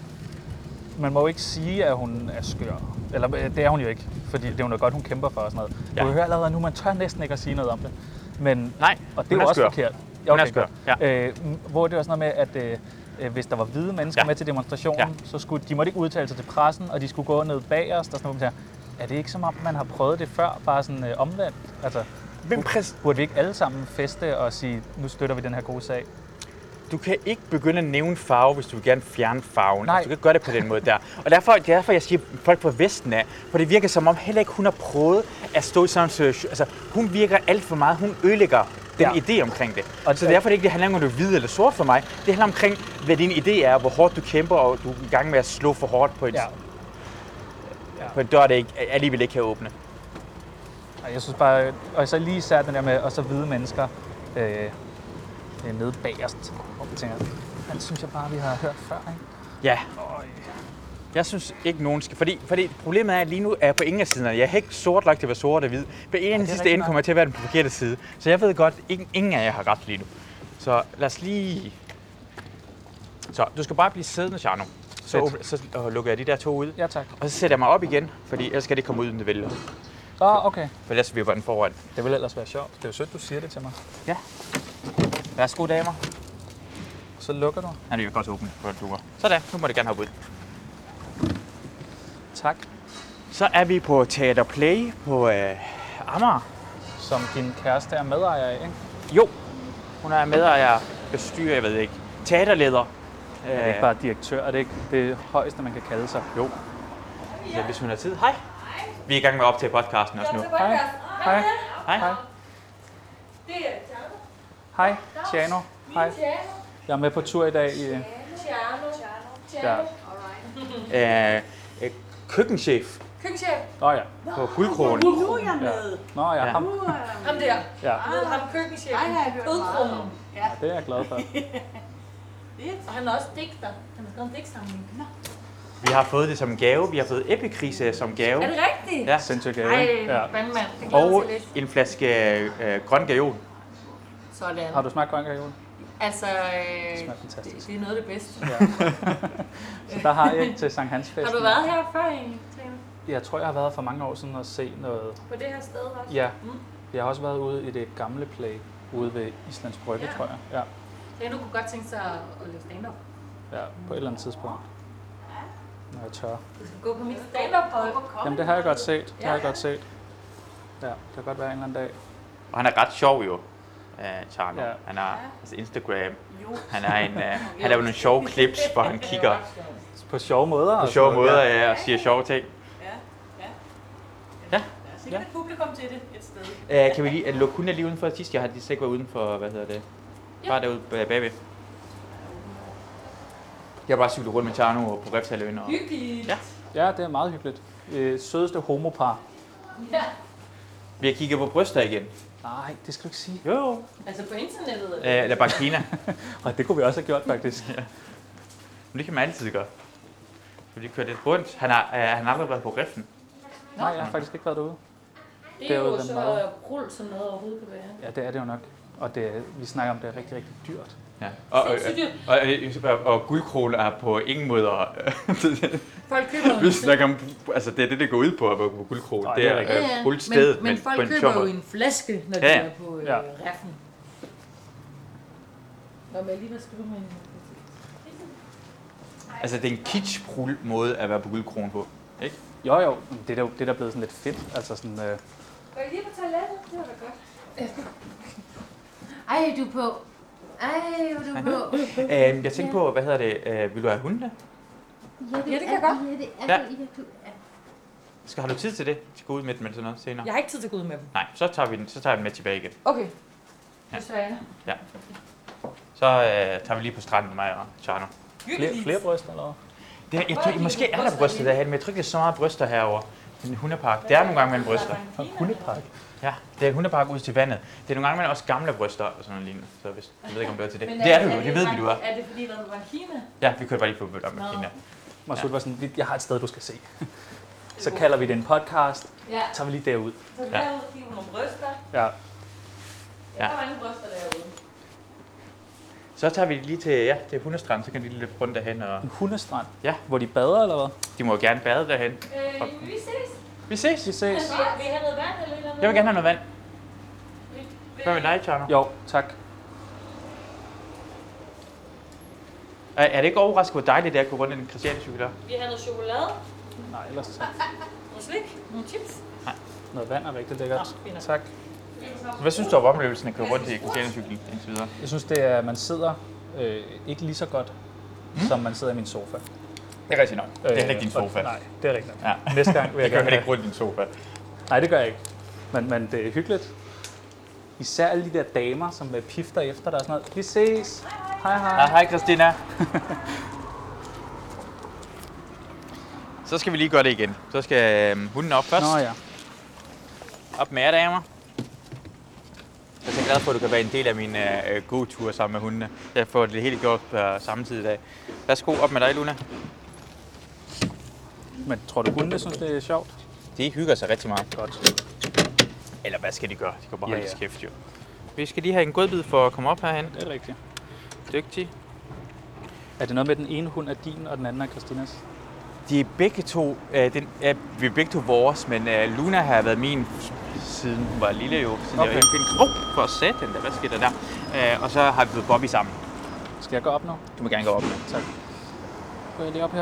Speaker 2: man må jo ikke sige, at hun er skør. Eller det er hun jo ikke, fordi det er jo noget godt, hun kæmper for og sådan noget. Ja. Du kan høre allerede nu, man tør næsten ikke at sige noget om det. Men,
Speaker 1: nej,
Speaker 2: og det er jo også
Speaker 1: skør.
Speaker 2: forkert.
Speaker 1: Ja, okay, skør. Ja.
Speaker 2: Øh, hvor det var sådan noget med, at øh, hvis der var hvide mennesker ja. med til demonstrationen, ja. så skulle de måtte ikke udtale sig til pressen, og de skulle gå ned bagerst og sådan noget. Er det ikke som om, man har prøvet det før, bare sådan øh, omvendt? Altså,
Speaker 1: Men præs-
Speaker 2: burde vi ikke alle sammen feste og sige, nu støtter vi den her gode sag?
Speaker 1: Du kan ikke begynde at nævne farve, hvis du vil gerne fjerne farven.
Speaker 2: Nej.
Speaker 1: Altså, du kan ikke gøre det på den måde der. Og derfor, derfor jeg siger folk fra Vesten af, for det virker som om heller ikke hun har prøvet at stå i sådan en situation. Altså, hun virker alt for meget. Hun ødelægger den ja. idé omkring det. Og så derfor er det ikke, det handler om, at du er hvid eller sort for mig. Det handler omkring, hvad din idé er, hvor hårdt du kæmper, og du er i gang med at slå for hårdt på en, ja. Ja. på en dør, der ikke, alligevel ikke kan åbne.
Speaker 2: Jeg synes bare, og så lige især den der med, og så hvide mennesker øh, nede bagerst, hvor vi tænker, den synes jeg bare, vi har hørt før, ikke?
Speaker 1: Ja. Jeg synes ikke, nogen skal, fordi, fordi problemet er, at lige nu er jeg på ingen af siderne. Jeg er ikke sort lagt til at være sort og hvid. På en af de sidste ende kommer jeg til at være den forkerte side. Så jeg ved godt, ingen, ingen af jer har ret lige nu. Så lad os lige... Så du skal bare blive siddende, Tjerno. Så, så øh, lukker jeg de der to ud.
Speaker 2: Ja, tak.
Speaker 1: Og så sætter jeg mig op igen, fordi ellers skal det komme ud, uden det vælger.
Speaker 2: Ah, okay.
Speaker 1: For ellers vil jeg den foran.
Speaker 2: Det vil ellers være sjovt. Det er jo sødt, du siger det til mig.
Speaker 1: Ja. Værsgo, damer.
Speaker 2: Så lukker du.
Speaker 1: Ja, det er godt åbent for dukker. Sådan, nu må det gerne hoppe ud.
Speaker 2: Tak.
Speaker 1: Så er vi på Teater Play på øh, Amager.
Speaker 2: Som din kæreste er medejer af, ikke?
Speaker 1: Jo, hun er medejer, bestyrer, jeg ved ikke, teaterleder.
Speaker 2: Er det ikke bare direktør? Er det ikke det højeste, man kan kalde sig?
Speaker 1: Jo. Ja, hvis hun har tid. Hej. Vi er i gang med at optage podcasten også nu.
Speaker 2: Hej. Hej.
Speaker 1: Hej.
Speaker 2: Hej. Hej, Tjerno. Hej. Jeg er med på tur i dag i...
Speaker 3: Tjerno.
Speaker 1: Ja. Øh, øh, køkkenchef.
Speaker 3: Køkkenchef.
Speaker 2: Nå ja.
Speaker 1: På Guldkronen.
Speaker 3: Nu er jeg med.
Speaker 2: Nå ja, ham.
Speaker 3: Ham der.
Speaker 2: Ja.
Speaker 3: Med ham køkkenchef. Guldkronen.
Speaker 2: Ja, det er jeg glad for.
Speaker 3: Og han er også digter. Han har skrevet en digtsamling.
Speaker 1: Vi har fået det som gave. Vi har fået epikrise som gave.
Speaker 3: Er det rigtigt?
Speaker 1: Ja.
Speaker 2: Sindssygt gave.
Speaker 3: Ej,
Speaker 2: ja.
Speaker 3: vandmand.
Speaker 1: Og en flaske øh, grøn gajol.
Speaker 3: Sådan.
Speaker 2: Har du smagt grøn gajol?
Speaker 3: Altså, øh,
Speaker 2: det smager fantastisk.
Speaker 3: Det, det er noget af det bedste.
Speaker 2: Ja. Så der har jeg til Sankt Hans festen.
Speaker 3: Har du været her før egentlig, Tjerno?
Speaker 2: Jeg tror, jeg har været for mange år siden og se noget.
Speaker 3: På det her sted også?
Speaker 2: Ja. Mm. Jeg har også været ude i det gamle Play, ude ved Islands Brygge, ja. tror jeg. Ja.
Speaker 3: Ja, du kunne godt tænke sig at lave stand-up?
Speaker 2: Ja, på et eller andet tidspunkt. Når jeg tør.
Speaker 3: Du skal gå på mit stand-up.
Speaker 2: Jamen, det har jeg godt set. Det har jeg godt set. Ja, det kan godt være en eller anden dag.
Speaker 1: Og han er ret sjov jo, uh, Tjerno.
Speaker 2: Ja.
Speaker 1: Han har altså Instagram. Han er en, uh, han laver nogle sjove clips, hvor han kigger
Speaker 2: på sjove måder.
Speaker 1: På sjove måder, ja, og siger sjove ting.
Speaker 3: Ja, ja.
Speaker 1: Ja.
Speaker 3: Der er sikkert et publikum til det et sted.
Speaker 1: Uh, kan vi lige, lukke kun lige udenfor sidst? Jeg har de sikkert været udenfor, hvad hedder det? Ja. Bare derude bagved. Jeg har bare cyklet rundt med Tjerno på Refshaløen.
Speaker 3: Hyggeligt.
Speaker 1: Ja.
Speaker 2: Ja, det er meget hyggeligt. Øh, sødeste homopar.
Speaker 3: Ja.
Speaker 1: Vi har kigget på bryster igen.
Speaker 2: Nej, det skal du ikke sige.
Speaker 1: Jo, jo.
Speaker 3: Altså på internettet?
Speaker 1: Øh, eller bare Kina.
Speaker 2: Og det kunne vi også have gjort, faktisk.
Speaker 1: Ja. Men det kan man altid gøre. Så de kører lidt rundt. Han har, øh, han har aldrig været på Riffen.
Speaker 2: Nej, jeg har faktisk ikke været derude.
Speaker 3: Det er jo
Speaker 2: Derude den
Speaker 3: så
Speaker 2: mad.
Speaker 3: rull, som noget overhovedet kan være.
Speaker 2: Ja, det er det jo nok. Og det, er- vi snakker om, det er rigtig, rigtig dyrt.
Speaker 1: Ja. Og, og,
Speaker 3: Sindssygt
Speaker 1: og, og, og, og guldkroner er på ingen måde...
Speaker 3: Folk køber
Speaker 1: Vi snakker om... Altså, det er det, det går ud på at være på guldkrone.
Speaker 2: Nej,
Speaker 1: Det
Speaker 2: det
Speaker 1: er
Speaker 2: er rigtigt.
Speaker 1: øh, guldsted,
Speaker 3: men, men folk
Speaker 1: på en
Speaker 3: køber
Speaker 1: sjov
Speaker 3: jo
Speaker 1: måde.
Speaker 3: en flaske, når de
Speaker 1: Ja, ja.
Speaker 3: er på øh,
Speaker 2: Ja.
Speaker 3: reffen. Nå, men lige hvad skal du med en...
Speaker 1: Altså, det er en kitschbrul måde at være på guldkrone på. Ikke?
Speaker 2: Jo, jo, men det er da, det er da blevet sådan lidt fedt. Altså sådan, øh,
Speaker 3: Går I lige på toilettet? Det var da godt. Ej, du er på. Ej, hvor er du på.
Speaker 1: Øh, jeg tænkte på, hvad hedder det? Øh, vil du have hunde?
Speaker 3: Ja, det kan jeg godt.
Speaker 4: Ja, det er
Speaker 1: Ja.
Speaker 4: ja. ja.
Speaker 1: Skal har du tid til det? Til at gå ud med dem eller sådan noget senere?
Speaker 3: Jeg har ikke tid til at gå ud med dem.
Speaker 1: Nej, så tager vi den, så tager vi den med tilbage igen.
Speaker 3: Okay.
Speaker 1: Ja.
Speaker 3: Desværre.
Speaker 1: Så øh, tager vi lige på stranden med mig og Tjerno.
Speaker 2: flere, flere bryster, eller hvad?
Speaker 1: Det, jeg tror, måske er der bryster derhen, men jeg tror ikke, det er så meget bryster herovre. Det er en hundepark. Det er nogle gange mellem bryster.
Speaker 2: Og hundepark.
Speaker 1: Ja, det er en hundepark ud til vandet. Det er nogle gange mellem også gamle bryster og sådan noget lignende. Så hvis, jeg ved ikke, om du er til det.
Speaker 3: Men
Speaker 1: Det er du jo, det ved vi, du er.
Speaker 3: Er det fordi, der var en Kina?
Speaker 1: Ja, vi kører bare lige på bøtter med
Speaker 3: Nå.
Speaker 1: Kina.
Speaker 2: Masud var sådan, "Vi- jeg har et sted, du skal se. Så kalder vi det en podcast.
Speaker 3: Ja.
Speaker 2: Så tager vi lige derud.
Speaker 3: Så vi derude og kigger på nogle bryster.
Speaker 2: Ja.
Speaker 3: Ja. Der var ingen bryster derude.
Speaker 1: Så tager vi lige til, ja, til hundestrand, så kan de lige løbe rundt derhen. Og
Speaker 2: En hundestrand.
Speaker 1: Ja.
Speaker 2: Hvor de bader, eller hvad?
Speaker 1: de må jo gerne bade derhen.
Speaker 3: Øh, vi ses.
Speaker 1: Vi ses.
Speaker 2: Vi ses.
Speaker 3: Vil I have noget vand eller et eller andet?
Speaker 1: Jeg vil gerne have noget vand.
Speaker 3: Vil-
Speaker 1: Hvad med dig, Tjerno?
Speaker 2: Jo, tak.
Speaker 1: Er, er det ikke overrasket, hvor dejligt det er at gå rundt i en Christiane-cykel der?
Speaker 3: Vi har noget chokolade,
Speaker 2: Nej, ellers
Speaker 3: noget slik, nogle chips.
Speaker 2: noget vand er rigtig lækkert.
Speaker 3: Nå, fint nok.
Speaker 2: Tak.
Speaker 1: Hvad synes du om oplevelsen at køre rundt i Christiane-cyklen indtil videre?
Speaker 2: Jeg synes, det er, at man sidder øh, ikke lige så godt, mm. som man sidder i min sofa.
Speaker 1: Det er rigtigt nok. Det er heller ikke din
Speaker 2: og-
Speaker 1: sofa.
Speaker 2: Nej, det er rigtigt nok.
Speaker 1: Ja.
Speaker 2: Næste gang vil jeg
Speaker 1: Jeg kører
Speaker 2: gerne
Speaker 1: heller ikke
Speaker 2: have...
Speaker 1: rundt i din sofa.
Speaker 2: Nej, det gør jeg ikke. Men, men det er hyggeligt. Især alle de der damer, som øh, pifter efter dig og sådan noget. Vi ses. Hej, hej.
Speaker 1: Ja, hej Christina. Så skal vi lige gøre det igen. Så skal øh, hunden op først.
Speaker 2: Nå ja.
Speaker 1: Op med jer, damer. Jeg er så glad for, at du kan være en del af min øh, gåtur sammen med hundene. Jeg får det hele gjort på samme tid i dag. Værsgo, op med dig, Luna.
Speaker 2: Men tror du, hundene synes, det er sjovt?
Speaker 1: De hygger sig rigtig meget.
Speaker 2: Godt.
Speaker 1: Eller hvad skal de gøre? De går bare
Speaker 2: Ja,
Speaker 1: holde
Speaker 2: ja.
Speaker 1: ja, ja. kæft, jo. Vi skal lige have en godbid for at komme op herhen.
Speaker 2: Det er rigtigt.
Speaker 1: Dygtig.
Speaker 2: Er det noget med, at den ene hund er din, og den anden er Christinas?
Speaker 1: De er begge to, øh, den, øh, vi er begge to vores, men øh, Luna har været min siden hun var lille jo. Siden
Speaker 2: Okay.
Speaker 1: jeg var helt Åh, oh, for at sætte den der. Hvad sker der der? Øh, og så har vi fået Bobby sammen.
Speaker 2: Skal jeg gå op nu?
Speaker 1: Du må gerne gå op med.
Speaker 2: Tak. Går jeg lige op her?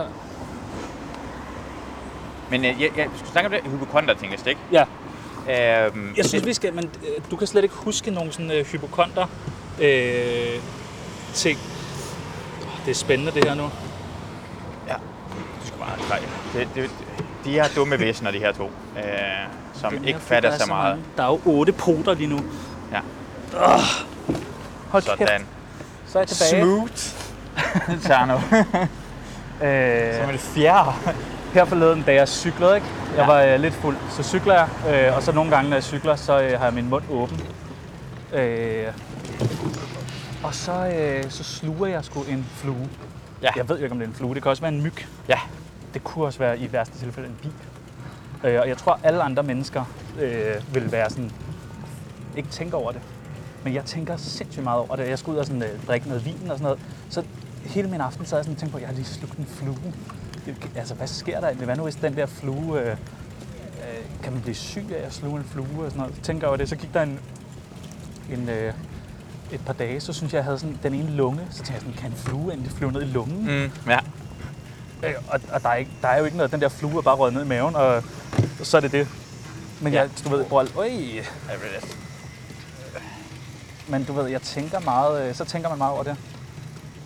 Speaker 1: Men øh, jeg, jeg skulle snakke om det hypokonter, tænker jeg, ikke?
Speaker 2: Ja.
Speaker 1: Øhm,
Speaker 2: Jeg synes, vi skal, men øh, du kan slet ikke huske nogle sådan øh, hypokonter øh, ting. Det er spændende det her nu.
Speaker 1: Ja, du skal bare nej, det, det, de er dumme væsener, de her to, øh, som
Speaker 2: Den her,
Speaker 1: ikke
Speaker 2: der
Speaker 1: fatter
Speaker 2: er
Speaker 1: så meget.
Speaker 2: mange. Der er jo otte poter lige nu.
Speaker 1: Ja.
Speaker 2: Oh, hold
Speaker 1: Sådan.
Speaker 2: kæft. Så er jeg tilbage.
Speaker 1: Smooth. Tjerno.
Speaker 2: Øh,
Speaker 1: Som et fjerde.
Speaker 2: her forleden, da jeg cyklede, ikke? Jeg
Speaker 1: Ja.
Speaker 2: var øh, lidt fuld, så cykler jeg, øh, og så nogle gange, når jeg cykler, så øh, har jeg min mund åben. Øh, og så, øh, så sluger jeg sgu en flue.
Speaker 1: Ja.
Speaker 2: Jeg ved jo ikke, om det er en flue. Det kan også være en myg.
Speaker 1: Ja.
Speaker 2: Det kunne også være i værste tilfælde en bi. Øh, og jeg tror, alle andre mennesker øh, vil være sådan, ikke tænke over det. Men jeg tænker sindssygt meget over det. Jeg skal ud og sådan, øh, drikke noget vin og sådan noget. Så hele min aften sad jeg sådan og tænkte på, at jeg har lige slugt en flue. Altså, hvad sker der? Hvad nu hvis den der flue... Øh, øh, kan man blive syg af at sluge en flue og sådan noget? Så tænker jeg over det. Så gik der en, en, øh, et par dage, så synes jeg, jeg havde sådan den ene lunge. Så tænkte jeg sådan, kan en flue endelig flyve ned i lungen?
Speaker 1: Mm, ja.
Speaker 2: Øh, og og der, er ikke, der er jo ikke noget, den der flue er bare røget ned i maven, og, og så er det det. Men
Speaker 1: Ja.
Speaker 2: jeg, du ved, bror, øj,
Speaker 1: Jeg ved det.
Speaker 2: men du ved, jeg tænker meget, øh, så tænker man meget over det.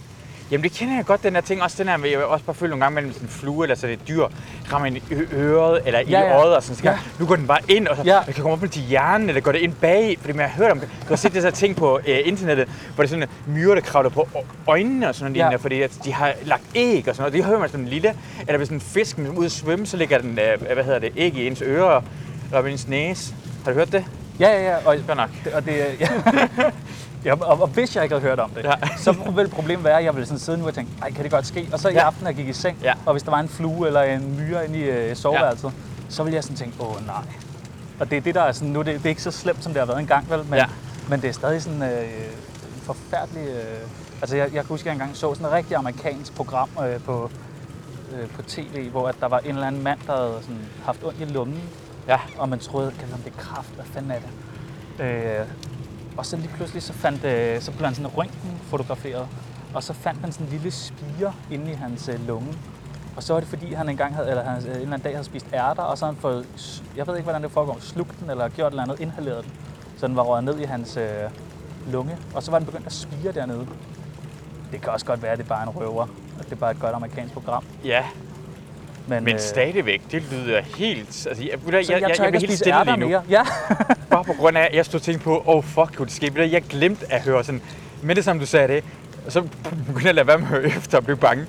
Speaker 1: Jamen det kender jeg godt, den der ting. Også den her, jeg også bare føler nogle gange mellem sådan en flue eller sådan et dyr, rammer ind i øret eller i
Speaker 2: Ja, ja.
Speaker 1: øjet og sådan. Så ja. Nu går den bare ind, og så
Speaker 2: Ja.
Speaker 1: jeg kan komme op til hjernen, eller går det ind bag, fordi man har hørt om det. Du har set det så ting på øh, internettet, hvor det er sådan myrer, der kravler på øjnene og sådan noget, ja. Fordi at de har lagt æg og sådan noget. Det hører man sådan en lille, eller hvis sådan en fisk man er ude at svømme, så ligger den, øh, hvad hedder det, æg i ens ører og i ens næse. Har du hørt det?
Speaker 2: Ja, ja, ja. Og,
Speaker 1: Godt nok.
Speaker 2: og, det, ja. ja, og, og hvis jeg ikke havde hørt om det, ja. så ville problemet være, at jeg ville sådan sidde nu og tænke, ej, kan det godt ske? Og så i
Speaker 1: ja.
Speaker 2: aften, jeg gik i seng,
Speaker 1: ja.
Speaker 2: og hvis der var en flue eller en myre inde i øh, soveværelset, ja. så ville jeg sådan tænke, åh nej. Og det er det, der er sådan, nu det, det er ikke så slemt, som det har været engang, vel? Men, ja. men det er stadig sådan øh, forfærdeligt. Øh, altså, jeg, jeg kan huske, at jeg engang så sådan et rigtig amerikansk program øh, på, øh, på tv, hvor at der var en eller anden mand, der havde sådan, haft ondt i lungen. Ja. Og man troede, kan det er kræft, hvad fanden er det? Øh, og så lige pludselig, så, fandt, øh, så blev han sådan røntgen fotograferet, og så fandt man sådan en lille spire inde i hans øh, lunge. Og så var det fordi, han engang havde, eller han, en eller anden dag havde spist ærter, og så havde han fået, jeg ved ikke, hvordan det foregår, slugt den, eller gjort et eller andet, inhaleret den. Så den var røget ned i hans øh, lunge, og så var den begyndt at spire dernede. Det kan også godt være, at det er bare en røver, at det er bare et godt amerikansk program.
Speaker 1: Ja.
Speaker 2: Men,
Speaker 1: Men
Speaker 2: øh,
Speaker 1: stadigvæk, det lyder helt... Altså, jeg, jeg, jeg,
Speaker 2: jeg, jeg,
Speaker 1: jeg, jeg bliver helt stille lige nu.
Speaker 2: Mere. Ja.
Speaker 1: Bare på grund af, at jeg stod og tænkte på, åh oh, fuck, kunne det ske? Jeg glemte at høre sådan, med det som du sagde det, og så begyndte jeg at lade være med at høre efter og blive bange.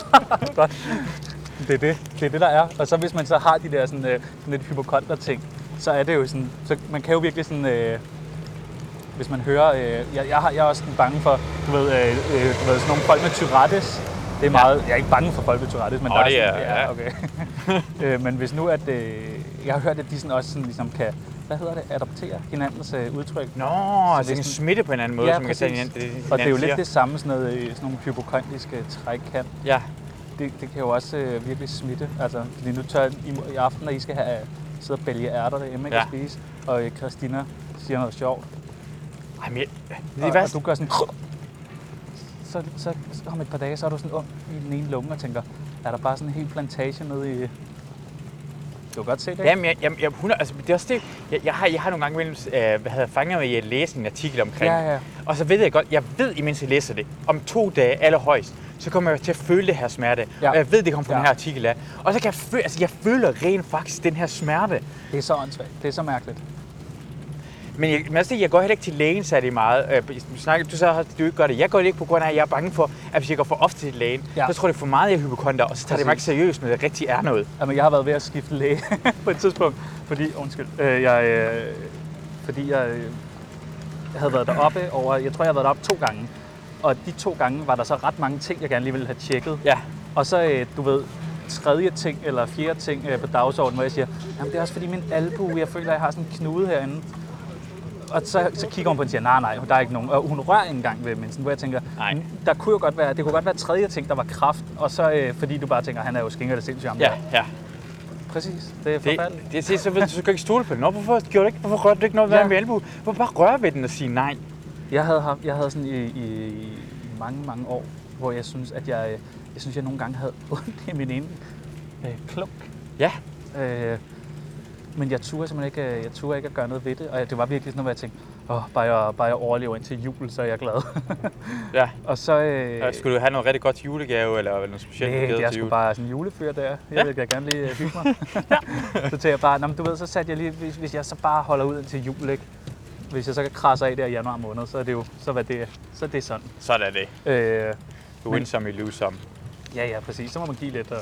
Speaker 2: det er det, det er det, der er. Og så hvis man så har de der sådan, øh, sådan lidt hypokonter-ting, så er det jo sådan, så man kan jo virkelig sådan... Øh, hvis man hører, øh, jeg, jeg, har, jeg er også bange for, du ved, øh, øh, du ved sådan nogle folk med Tourettes. Det er meget, ja. Jeg er ikke bange for folk med Tourettes, men oh, der er sådan,
Speaker 1: er,
Speaker 2: ja, okay. øh, men hvis nu at, øh, jeg har hørt, at de sådan også sådan, ligesom kan, hvad hedder det, adoptere hinandens øh, udtryk.
Speaker 1: Nå, så det er en smitte på en anden måde,
Speaker 2: ja,
Speaker 1: som man kan sige hinanden.
Speaker 2: Og det er jo lidt det samme, sådan, noget, sådan nogle hypokontiske træk kan.
Speaker 1: Ja.
Speaker 2: Det, det kan jo også øh, virkelig smitte, altså, fordi nu tør i, i aften, når I skal have sidde og bælge ærter derhjemme, ikke, ja. At spise, og øh, Christina siger noget sjovt.
Speaker 1: Ej, men jeg, det
Speaker 2: er
Speaker 1: og,
Speaker 2: og du gør sådan... Så, så, så om et par dage, så er du sådan ung i den ene lunge og tænker, er der bare sådan en hel plantage nede i... Du kan godt se det,
Speaker 1: Jamen, jeg, jeg, jeg, hundrede, altså, det er også det, jeg, jeg, har, jeg har nogle gange mellem, øh, hvad havde fanget mig i at læse en artikel omkring,
Speaker 2: ja, ja.
Speaker 1: Og så ved jeg godt, jeg ved, imens jeg læser det, om to dage allerhøjst, så kommer jeg til at føle det her smerte, ja. Og jeg ved, det kommer fra ja. Den her artikel af, og så kan jeg føle, altså jeg føler rent faktisk den her smerte.
Speaker 2: Det er så åndssvagt, det er så mærkeligt.
Speaker 1: Men jeg, men jeg går heller ikke til lægen særlig meget. Du, snakker, du sagde, at du ikke gør det. Jeg går ikke på grund af, at jeg er bange for, at hvis jeg går for ofte til lægen, ja. Så tror jeg, det er for meget, jeg er hypokonter, og så tager det mig ikke seriøst, når det rigtig er noget.
Speaker 2: Jamen, jeg har været ved at skifte læge på et tidspunkt, fordi, undskyld, øh, jeg, øh, fordi jeg, øh, jeg havde været deroppe over, jeg tror, jeg har været deroppe to gange, og de to gange var der så ret mange ting, jeg gerne lige ville have tjekket.
Speaker 1: Ja. Og
Speaker 2: så, øh, du ved, tredje ting eller fjerde ting øh, på dagsordenen, hvor jeg siger, jamen det er også fordi min albue, jeg føler, at jeg har sådan en knude herinde. Og så, så kigger hun på og siger, nej, nej, der er ikke nogen. Og hun rører ikke engang ved mensen, hvor jeg tænker, nej. Der kunne jo godt være, det kunne godt være tredje ting, der var kræft, og så øh, fordi du bare tænker, han er jo skænker det sindssygt.
Speaker 1: Ja, ja.
Speaker 2: Præcis, det er forfærdeligt.
Speaker 1: Det, det, det, så ved du, så kan du ikke stole på det. Nå, hvorfor gjorde du ikke? Hvorfor rørte du ikke noget ved ja. Med albue? Hvorfor bare røre ved den og sige nej?
Speaker 2: Jeg havde, haft, jeg havde sådan i, i, i mange, mange år, hvor jeg synes, at jeg, jeg synes, jeg nogle gange havde ondt i min ene øh, klunk.
Speaker 1: Ja.
Speaker 2: Øh, Men jeg turde simpelthen ikke, jeg turde ikke at gøre noget ved det, og det var virkelig sådan noget, hvor jeg tænkte, åh, bare jeg, bare jeg overlever indtil jul, så er jeg glad.
Speaker 1: Ja.
Speaker 2: Og så... Øh,
Speaker 1: ja, skulle du have noget rigtig godt julegave, eller noget specielt
Speaker 2: gave til jul? Jeg skulle bare sådan en julefyr der. Jeg ja. Vil gerne lige hygge mig. Så tænkte jeg bare, men du ved, så satte jeg lige, hvis, hvis jeg så bare holder ud indtil jul, ikke? Hvis jeg så kan krasse af der i januar måned, så er det jo, så var det, så er det sådan.
Speaker 1: Sådan er det.
Speaker 2: Øh,
Speaker 1: du win some, you lose some.
Speaker 2: Ja, ja, præcis. Så må man give lidt. Og,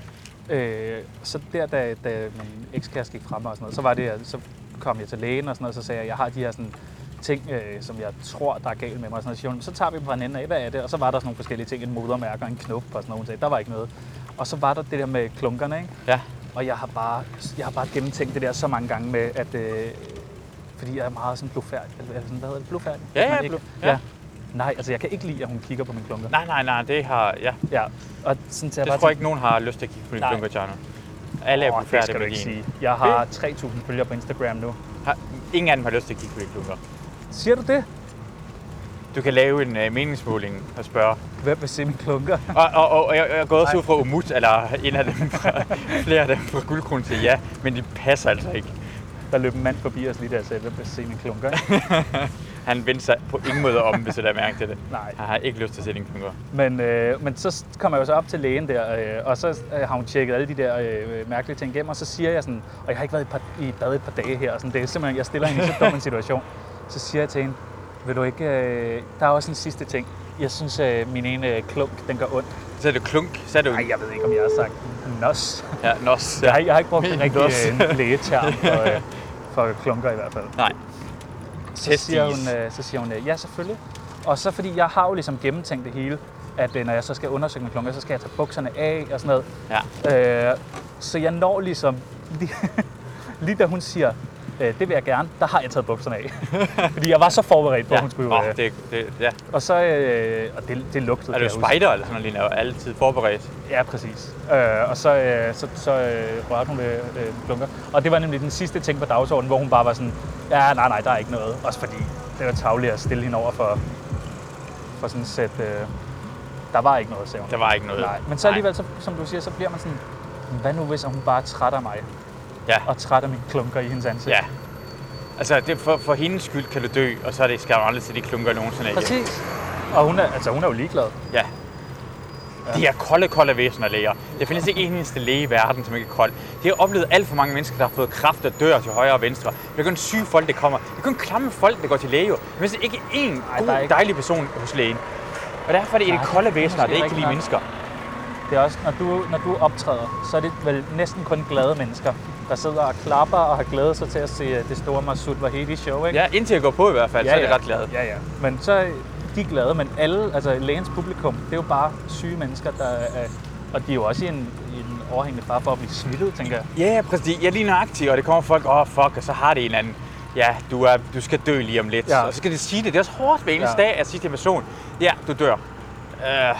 Speaker 2: Øh, så der, da, da min ekskæreste gik frem og sådan noget, så var det, så kom jeg til lægen og sådan noget, og så sagde jeg, jeg har de her sådan ting, øh, som jeg tror, der er galt med mig. Og sådan noget. Så tager vi på en ende af, hvad er det? Og så var der sådan nogle forskellige ting, en modermærke og en knop og sådan noget. Sagde, der var ikke noget. Og så var der det der med klunkerne, ikke?
Speaker 1: Ja.
Speaker 2: Og jeg har bare, jeg har bare gennemtænkt det der så mange gange med, at øh, fordi jeg er meget sådan blufærdig. Eller sådan, hvad hedder det? Blufærdig?
Speaker 1: Ja, ja, blu- ja.
Speaker 2: ja. Nej, altså jeg kan ikke lide, at hun kigger på mine klunker.
Speaker 1: Nej, nej, nej, det har, ja.
Speaker 2: Ja, og sådan jeg
Speaker 1: det
Speaker 2: bare
Speaker 1: tror jeg ikke, nogen har lyst til at kigge på dine klunker, Tjerno. Alle er
Speaker 2: oh,
Speaker 1: blufærdige med
Speaker 2: din. Jeg har tre tusind følgere på Instagram nu.
Speaker 1: Har, ingen af dem har lyst til at kigge på dine klunker.
Speaker 2: Siger du det?
Speaker 1: Du kan lave en uh, meningsmåling og spørge.
Speaker 2: Hvem vil se mine klunker?
Speaker 1: og, og, og, og jeg, jeg er gået også ud fra Umut, eller en af dem fra, flere af dem fra Guldkronen til ja, men de passer altså ikke.
Speaker 2: Der løb en mand forbi os lige der og sagde, hvem vil se mine klunker?
Speaker 1: Han vendte sig på ingen måde om, hvis jeg lader mærke til det.
Speaker 2: Nej.
Speaker 1: Han har ikke lyst til at se din klunker.
Speaker 2: Men, øh, men så kommer jeg jo så op til lægen der, øh, og så øh, har hun tjekket alle de der øh, mærkelige ting igennem, og så siger jeg sådan, og jeg har ikke været i, par, i bad et par dage her, og sådan, det er simpelthen, jeg stiller hende i så dum en situation. Så siger jeg til hende, vil du ikke, øh, der er også en sidste ting. Jeg synes, øh, min ene øh, klunk, den gør ondt.
Speaker 1: Så er det klunk? Så er det jo...
Speaker 2: Nej, jeg ved ikke, om jeg har sagt nos.
Speaker 1: Ja, nos. Ja.
Speaker 2: Jeg, har, jeg har ikke brugt en
Speaker 1: Min
Speaker 2: rigtig
Speaker 1: nos.
Speaker 2: øh, lægeterm for, øh, for klunker i hvert fald.
Speaker 1: Nej.
Speaker 2: Så siger, hun, øh, så siger hun, øh, ja selvfølgelig. Og så fordi jeg har jo ligesom gennemtænkt det hele, at øh, når jeg så skal undersøge min klunker, så skal jeg tage bukserne af og sådan noget.
Speaker 1: Ja.
Speaker 2: Øh, så jeg når ligesom, lige, lige da hun siger, øh, det vil jeg gerne, der har jeg taget bukserne af. Fordi jeg var så forberedt på,
Speaker 1: Ja.
Speaker 2: at hun skulle...
Speaker 1: Oh,
Speaker 2: Øh,
Speaker 1: det, det, ja.
Speaker 2: og så, øh, og det, det lugtede.
Speaker 1: Er du spejder eller sådan noget, er altid forberedt?
Speaker 2: Ja, præcis. Øh, og så, øh, så, så øh, rørte hun ved øh, klunker. Og det var nemlig den sidste ting på dagsordenen, hvor hun bare var sådan, ja, nej, nej, der er ikke noget. Også fordi det var tarveligt at stille hende over for, for sådan et sæt, øh, der var ikke noget, sagde hun.
Speaker 1: Der var ikke noget.
Speaker 2: Nej, men så alligevel, så, som du siger, så bliver man sådan, hvad nu hvis hun bare er træt af mig?
Speaker 1: Ja.
Speaker 2: Og træt af mine klunker i hendes ansigt?
Speaker 1: Ja. Altså, det for, for hendes skyld kan du dø, og så er det skal du aldrig til de klunker nogensinde af.
Speaker 2: Præcis. Og hun er, altså, hun er jo ligeglad.
Speaker 1: Ja. De er kolde, kolde væsener, læger. Der findes ikke en eneste læge i verden, som ikke er kold. Det har oplevet alt for mange mennesker, der har fået kræft og dør til højre og venstre. Det er kun syge folk, der kommer. Det er kun klamme folk, der går til læge. Der findes ikke én
Speaker 2: Ej,
Speaker 1: god,
Speaker 2: ikke...
Speaker 1: dejlig person hos lægen. Og derfor er det de kolde væsener, det er ikke lige mennesker.
Speaker 2: Det er også, når du, når du optræder, så er det vel næsten kun glade mennesker, der sidder og klapper og har glædet sig til at se det store Masoud Vahedi show, ikke?
Speaker 1: Ja, indtil jeg går på i hvert fald,
Speaker 2: ja,
Speaker 1: så er det
Speaker 2: ja.
Speaker 1: ret glad.
Speaker 2: Ja, ja. Men så er de glade, men alle, altså lægens publikum, det er jo bare syge mennesker, der er, og de er jo også i en, i en overhængende fare for at blive smittet, tænker jeg.
Speaker 1: Ja, præcis. Jeg er lige nøjagtig, og det kommer folk, åh oh, fuck, og så har det en eller anden, ja, du, er, du skal dø lige om lidt.
Speaker 2: Ja.
Speaker 1: Og så skal de sige det. Det er også hårdt hver eneste ja. dag at sige til en person, ja, du dør. Uh.
Speaker 2: Ja.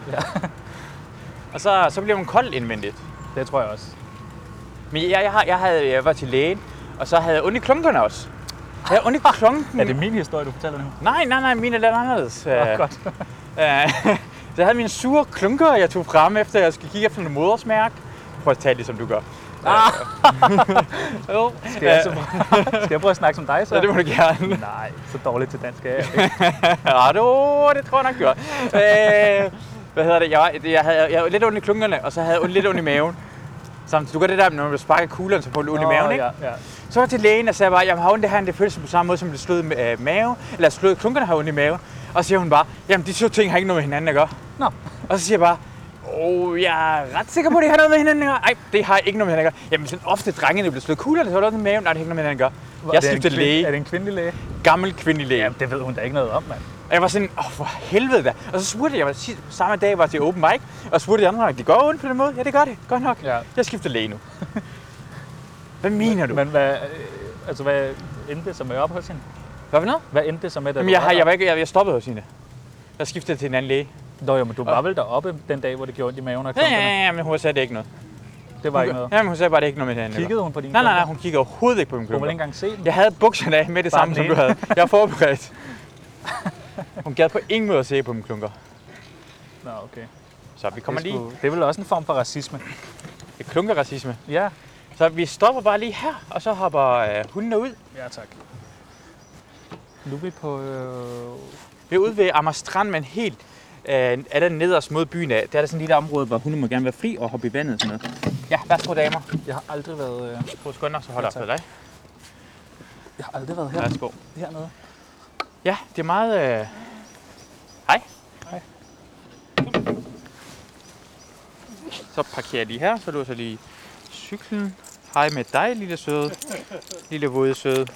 Speaker 1: Og så, så bliver man kold indvendigt.
Speaker 2: Det tror jeg også.
Speaker 1: Men jeg, jeg, har, jeg, havde, jeg var til lægen, og så havde jeg ondt i klunkerne også. Jeg havde ondt i klunken.
Speaker 2: Er det min historie, du fortæller nu?
Speaker 1: Nej, nej, nej, min er lidt anderledes.
Speaker 2: Åh, oh, godt.
Speaker 1: Så jeg havde mine sure klunker, jeg tog frem efter, jeg skulle kigge efter noget modersmærke. Prøv at tale det, som du gør.
Speaker 2: Ah.
Speaker 1: Jo.
Speaker 2: Skal jeg, så, skal jeg prøve at snakke som dig så?
Speaker 1: Ja, det må du gerne.
Speaker 2: Nej, så dårligt til dansk er jeg ikke.
Speaker 1: Ja, det, det tror jeg nok gjort. Øh, hvad hedder det? Jeg, var, jeg, havde, jeg havde lidt ondt i klunkerne, og så havde jeg lidt ondt i maven. Samtidig, du gør det der, når du sparker kuglerne, så får du ondt i maven, ikke?
Speaker 2: Ja, ja.
Speaker 1: Så var jeg til lægen og sagde bare, jeg har ondt i her, det føles på samme måde, som det slået i øh, mave, eller slået klunkerne har ondt i mave. Og så siger hun bare, jamen de to ting har ikke noget med hinanden at gøre.
Speaker 2: Nå.
Speaker 1: Og så siger jeg bare, åh, oh, jeg er ret sikker på, at det har noget med hinanden at gøre. Ej, det har ikke noget med hinanden at gøre. Jamen sådan ofte drengene bliver slået kuglerne, så var det også med maven. Nej, det har ikke noget med hinanden at gøre. Jeg skiftede læge.
Speaker 2: Er det en kvindelig læge?
Speaker 1: Gammel kvindelig læge.
Speaker 2: Ja, det ved hun da ikke noget om, mand.
Speaker 1: Og jeg var sådan, åh, oh, for helvede da. Og så spurgte jeg, jeg var, samme dag var jeg til open mic, og spurgte de andre, det går ondt på den måde? Ja, det gør det. Godt nok.
Speaker 2: Ja.
Speaker 1: Jeg skifter læge nu. Hvad mener du?
Speaker 2: Men hvad, øh, altså, hvad endte det så med op hos hende?
Speaker 1: Hvad for noget?
Speaker 2: Hvad endte det så med, da
Speaker 1: Jamen,
Speaker 2: du
Speaker 1: jeg, har,
Speaker 2: var
Speaker 1: jeg, var ikke, jeg, jeg stoppede hos hende. Jeg skiftede til en anden læge.
Speaker 2: Nå jo, men du var vel deroppe den dag, hvor det gjorde ondt i maven og
Speaker 1: Ja, ja,
Speaker 2: klunkerne?
Speaker 1: ja, men hun sagde det ikke noget.
Speaker 2: Det var
Speaker 1: Hun,
Speaker 2: ikke noget.
Speaker 1: ja, men hun sagde bare, det ikke noget med det andet.
Speaker 2: Kiggede hun på dine
Speaker 1: Nej, nej, nej,
Speaker 2: klunker?
Speaker 1: hun kiggede overhovedet ikke på min
Speaker 2: Hun ville
Speaker 1: klunker.
Speaker 2: ikke engang se dem?
Speaker 1: Jeg havde bukserne af med det
Speaker 2: Bare
Speaker 1: samme,
Speaker 2: den
Speaker 1: som du
Speaker 2: ene.
Speaker 1: havde. Jeg er forberedt. Hun gad på ingen måde at se på mine klunker.
Speaker 2: Nå, okay.
Speaker 1: Så vi kommer
Speaker 2: det, er
Speaker 1: lige.
Speaker 2: sgu, det er vel også en form for racisme?
Speaker 1: Det er klunkerracisme.
Speaker 2: Ja.
Speaker 1: Så vi stopper bare lige her, og så hopper øh, hundene ud.
Speaker 2: Ja, tak. Nu er vi på... Øh...
Speaker 1: Vi er ude ved Amager Strand, men helt øh, er der nederst mod byen af. Der er der sådan et lille område, hvor hunde må gerne være fri og hoppe i vandet og sådan noget. Ja, værsgo damer.
Speaker 2: Jeg har aldrig været... Øh...
Speaker 1: To sekunder, så holder jeg
Speaker 2: Ja,
Speaker 1: for dig.
Speaker 2: Jeg har aldrig været her.
Speaker 1: Værsgo.
Speaker 2: Hernede.
Speaker 1: Ja, det er meget... Øh... Hej.
Speaker 2: Hej.
Speaker 1: Så parkerer jeg lige her, så låser jeg lige cyklen. Hej med dig, lille søde. Lille våde søde.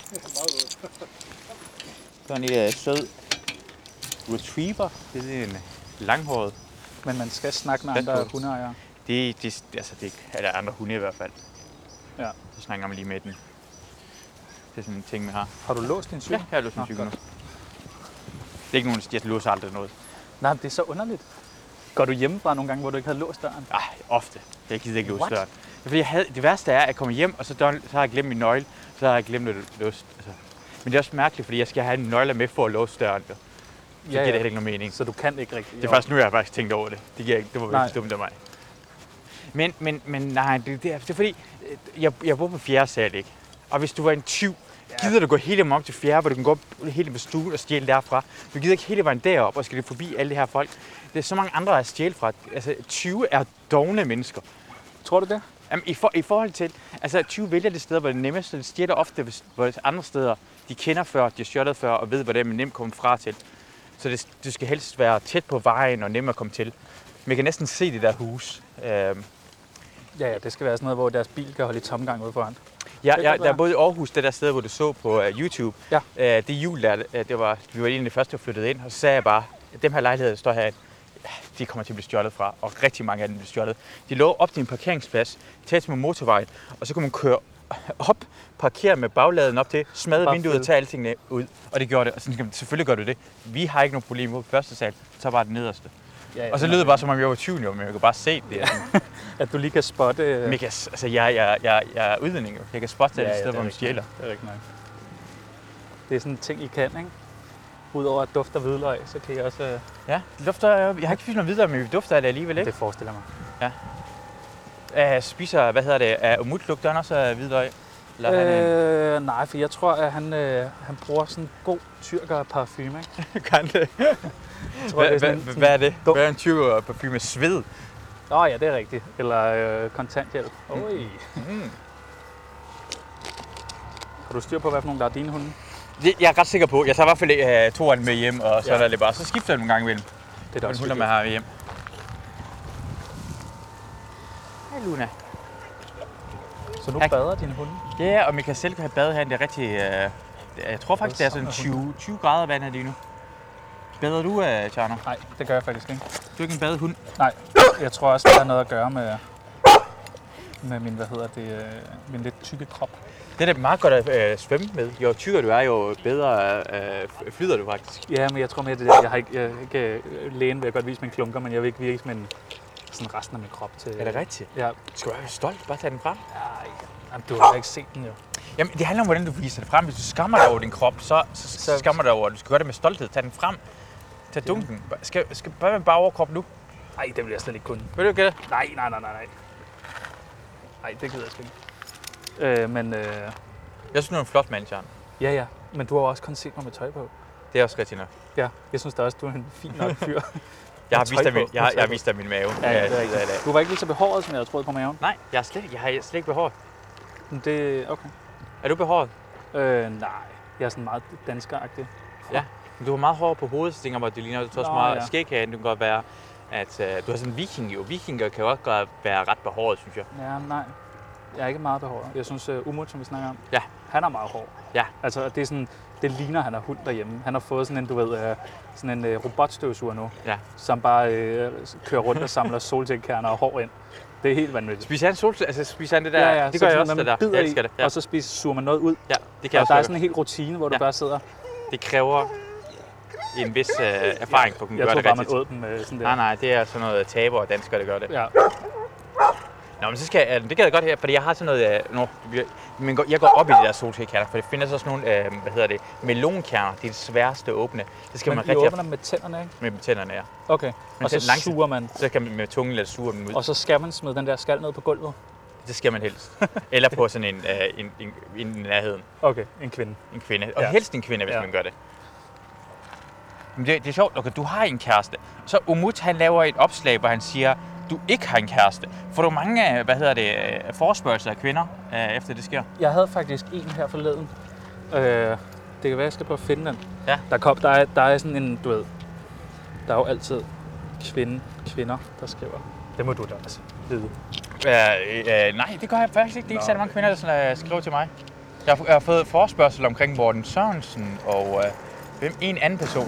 Speaker 1: Så en lille sød retriever. Det er en langhåret.
Speaker 2: Men man skal snakke med
Speaker 1: Værsgo.
Speaker 2: andre hundeejere.
Speaker 1: Det, det, altså det er der andre hunde i hvert fald.
Speaker 2: Ja.
Speaker 1: Så snakker man lige med den. Det er sådan en ting, vi har.
Speaker 2: Har du låst din cykel?
Speaker 1: Ja, jeg har låst min
Speaker 2: Nå,
Speaker 1: cykel nu.
Speaker 2: godt.
Speaker 1: Det er ikke nogen, der siger, at jeg låser aldrig noget.
Speaker 2: Nej, det er så underligt. Går du hjemmefra nogle gange, hvor du ikke havde låst døren?
Speaker 1: Nej, ofte. Jeg gider ikke låse
Speaker 2: What?
Speaker 1: døren. Det, er, fordi jeg havde, det værste er, at jeg kommer hjem, og så, døren, så har jeg glemt min nøgle. Så har jeg glemt at låse. Altså. Men det er også mærkeligt, fordi jeg skal have en nøgle med for at låse døren. Så ja, giver det heller ikke nogen mening.
Speaker 2: Så du kan ikke rigtig.
Speaker 1: Det er først nu, jeg har faktisk tænkt over det. Det, giver ikke, det var
Speaker 2: Nej.
Speaker 1: virkelig dumt af mig. Men, men, men nej, det, det, er, det er fordi, jeg, jeg bor på fjerde sal, ikke? Og hvis du var en tyv, Gider du gå hele vejen op til fjerde, hvor du kan gå hele ved stuen og stjæle derfra? Du gider ikke hele vejen derop og skal forbi alle de her folk. Det er så mange andre at stjæle fra. Altså, tyve er dovne mennesker.
Speaker 2: Tror du det?
Speaker 1: Jamen, i, for, i forhold til, altså tyve vælger det steder, hvor det er nemmest, så de stjæler ofte, hvis, hvor andre steder, de kender før, de har stjålet før, og ved, hvor det er, man nemt kommer fra til. Så det, det skal helst være tæt på vejen og nemt at komme til. Man kan næsten se det der hus. Øhm.
Speaker 2: Ja, ja, det skal være sådan noget, hvor deres bil kan holde i tomgang ude foran.
Speaker 1: Ja, ja, der er både i Aarhus, det der sted, hvor du så på uh, YouTube.
Speaker 2: Ja.
Speaker 1: Uh, det jul der, det var, vi var en af de første, der flyttede ind, og så sagde jeg bare, at dem her lejligheder, der står her, de kommer til at blive stjålet fra, og rigtig mange af dem bliver stjålet. De lå op til en parkeringsplads, tæt med motorvejen, og så kunne man køre op, parkere med bagladen op til, smadre vinduet og tage alting ud. Og det gjorde det, og så selvfølgelig gør du det. Vi har ikke noget problem på første sal, så bare det nederste. Ja, ja, og så lød det bare, som om jeg var tyve år, men jeg kan bare se det.
Speaker 2: At du lige kan spotte...
Speaker 1: Men jeg, kan, altså, jeg, jeg, jeg, jeg er udlænding, jo. Jeg kan spotte det ja, ja, sted, hvor man stjæler.
Speaker 2: Det er rigtig nok. Det er sådan en ting, I kan, ikke? Udover at dufter hvidløg, så kan I også... Uh...
Speaker 1: Ja, det dufter... Jeg har ikke spist noget videre, men vi dufter af det alligevel, ikke?
Speaker 2: Det forestiller mig.
Speaker 1: Ja. Jeg spiser, hvad hedder det, af Umut lugter han også af hvidløg?
Speaker 2: Øh, han... Nej, for jeg tror, at han, øh, han bruger sådan en god tyrker-parfume, ikke?
Speaker 1: Kan det? Hvad er det? Hvad er en tyrker-parfume? Sved?
Speaker 2: Åh oh, ja, det er rigtigt. Eller øh, kontanthjælp. Oj. Mm. Har du styr på, hvad for nogle der er dine hunde?
Speaker 1: Det, jeg er ret sikker på. Jeg tager i hvert fald uh, to af dem med hjem, og så ja. er det bare. Så skifter jeg dem en gang imellem.
Speaker 2: Det er da også
Speaker 1: hunder med her hjem. Hej Luna.
Speaker 2: Så nu her... bader dine hunde?
Speaker 1: Ja, og Michael selv kan have badet her. Det er rigtig... Uh, jeg tror faktisk, det er sådan tyve, tyve grader vand her lige nu. Bader du, uh, Tjerno?
Speaker 2: Nej, det gør jeg faktisk ikke.
Speaker 1: Du er ikke en badehund?
Speaker 2: Nej, jeg tror også, det har noget at gøre med, med min, hvad hedder det, uh, min lidt tykke krop.
Speaker 1: Det er da meget godt at øh, svømme med. Jo tykkere du er, jo bedre øh, flyder du faktisk.
Speaker 2: Ja, men jeg tror mere det der. Jeg har ikke, jeg, ikke lægen vil jeg godt vise mine klunker, men jeg vil ikke virke med sådan resten af min krop til.
Speaker 1: Er det rigtigt?
Speaker 2: Ja.
Speaker 1: Du skal være stolt. Bare tage den frem.
Speaker 2: Ja, du har ikke set den jo.
Speaker 1: Jamen, det handler om, hvordan du viser det frem. Hvis du skammer dig over din krop, så, så, så skammer dig over. Du skal gøre det med stolthed. Tag den frem. Tag dunken. Skal, skal bare med bare overkrop nu?
Speaker 2: Nej, det vil jeg slet ikke kunne.
Speaker 1: Vil du ikke det?
Speaker 2: Nej, nej, nej, nej. Nej, det gider jeg slet ikke. Øh, men... Øh...
Speaker 1: Jeg synes, du er en flot mand, Tjern.
Speaker 2: Ja, ja. Men du har også kun set mig med tøj på.
Speaker 1: Det er også rigtigt nok.
Speaker 2: Ja, jeg synes da også, du er en fin nok fyr.
Speaker 1: jeg har vist dig min, jeg har, jeg har vist dig min mave.
Speaker 2: Ja, ja, det er rigtigt. Du var ikke lige så behåret, som jeg havde troet på maven.
Speaker 1: Nej, jeg, er slet, jeg har slet ikke behåret.
Speaker 2: Det okay.
Speaker 1: Er du behåret?
Speaker 2: Øh, nej. Jeg er sådan meget danskeragtig.
Speaker 1: Ja, men du har meget hår på hovedet, så tænker jeg mig, at det ligner, at du har så meget ja. skæghagen. Det kan godt være, at uh, du har sådan en viking jo. Vikinger kan også godt være ret behåret, synes jeg.
Speaker 2: Ja, nej. Jeg er ikke meget behåret. Jeg synes, uh, Umut, som vi snakker om,
Speaker 1: ja.
Speaker 2: han er meget hård.
Speaker 1: Ja.
Speaker 2: Altså, det er sådan, det ligner, han har hund derhjemme. Han har fået sådan en, du ved, uh, sådan en uh, robotstøvsuger nu,
Speaker 1: ja.
Speaker 2: som bare uh, kører rundt og samler solsikkerner og hår ind. Det er helt vanvittigt.
Speaker 1: Spiser han solsikker? Altså spiser han det der?
Speaker 2: Ja, ja.
Speaker 1: Det gør
Speaker 2: så
Speaker 1: jeg også, det der. Jeg elsker det.
Speaker 2: Ja. Og så spiser, suger man noget ud.
Speaker 1: Ja, det kan jeg
Speaker 2: og
Speaker 1: også.
Speaker 2: Der er sådan en helt rutine, hvor ja. du bare sidder.
Speaker 1: Det kræver en vis uh, erfaring på at kunne gøre det rigtigt.
Speaker 2: Jeg tror bare, man åd dem uh, sådan der.
Speaker 1: Nej, nej, det er sådan noget taber og danskere, der gør det.
Speaker 2: Ja.
Speaker 1: Nå, men så skal jeg, det kan jeg godt her, fordi jeg har sådan noget, øh, no, men jeg går op i de der solsikkerner, for det findes også nogle, øh, hvad hedder det, melonkerner, det er det sværeste at åbne. Det skal
Speaker 2: men
Speaker 1: man
Speaker 2: de
Speaker 1: rigtig
Speaker 2: åbner med tænderne, ikke?
Speaker 1: Med tænderne, ja.
Speaker 2: Okay,
Speaker 1: men
Speaker 2: og så
Speaker 1: langsomt,
Speaker 2: suger man.
Speaker 1: Så kan man med tungen lade suge dem ud.
Speaker 2: Og så skal man smide den der skal ned på gulvet?
Speaker 1: Det skal man helst. Eller på sådan en, øh, en, en, en, en nærheden.
Speaker 2: Okay, en kvinde.
Speaker 1: En kvinde, og
Speaker 2: ja.
Speaker 1: helst en kvinde, hvis ja. man gør det. Men det, det er sjovt, okay, du har en kæreste. Så Umut, han laver et opslag, hvor han siger, du ikke har en kæreste. Får du mange, hvad hedder det, forespørgelser af kvinder, øh, efter det sker?
Speaker 2: Jeg havde faktisk en her forleden. Øh, det kan være, jeg skal prøve at finde den.
Speaker 1: Ja.
Speaker 2: Der, kom, der, er, der er sådan en, du ved, der er jo altid kvinde, kvinder, der skriver. Det må du da også vide.
Speaker 1: Øh, øh, nej, det gør jeg faktisk ikke. Det er ikke særlig mange kvinder, der sådan, uh, skriver til mig. Jeg har, jeg har fået forespørgsel omkring Morten Sørensen og uh, hvem en anden person,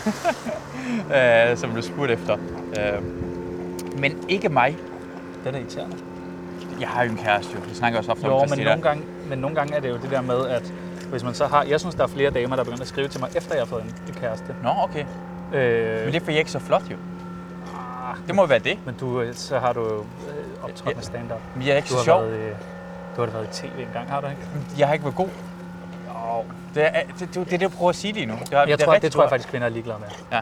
Speaker 1: uh, som blev spurgt efter. Uh, Men ikke mig.
Speaker 2: Den er irriterende.
Speaker 1: Jeg har jo en kæreste, jo. Jeg snakker også ofte
Speaker 2: jo,
Speaker 1: om
Speaker 2: men nogle, gange, men nogle gange er det jo det der med, at hvis man så har... Jeg synes, der er flere damer, der begynder at skrive til mig, efter jeg har fået en, en kæreste.
Speaker 1: Nå, okay.
Speaker 2: Øh,
Speaker 1: men det er fordi, jeg ikke så flot, jo. Ah, det må være det.
Speaker 2: Men du, så har du øh, optrådt ja, med stand-up.
Speaker 1: Men jeg er ikke
Speaker 2: du
Speaker 1: så sjov.
Speaker 2: Været, øh, du har da været i tv engang, har du ikke?
Speaker 1: Jeg har ikke været god. Jo. Det er det, det, det, det du prøver at sige lige nu. Det,
Speaker 2: jeg
Speaker 1: det,
Speaker 2: tror,
Speaker 1: det,
Speaker 2: det tror jeg faktisk, kvinder er ligeglade med.
Speaker 1: Ja.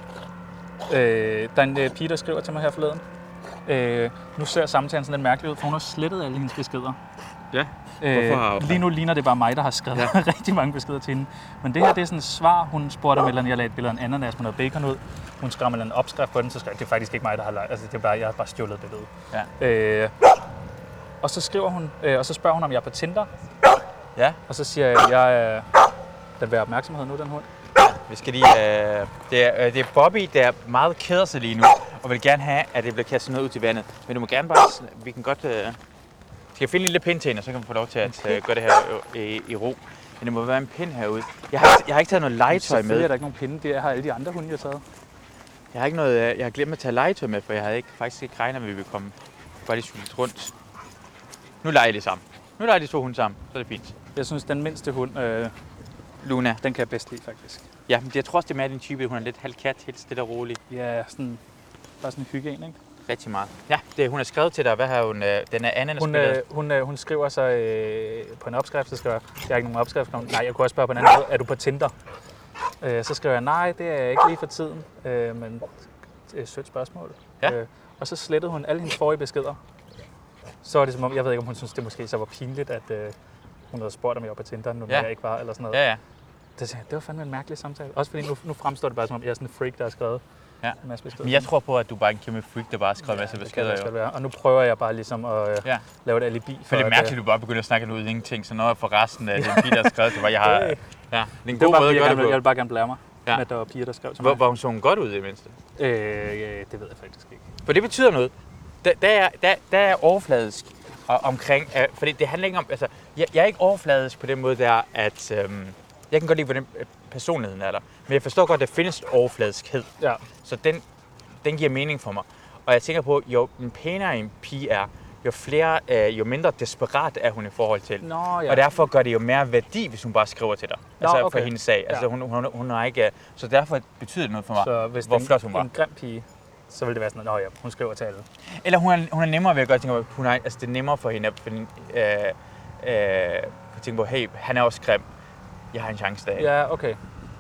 Speaker 2: Øh, der er en øh, pige, der skriver til mig her forleden. Øh, nu ser samtalen sådan lidt mærkeligt ud, for hun har slettet alle hendes beskeder.
Speaker 1: Ja.
Speaker 2: Øh, lige nu ligner det bare mig, der har skrevet ja. rigtig mange beskeder til hende. Men det her, det er sådan et svar. Hun spurgte om et eller andet. Jeg lagde et billede af en ananas med noget bacon ud. Hun skrev med en opskrift på den, så skrev det er faktisk ikke mig, der har lagt. Altså, det er bare, jeg har bare stjålet billedet. Ja. Øh, og så skriver hun, øh, og så spørger hun, om jeg er på Tinder.
Speaker 1: Ja.
Speaker 2: Og så siger jeg, at jeg øh, den vil have opmærksomhed nu, den hund.
Speaker 1: Vi skal lige, øh, det, er, øh, det er Bobby, der er meget keder sig lige nu, og vil gerne have, at det bliver kastet noget ud til vandet. Men du må gerne bare, vi kan godt, øh, skal finde en lille pind til hende, og så kan vi få lov til at øh, gøre det her i, i ro. Men det må være en pind herude. Jeg har, jeg har ikke taget noget legetøj med.
Speaker 2: Selvfølgelig er der ikke nogen pinde, det har alle de andre hunde, jeg har taget.
Speaker 1: Jeg har ikke noget, jeg har glemt at tage legetøj med, for jeg havde ikke, faktisk ikke regnet med, at vi ville komme bare lige lidt rundt. Nu leger de sammen. Nu leger de to hunde sammen, så er det fint.
Speaker 2: Jeg synes, den mindste hund, øh,
Speaker 1: Luna,
Speaker 2: den kan jeg bedst lide, faktisk.
Speaker 1: Ja, men jeg tror også, det er mere din type. Hun er lidt halv kat, helt stille og rolig.
Speaker 2: Ja, sådan, bare sådan en hygge en, ikke?
Speaker 1: Rigtig meget. Ja, det, hun har skrevet til dig. Hvad har hun? Øh, den er ananas
Speaker 2: hun, øh, hun, øh, hun skriver så øh, på en opskrift, så skriver jeg, jeg har ikke nogen opskrift. Nej, jeg kunne også spørge på en anden måde. Er du på Tinder? Øh, så skriver jeg, nej, det er jeg ikke lige for tiden. Øh, men det er et sødt spørgsmål.
Speaker 1: Ja.
Speaker 2: Øh, og så slettede hun alle hendes forrige beskeder. Så var det som om, jeg ved ikke, om hun synes, det måske så var pinligt, at øh, hun havde spurgt, om jeg var på Tinder, nu ja. jeg ikke var, eller sådan noget.
Speaker 1: Ja, ja.
Speaker 2: Det, det var fandme en mærkelig samtale. Også fordi nu, nu fremstår det bare som om, jeg er sådan en freak, der har skrevet
Speaker 1: ja.
Speaker 2: en masse beskeder.
Speaker 1: Men jeg tror på, at du bare er en kæmpe freak, der bare har skrevet en masse
Speaker 2: ja,
Speaker 1: beskeder.
Speaker 2: Det kan det og nu prøver jeg bare ligesom at øh, ja. lave et alibi. For,
Speaker 1: for det er mærkeligt, at du bare begynder at snakke ud ingenting, så noget for resten af den pige, der har skrevet til mig. Jeg har, ja, det er en god
Speaker 2: bare,
Speaker 1: måde at gøre det på.
Speaker 2: Jeg vil bare gerne blære mig, ja. med at der var piger, der skrev til mig.
Speaker 1: Hvor hun så hun godt ud i det mindste?
Speaker 2: Øh, ja, det ved jeg faktisk ikke.
Speaker 1: For det betyder noget. Der, der, er, der, der er overfladisk omkring, øh, fordi det handler ikke om, altså, jeg, jeg er ikke overfladisk på den måde der, at øhm, jeg kan godt lide, hvordan personligheden er der, men jeg forstår godt, at der findes overfladiskhed,
Speaker 2: ja.
Speaker 1: så den, den giver mening for mig. Og jeg tænker på, jo pænere en pige er, jo flere, øh, jo mindre desperat er hun i forhold til.
Speaker 2: Nå, ja.
Speaker 1: Og derfor gør det jo mere værdi, hvis hun bare skriver til dig. Nå, altså okay. For hendes sag. Altså, ja. hun, hun, hun er ikke, så derfor betyder det noget for mig,
Speaker 2: så hvis
Speaker 1: hvor
Speaker 2: den,
Speaker 1: flot hun var.
Speaker 2: en grim pige, så vil det være sådan, at ja, hun skriver til alle.
Speaker 1: Eller hun er, hun er nemmere ved at gøre ting, at hun er, altså det er nemmere for hende at finde, øh, øh, tænke på, hey, han er også grim. Jeg har en chance der.
Speaker 2: Ja, okay.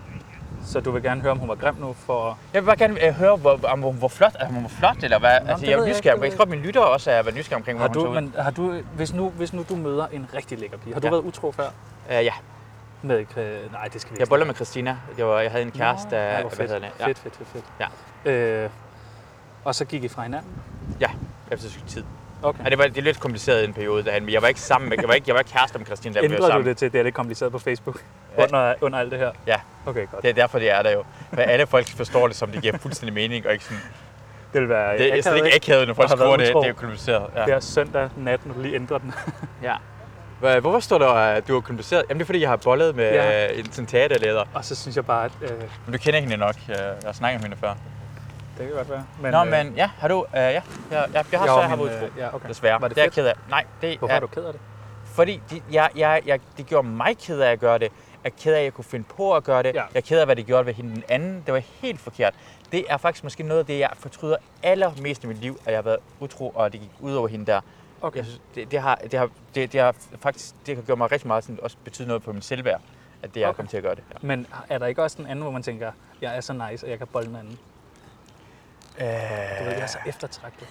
Speaker 2: Så du vil gerne høre, om hun var grim nu for...
Speaker 1: Jeg vil bare gerne øh, høre, hvor, om hun var flot, om hun var flot, eller hvad? Nå, altså, jeg er nysgerrig. Jeg tror, at mine lyttere også er nysgerrig omkring, hvor
Speaker 2: har
Speaker 1: hun
Speaker 2: du,
Speaker 1: så ud.
Speaker 2: Men har du, hvis nu, hvis nu du møder en rigtig lækker pige, har du
Speaker 1: ja.
Speaker 2: været utro før?
Speaker 1: Uh, ja.
Speaker 2: Med, nej, det skal vi ikke.
Speaker 1: Jeg boller med Christina. Jeg, var, jeg havde en kæreste, der...
Speaker 2: Ja, fedt.
Speaker 1: Det? Ja.
Speaker 2: fedt, fedt, fedt, fedt.
Speaker 1: Ja.
Speaker 2: Øh, og så gik I fra hinanden?
Speaker 1: Ja, efter et stykke tid.
Speaker 2: Okay.
Speaker 1: Ja, det var det er lidt kompliceret i en periode derhen, men jeg var ikke sammen med, jeg var ikke, jeg var ikke kæreste med Christina, der blev
Speaker 2: sammen.
Speaker 1: sammen.
Speaker 2: Du det til, det er lidt kompliceret på Facebook? Ja. Under, under alt det her?
Speaker 1: Ja.
Speaker 2: Okay, godt.
Speaker 1: Det er derfor, det er der jo. For alle folk forstår det, som det giver fuldstændig mening, og ikke sådan...
Speaker 2: Det vil være...
Speaker 1: Det er slet ikke akavet, når folk skriver det, det er jo kompliceret. Ja.
Speaker 2: Det er søndag nat, når du lige ændrer den.
Speaker 1: Ja. Hvorfor står der, at du er kompliceret? Jamen det er fordi, jeg har bollet med ja. en sådan teaterleder.
Speaker 2: Og så synes jeg bare, at... Øh...
Speaker 1: Men du kender hende nok. Jeg har snakket med hende før.
Speaker 2: Det kan godt være. Men,
Speaker 1: Nå,
Speaker 2: øh...
Speaker 1: men ja, har du... Øh, ja, jeg, jeg, jeg har så har været utro.
Speaker 2: Øh, ja, okay.
Speaker 1: Desværre.
Speaker 2: Var det
Speaker 1: det er
Speaker 2: fedt?
Speaker 1: jeg ked af. Nej, det
Speaker 2: Hvorfor
Speaker 1: er...
Speaker 2: er du ked af det?
Speaker 1: Fordi de, jeg, jeg, jeg, det gjorde mig ked af at gøre det. Jeg er ked af, at jeg kunne finde på at gøre det. Ja. Jeg er ked af, hvad det gjorde ved hende den anden. Det var helt forkert. Det er faktisk måske noget af det, jeg fortryder allermest i mit liv, at jeg har været utro, og det gik ud over hende der. Okay. Jeg synes, det, det, har, det, har, det, det har faktisk det har gjort mig rigtig meget, sådan, også betydet noget på min selvværd, at det er okay. kommet til at gøre det. Ja.
Speaker 2: Men er der ikke også den anden, hvor man tænker, jeg er så nice, og jeg kan bolde den anden? Øh... Du ved, jeg er så eftertragtet.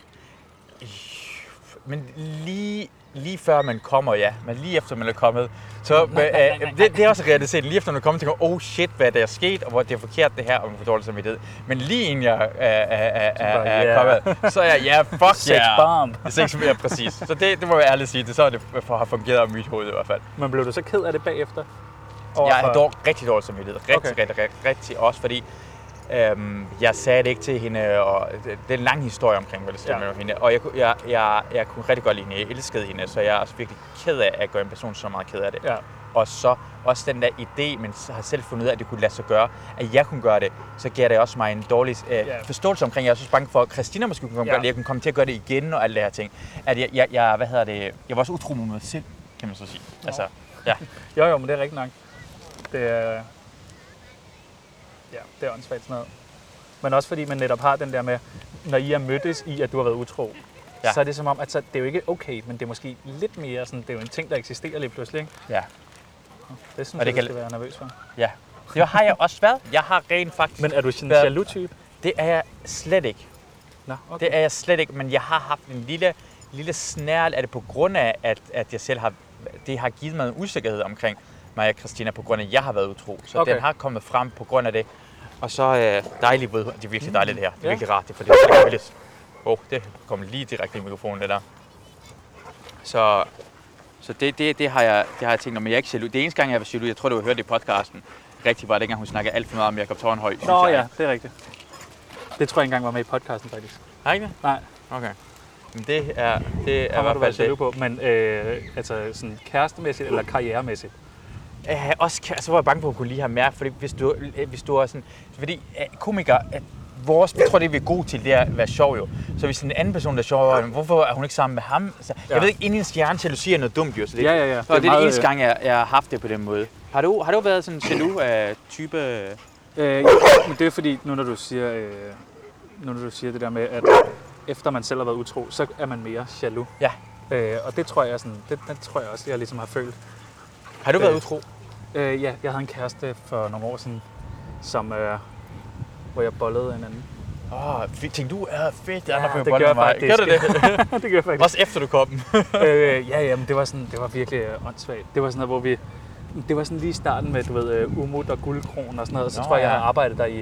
Speaker 1: Men lige, lige før man kommer, ja, men lige efter man er kommet, så nej, nej, nej, nej. Det, det er også realitet. Lige efter man er kommet, tænker oh shit, hvad der er sket, og hvor det er forkert det her, og man får dårlig samvittighed. Men lige inden jeg er, er, er, er yeah. kommet, så er jeg, ja, fuck
Speaker 2: Sex yeah. bomb.
Speaker 1: Sex bomb, ja, præcis. Så det, det må jeg ærligt sige, det er så, det har fungeret om mit hoved i hvert fald.
Speaker 2: Men blev du så ked af det bagefter?
Speaker 1: Overfor... Jeg har dog rigtig dårlig samvittighed. Rigtig, okay. rigtig, rigtig, rigtig, også fordi Øhm, jeg sagde det ikke til hende, og det, det er en lang historie omkring, hvad det skete ja. med hende. Og jeg, jeg, jeg, jeg kunne rigtig godt lide hende, jeg elskede hende, så jeg er også virkelig ked af at gøre en person så meget ked af det. Ja. Og så også den der idé, men har selv fundet ud af, at det kunne lade sig gøre, at jeg kunne gøre det, så gav det også mig en dårlig øh, ja. forståelse omkring. Jeg er også bange for, at Christina måske kunne komme ja. gøre det, jeg kunne komme til at gøre det igen og alt det her ting. At jeg, jeg, jeg hvad hedder det, jeg var også utro med mig selv, kan man så sige.
Speaker 2: Ja.
Speaker 1: Altså, ja.
Speaker 2: Jo, jo, men det er rigtigt nok. Det er, ja, det er åndssvagt sådan noget. Men også fordi man netop har den der med, når I er mødtes i, at du har været utro, ja. så er det som om, at så, det er jo ikke okay, men det er måske lidt mere sådan, det er jo en ting, der eksisterer lige pludselig, ikke?
Speaker 1: Ja.
Speaker 2: Det synes og det jeg, du skal være nervøs for.
Speaker 1: Ja, det har jeg også været. Jeg har rent faktisk...
Speaker 2: Men er du sådan en jaloux-type?
Speaker 1: Det er jeg slet ikke.
Speaker 2: Nå, okay.
Speaker 1: Det er jeg slet ikke, men jeg har haft en lille, lille snærl af det på grund af, at, at jeg selv har det har givet mig en usikkerhed omkring mig og Christina, på grund af, at jeg har været utro. Så
Speaker 2: Okay.
Speaker 1: den har kommet frem på grund af det. Og så øh, dejligt ved, det er virkelig dejligt det her. Det er
Speaker 2: Ja.
Speaker 1: virkelig rart, det, for det er så billigt. Åh, oh, det kom lige direkte i mikrofonen, det der. Så, så det, det, det, har jeg, det har jeg tænkt om, men jeg er ikke jaloux. Det eneste gang, jeg var jaloux, jeg tror, du har hørt det i podcasten, rigtig var det, dengang hun snakkede alt for meget om Jakob Tornhøj. synes
Speaker 2: Nå
Speaker 1: jeg.
Speaker 2: ja, det er rigtigt. Det tror jeg ikke engang var med i podcasten, faktisk.
Speaker 1: Har I ikke det?
Speaker 2: Nej,
Speaker 1: Okay. Men det er, det er i
Speaker 2: har
Speaker 1: hvert
Speaker 2: du
Speaker 1: fald
Speaker 2: været
Speaker 1: det.
Speaker 2: jaloux på. Men øh, altså sådan kærestemæssigt eller karrieremæssigt?
Speaker 1: Uh, også, så altså, var jeg bange for at kunne lige have mere, fordi hvis du, øh, hvis du er sådan, fordi uh, komikere, uh, vores, jeg tror det vi er gode til, det er at være sjov jo. Så hvis en anden person der er sjov, hvorfor er hun ikke sammen med ham? Altså, ja. Jeg ved ikke, inden en stjerne jalousi er noget dumt jo. Så det,
Speaker 2: Ja, ja, ja.
Speaker 1: Så det er det
Speaker 2: meget,
Speaker 1: eneste gang, jeg, jeg har haft det på den måde. Har du, har du været sådan en jaloux af type?
Speaker 2: Øh, ja, men det er fordi, nu når du siger, øh, nu når du siger det der med, at efter man selv har været utro, så er man mere jaloux.
Speaker 1: Ja.
Speaker 2: Øh, og det tror jeg sådan, det, det tror jeg også, jeg ligesom har følt.
Speaker 1: Har du været
Speaker 2: Øh,
Speaker 1: utro?
Speaker 2: Øh, ja, jeg havde en kæreste for nogle år siden, som, øh, hvor jeg bollede en anden.
Speaker 1: Åh, oh, tænkte du, er fedt, det
Speaker 2: Ja,
Speaker 1: andre
Speaker 2: det gør jeg faktisk.
Speaker 1: Gør du det?
Speaker 2: det gør jeg faktisk.
Speaker 1: Også efter du kom.
Speaker 2: øh, ja, ja, men det var sådan, det var virkelig øh, åndssvagt. Det var sådan noget, hvor vi, det var sådan lige i starten med, du ved, uh, Umut og Guldkron og sådan noget. Og så
Speaker 1: Nå,
Speaker 2: tror jeg, jeg
Speaker 1: ja.
Speaker 2: har arbejdet der i,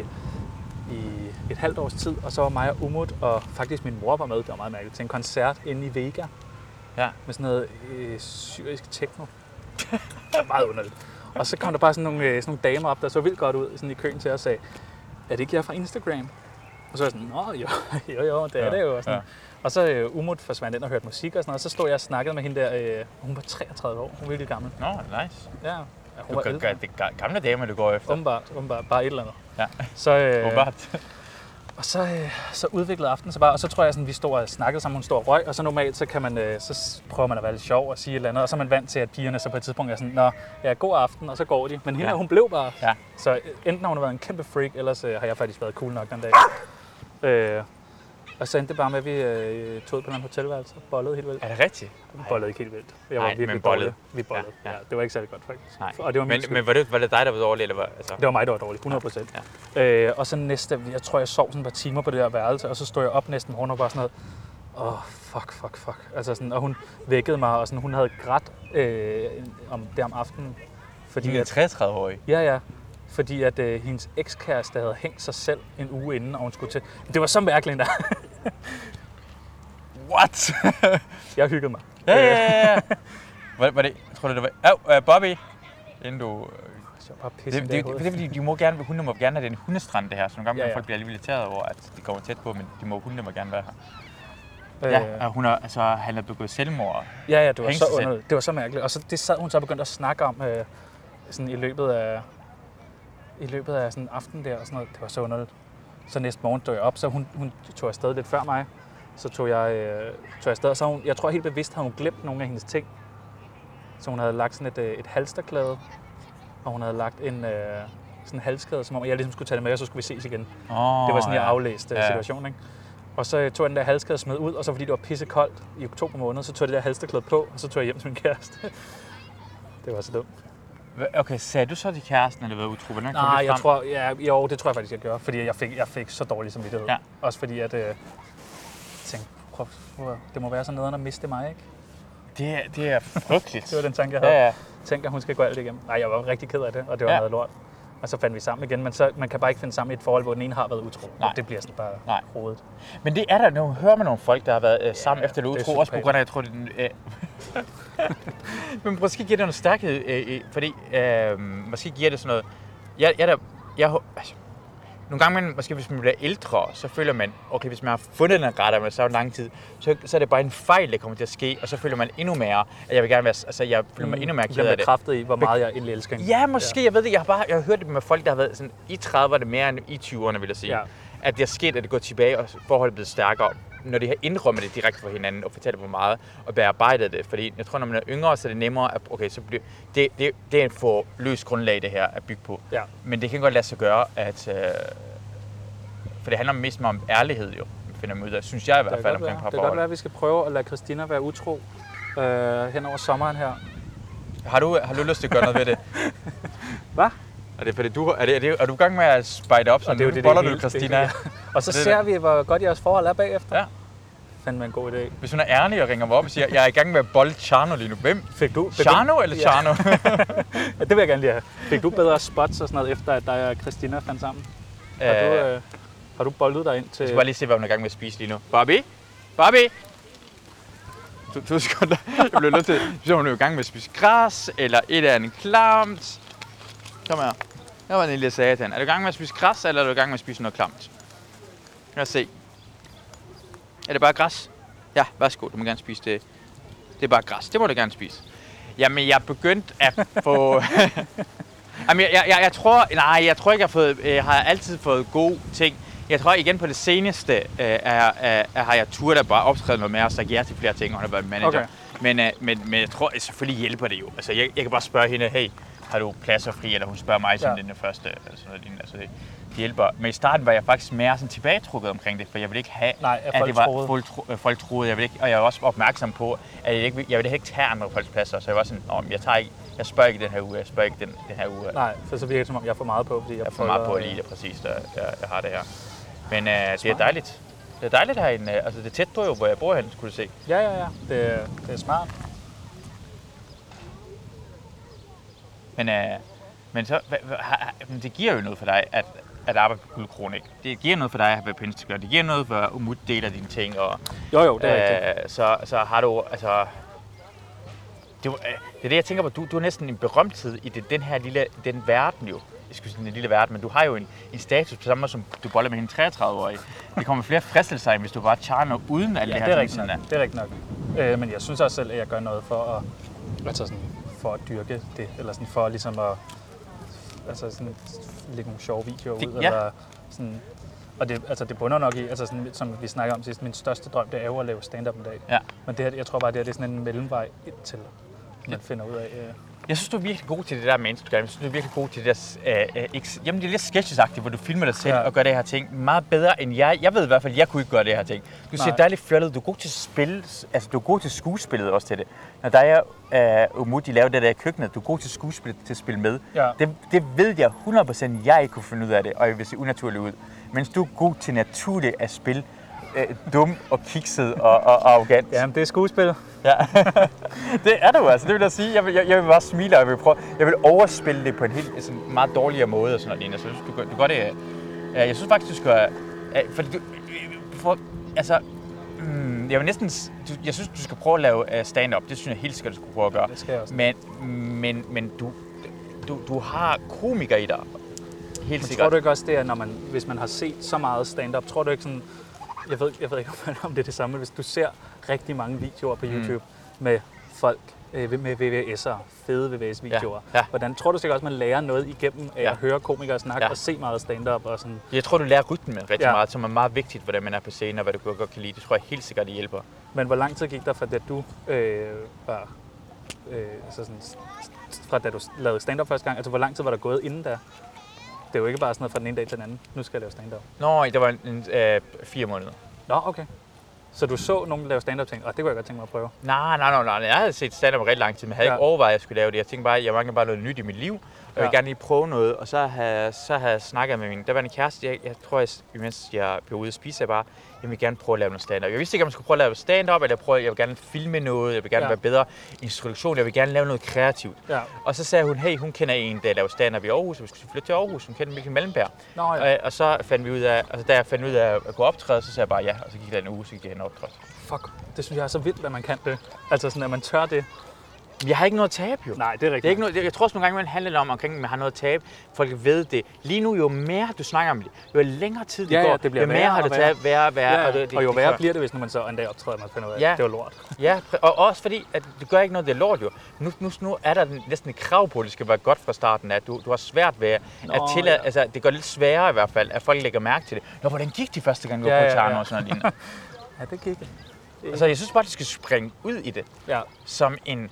Speaker 2: i et halvt års tid. Og så var mig og Umut, og faktisk min mor var med, det var meget mærkeligt, til en koncert inde i Vega.
Speaker 1: Ja.
Speaker 2: Med sådan noget øh, syrisk techno. Det var meget underligt. Og så kom der bare sådan nogle, øh, sådan nogle damer op, der så vildt godt ud sådan i køen til os og sagde, er det ikke jer fra Instagram? Og så var jeg sådan, nå jo, jo, jo, det er
Speaker 1: Ja,
Speaker 2: det jo. Og, sådan.
Speaker 1: ja.
Speaker 2: Og så øh, Umut forsvandt ind og hørte musik og sådan noget, og så stod jeg og snakkede med hende der, øh, hun var treogtredive år, hun var virkelig gammel.
Speaker 1: Nå, nice.
Speaker 2: Ja, ja hun
Speaker 1: Du
Speaker 2: var
Speaker 1: gør,
Speaker 2: ældre.
Speaker 1: gør, det er gamle damer, du går efter.
Speaker 2: Åbenbart, åbenbart, bare et eller andet.
Speaker 1: Ja.
Speaker 2: Så, øh,
Speaker 1: Åbenbart.
Speaker 2: og så, øh, så udviklede aftenen sig bare, og så tror jeg, sådan, vi stod og snakkede sammen, hun stod og røg, og så normalt, så, kan man, øh, så prøver man at være lidt sjov og sige et eller andet, og så er man vant til, at pigerne så på et tidspunkt er sådan, nå, ja, god aften, og så går de. Men hende
Speaker 1: Ja.
Speaker 2: her, hun blev bare.
Speaker 1: Ja.
Speaker 2: Så øh, enten har hun været en kæmpe freak, ellers øh, har jeg faktisk været cool nok den dag. Øh, og så endte det bare med, at vi øh, tog ud på en hotelværelse og bollede helt vildt.
Speaker 1: Er det rigtigt?
Speaker 2: Vi bollede ikke helt vildt. Jeg var
Speaker 1: Nej,
Speaker 2: virkelig
Speaker 1: men bollede.
Speaker 2: dårlig. Vi bollede.
Speaker 1: Ja,
Speaker 2: Ja,
Speaker 1: ja.
Speaker 2: ja. Det var ikke særlig godt, faktisk.
Speaker 1: Nej.
Speaker 2: Og det var min
Speaker 1: Men,
Speaker 2: skyld.
Speaker 1: men var, det, var det dig, der var dårlig, eller hvad? Altså,
Speaker 2: Det var mig, der var dårlig, hundrede procent.
Speaker 1: Ja.
Speaker 2: Øh, og så næste, jeg tror, jeg sov sådan et par timer på det der værelse, og så stod jeg op næsten morgen og bare sådan noget, åh, oh, fuck, fuck, fuck. Altså sådan, og hun vækkede mig, og sådan, hun havde grædt øh, om det om aftenen. Fordi
Speaker 1: Din er
Speaker 2: at,
Speaker 1: treogtredive-årig.
Speaker 2: ja, ja. Fordi at øh, hendes ekskæreste havde hængt sig selv en uge inden, og hun skulle til. Det var så mærkeligt der.
Speaker 1: What?
Speaker 2: Jeg hyggede mig.
Speaker 1: ja, ja, ja, ja. Var, var det, jeg tror det, det var... Åh, oh, Bobby! Inden du...
Speaker 2: Så bare pisse
Speaker 1: Det, det, det, det, er fordi, de må gerne, hundene må gerne have det en hundestrand, det her. Så nogle gange
Speaker 2: Ja,
Speaker 1: ja,
Speaker 2: ja.
Speaker 1: folk bliver lidt irriteret over, at de kommer tæt på, men de må, hundene må gerne være her.
Speaker 2: Øh,
Speaker 1: Ja, og hun er, altså, han er begået selvmord.
Speaker 2: Ja, ja, det var
Speaker 1: Hænge
Speaker 2: så
Speaker 1: sig selv.
Speaker 2: underligt. Det var så mærkeligt. Og så det sad hun så begyndt at snakke om øh, sådan i løbet af i løbet af sådan en aften der og sådan noget. Det var så underligt. Så næste morgen stod jeg op, så hun, hun tog afsted lidt før mig. Så tog jeg, øh, tog jeg afsted, og så hun, jeg tror helt bevidst havde hun glemt nogle af hendes ting. Så hun havde lagt sådan et, øh, et halsterklæde, og hun havde lagt en øh, sådan en halskæde, som om jeg ligesom skulle tage det med, og så skulle vi ses igen.
Speaker 1: Oh,
Speaker 2: Det var sådan, jeg
Speaker 1: ja.
Speaker 2: aflæste
Speaker 1: Ja.
Speaker 2: situationen, ikke? Og så tog jeg den der halskæde smed ud, og så fordi det var pisse koldt i oktober måned, så tog jeg det der halsterklæde på, og så tog jeg hjem til min kæreste. Det var så dumt.
Speaker 1: Hva- Okay, sagde du så til kæresten, eller hvad utro? Hvordan kom
Speaker 2: Nej,
Speaker 1: det
Speaker 2: jeg
Speaker 1: frem?
Speaker 2: tror, ja, jo, det tror jeg faktisk, jeg gjorde, fordi jeg fik, jeg fik så dårlig samvittighed.
Speaker 1: Ja.
Speaker 2: Også fordi, at øh, jeg tænkte, prøv, prøv, det må være sådan noget, at miste mig, ikke?
Speaker 1: Det, er- det er frygteligt.
Speaker 2: Det var den tanke, jeg havde.
Speaker 1: Ja, ja.
Speaker 2: Tænk, at hun skal gå alt igennem. Nej, jeg var rigtig ked af det, og det var
Speaker 1: Ja.
Speaker 2: noget lort. Og så fandt vi sammen igen, men så, man kan bare ikke finde sammen i et forhold, hvor den ene har været utro.
Speaker 1: Nej.
Speaker 2: Og det bliver sådan bare
Speaker 1: Nej.
Speaker 2: rodet.
Speaker 1: Men det er der, når man hører med nogle folk, der har været øh, sammen
Speaker 2: Ja,
Speaker 1: efter det
Speaker 2: det er
Speaker 1: utro, også på
Speaker 2: psykopater.
Speaker 1: grund af, jeg tror, det er den... Øh... Men måske giver det noget stærkhed, øh, øh, fordi øh, måske giver det sådan noget... Jeg, jeg, der, jeg, altså, nogle gange, man, måske hvis man bliver ældre, så føler man, okay, hvis man har fundet den retter med så lang tid, så, så er det bare en fejl, der kommer til at ske, og så føler man endnu mere, at jeg vil gerne være, altså jeg føler mig endnu mere ked af det.
Speaker 2: bekræftet i, hvor meget jeg egentlig elsker hende.
Speaker 1: Ja, måske, ja. Jeg ved det, jeg har bare jeg har hørt det med folk, der har været sådan, i trediverne mere end i tyverne, vil jeg sige.
Speaker 2: Ja.
Speaker 1: At det er sket, at det går tilbage, og forholdet er blevet stærkere, når de har indrømmet det direkte for hinanden, og fortæller hvor meget, og bearbejdet det. Fordi jeg tror, når man er yngre, så er det nemmere, at okay, så bliver, det, det, det er et for løst grundlag, det her at bygge på.
Speaker 2: Ja.
Speaker 1: Men det kan godt lade sig gøre, at... Øh, for det handler mest om ærlighed, jo, finder man ud af, synes jeg i hvert fald, omkring
Speaker 2: Det kan godt
Speaker 1: parforhold.
Speaker 2: være, at vi skal prøve at lade Christina være utro øh, hen over sommeren her.
Speaker 1: Har du, har du lyst til at gøre noget ved det?
Speaker 2: Hvad?
Speaker 1: Er det fordi du er, det, er, det, er du i gang med at spejde op, så
Speaker 2: Og det er jo
Speaker 1: nu
Speaker 2: det,
Speaker 1: boller
Speaker 2: det
Speaker 1: du
Speaker 2: hele-
Speaker 1: Christina?
Speaker 2: det hele- Og så
Speaker 1: Det er
Speaker 2: ser
Speaker 1: det.
Speaker 2: vi, hvor godt jeres forhold er bagefter.
Speaker 1: Ja.
Speaker 2: fandme en god idé.
Speaker 1: Hvis hun er ærlig og ringer mig op og siger, jeg er i gang med at bolde Charno lige nu. Hvem?
Speaker 2: Fik du?
Speaker 1: Charno eller Charno?
Speaker 2: Ja, det vil jeg gerne lige have. Fik du bedre spots og sådan noget, efter at dig og Christina fandt sammen? Har du, øh, har du boldet dig ind til...
Speaker 1: Jeg skal bare lige se, hvad hun er i gang med at spise lige nu. Barbie? Barbie? To, to sekunder. Jeg bliver nødt til... Så hun er i gang med at spise græs, eller et eller andet klamt. Kom her. Jeg var en lille satan. Er du i gang med at spise græs, eller er du i gang med at spise noget klamt? Lad os se. Er det bare græs? Ja, værsgo. Du må gerne spise det. Det er bare græs. Det må du gerne spise. Jamen, jeg er begyndt at få... Jamen, jeg, jeg, jeg tror... Nej, jeg tror ikke, jeg har, fået, jeg har altid fået gode ting. Jeg tror igen på det seneste, øh, er, er, er, har jeg turde bare optræde noget mere og sagt ja til flere ting, og har været manager. Okay. Men, øh, men, men jeg tror, at selvfølgelig hjælper det jo. Altså, jeg, jeg kan bare spørge hende, hey, har du pladser fri? Eller hun spørger mig som ja. den første. Altså, altså, det hjælper. Men i starten var jeg faktisk mere sådan tilbagetrukket omkring det, for jeg ville ikke have,
Speaker 2: Nej, at,
Speaker 1: at det var folk, tro, folk troede. Jeg ville ikke, og jeg var også opmærksom på, at jeg ikke jeg ville ikke tage andre folks pladser. Så jeg var sådan, oh, jeg tager ikke, jeg spørger ikke den her uge, jeg spørger ikke den, den her uge.
Speaker 2: Nej, for så virker det som om, jeg får meget på, fordi jeg,
Speaker 1: jeg får meget på at lide det præcis, der jeg, jeg har det her. Men øh, det er dejligt. Det er dejligt herinde. Altså, det er tæt på, jo, hvor jeg bor henne, skulle du se.
Speaker 2: Ja, ja, ja. Det, er, det er smart.
Speaker 1: Men, øh, men så, hva, hva, det giver jo noget for dig, at, at arbejde på Guldkrone. Det giver noget for dig at være pinsegør. Det giver noget for at Umut deler dine ting. Og,
Speaker 2: jo, jo, det er
Speaker 1: øh, rigtigt. Så, så har du, altså... Det, det er det, jeg tænker på. Du, du er næsten en berømthed i det, den her lille, den verden jo. Jeg skulle sige en lille verden, men du har jo en, en status på samme måde, som du boller med hende treogtredive-årige. Det kommer flere fristelser ind, hvis du bare charmer uden alt
Speaker 2: ja,
Speaker 1: det her.
Speaker 2: Det er rigtigt nok. Det er rigtigt nok. Øh, men jeg synes også selv, at jeg gør noget for at, altså sådan, for at dyrke det, eller sådan for ligesom at altså sådan, lægge nogle sjove videoer
Speaker 1: det,
Speaker 2: ud.
Speaker 1: Ja.
Speaker 2: Eller sådan, og det, altså det bunder nok i, altså sådan, som vi snakker om sidst, min største drøm, det er jo at lave stand-up en dag.
Speaker 1: Ja.
Speaker 2: Men det her, jeg tror bare, det, her, det er sådan en mellemvej indtil man ja. finder ud af... Øh,
Speaker 1: Jeg synes, du er virkelig god til det der med Instagram. Jeg synes, du er virkelig god til det der... Øh, øh, jamen, det er lidt sketchesagtigt, hvor du filmer dig selv ja. og gør det her ting meget bedre end jeg. Jeg ved i hvert fald, at jeg kunne ikke gøre det her ting. Du ser dejligt fjollet. Du er god til spil. Altså, du er god til skuespillet også til det. Når der er uh, Umut, de laver det der i køkkenet, du er god til skuespillet til at spille med. Ja. Det, det ved jeg hundrede procent, jeg ikke kunne finde ud af det, og jeg vil se unaturligt ud. Mens du er god til naturligt at spille øh, dum og kikset og, og, og arrogant.
Speaker 2: Jamen, det er skuespil.
Speaker 1: Ja, det er du altså, det vil jeg sige. Jeg vil, jeg, jeg vil bare smile, og jeg vil, prøve, jeg vil overspille det på en helt sådan meget dårligere måde og sådan noget. Jeg synes, du gør, du gør det... Jeg synes faktisk, du skal... Fordi du... For, altså... Mm, jeg vil næsten... Du, jeg synes, du skal prøve at lave stand-up. Det synes jeg helt sikkert, du skulle prøve at gøre.
Speaker 2: Det skal jeg også.
Speaker 1: Men, men, men du, du, du har komikere i dig. Helt
Speaker 2: men
Speaker 1: sikkert.
Speaker 2: Tror du ikke også, det er, når man, hvis man har set så meget stand-up, tror du ikke sådan... Jeg ved, jeg ved ikke, om det er det samme, hvis du ser rigtig mange videoer på YouTube mm. med folk øh, med V V S'er, fede V V S-videoer. Ja, ja. Hvordan tror du sikkert også, man lærer noget igennem af ja. at høre komikere snakke ja. og se meget stand-up og sådan?
Speaker 1: Jeg tror, du lærer rytmen rigtig ja. meget, som er meget vigtigt, hvordan man er på scenen og hvad du godt kan lide. Det tror jeg helt sikkert, det hjælper.
Speaker 2: Men hvor lang tid gik der fra, da du øh, var... Øh, altså sådan, fra da du lavede stand-up første gang? Altså, hvor lang tid var der gået inden da? Det er jo ikke bare sådan noget fra den ene dag til den anden. Nu skal jeg lave stand-up.
Speaker 1: Nå, det var en, en, øh, fire måneder.
Speaker 2: Nå, okay. Så du så nogen lave stand-up ting, og det kunne jeg godt tænke mig at prøve?
Speaker 1: Nej, nej, nej, nej. Jeg havde set stand-up rigtig lang tid, men jeg havde ja. ikke overvejet, at jeg skulle lave det. Jeg tænkte bare, at jeg mangler bare noget nyt i mit liv, og ja. jeg vil gerne lige prøve noget. Og så har så har jeg snakket med min daværende kæreste. Jeg, jeg tror, jeg, imens jeg blev ude at spise, jeg bare, jeg vil gerne prøve at lave noget stand-up. Jeg vidste ikke, om jeg skulle prøve at lave stand-up, eller jeg, prøve, jeg vil gerne filme noget, jeg vil gerne ja. være bedre introduktion, jeg vil gerne lave noget kreativt. Ja. Og så sagde hun, hey, hun kender en, der laver stand-up i Aarhus, og vi skulle flytte til Aarhus. Hun kender Mikkel Malmberg. Nå, ja. og, og så fandt vi ud af, altså da jeg fandt ud af at gå optræde, så sagde jeg bare ja, og så gik der en uge, så gik jeg hen og optræde.
Speaker 2: Fuck, det synes jeg er så vildt, at man kan det. Altså sådan, at man tør det.
Speaker 1: Jeg har ikke noget at tabe, jo.
Speaker 2: Nej, det er rigtigt.
Speaker 1: Det er ikke noget, jeg tror også nogle gange, man handler om, omkring, at man har noget at tabe. Folk ved det. Lige nu, jo mere du snakker om det, jo længere tid det
Speaker 2: ja,
Speaker 1: går,
Speaker 2: ja, det
Speaker 1: jo mere har det taget værre, værre.
Speaker 2: Ja, ja.
Speaker 1: Og, det, det,
Speaker 2: og jo
Speaker 1: det,
Speaker 2: værre
Speaker 1: det,
Speaker 2: bliver det, hvis man så en dag optræder, man finder ud af,
Speaker 1: ja.
Speaker 2: det var lort.
Speaker 1: Ja, og også fordi, at det gør ikke noget, det er lort jo. Nu, nu, nu er der næsten et krav på, at det skal være godt fra starten, at du, du har svært ved at tillade, ja. altså det går lidt sværere i hvert fald, at folk lægger mærke til det. Nå, hvordan gik de første gang, du var ja, på Tjerno ja, ja. og sådan noget?
Speaker 2: Ja, det gik det.
Speaker 1: Altså, jeg synes bare, du skal springe ud i det,
Speaker 2: ja.
Speaker 1: som en...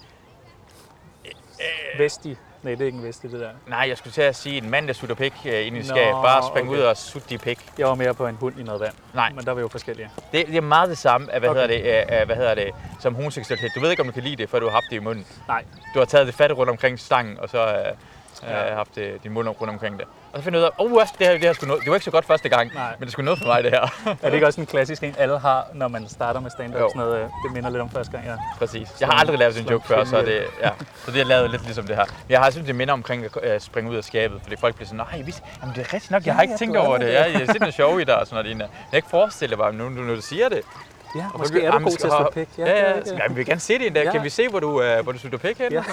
Speaker 2: Øh, Vesti. Nej, det er ikke en vesti, det der.
Speaker 1: Nej, jeg skulle til at sige en mand, der sutter pik øh, ind i skab. Bare springe okay. ud og sutte de pik.
Speaker 2: Jeg var mere på en hund i noget vand.
Speaker 1: Nej.
Speaker 2: Men der var jo forskellige.
Speaker 1: Det, det er meget det samme, hvad, okay. hedder det, øh, hvad hedder det, som homoseksualitet. Du ved ikke, om du kan lide det, før du har haft det i munden.
Speaker 2: Nej.
Speaker 1: Du har taget det fat rundt omkring stangen, og så øh, ja. øh, haft det, din mund rundt omkring det. Og så finder jeg ud af, åh, oh, det her, det her skulle noget. Det var ikke så godt første gang,
Speaker 2: Nej.
Speaker 1: men det skulle noget for mig, det her.
Speaker 2: Er det ikke også en klassisk en, alle har, når man starter med stand-up?
Speaker 1: Jo.
Speaker 2: Sådan noget, øh, det minder lidt om første gang, ja.
Speaker 1: Præcis. Jeg har aldrig lavet sådan en joke før, så det, ja. så det er lavet lidt ligesom det her. Men jeg har synes, det minder omkring at springe ud af skabet, fordi folk bliver sådan, nej, jeg vidste, jamen det er rigtigt nok, jeg har ikke tænkt over det. Jeg har set noget sjov i dig og sådan noget. Jeg kan ikke forestille mig, nu, nu du siger det.
Speaker 2: Ja,
Speaker 1: Og
Speaker 2: måske er du
Speaker 1: jamen,
Speaker 2: god
Speaker 1: skal
Speaker 2: til at
Speaker 1: have-
Speaker 2: slå pik.
Speaker 1: Ja, ja,
Speaker 2: det er
Speaker 1: ja.
Speaker 2: det.
Speaker 1: Vi vil gerne se det en dag.
Speaker 2: Ja.
Speaker 1: Kan vi se, hvor du, uh, hvor du slutter pik hen?
Speaker 2: Ja.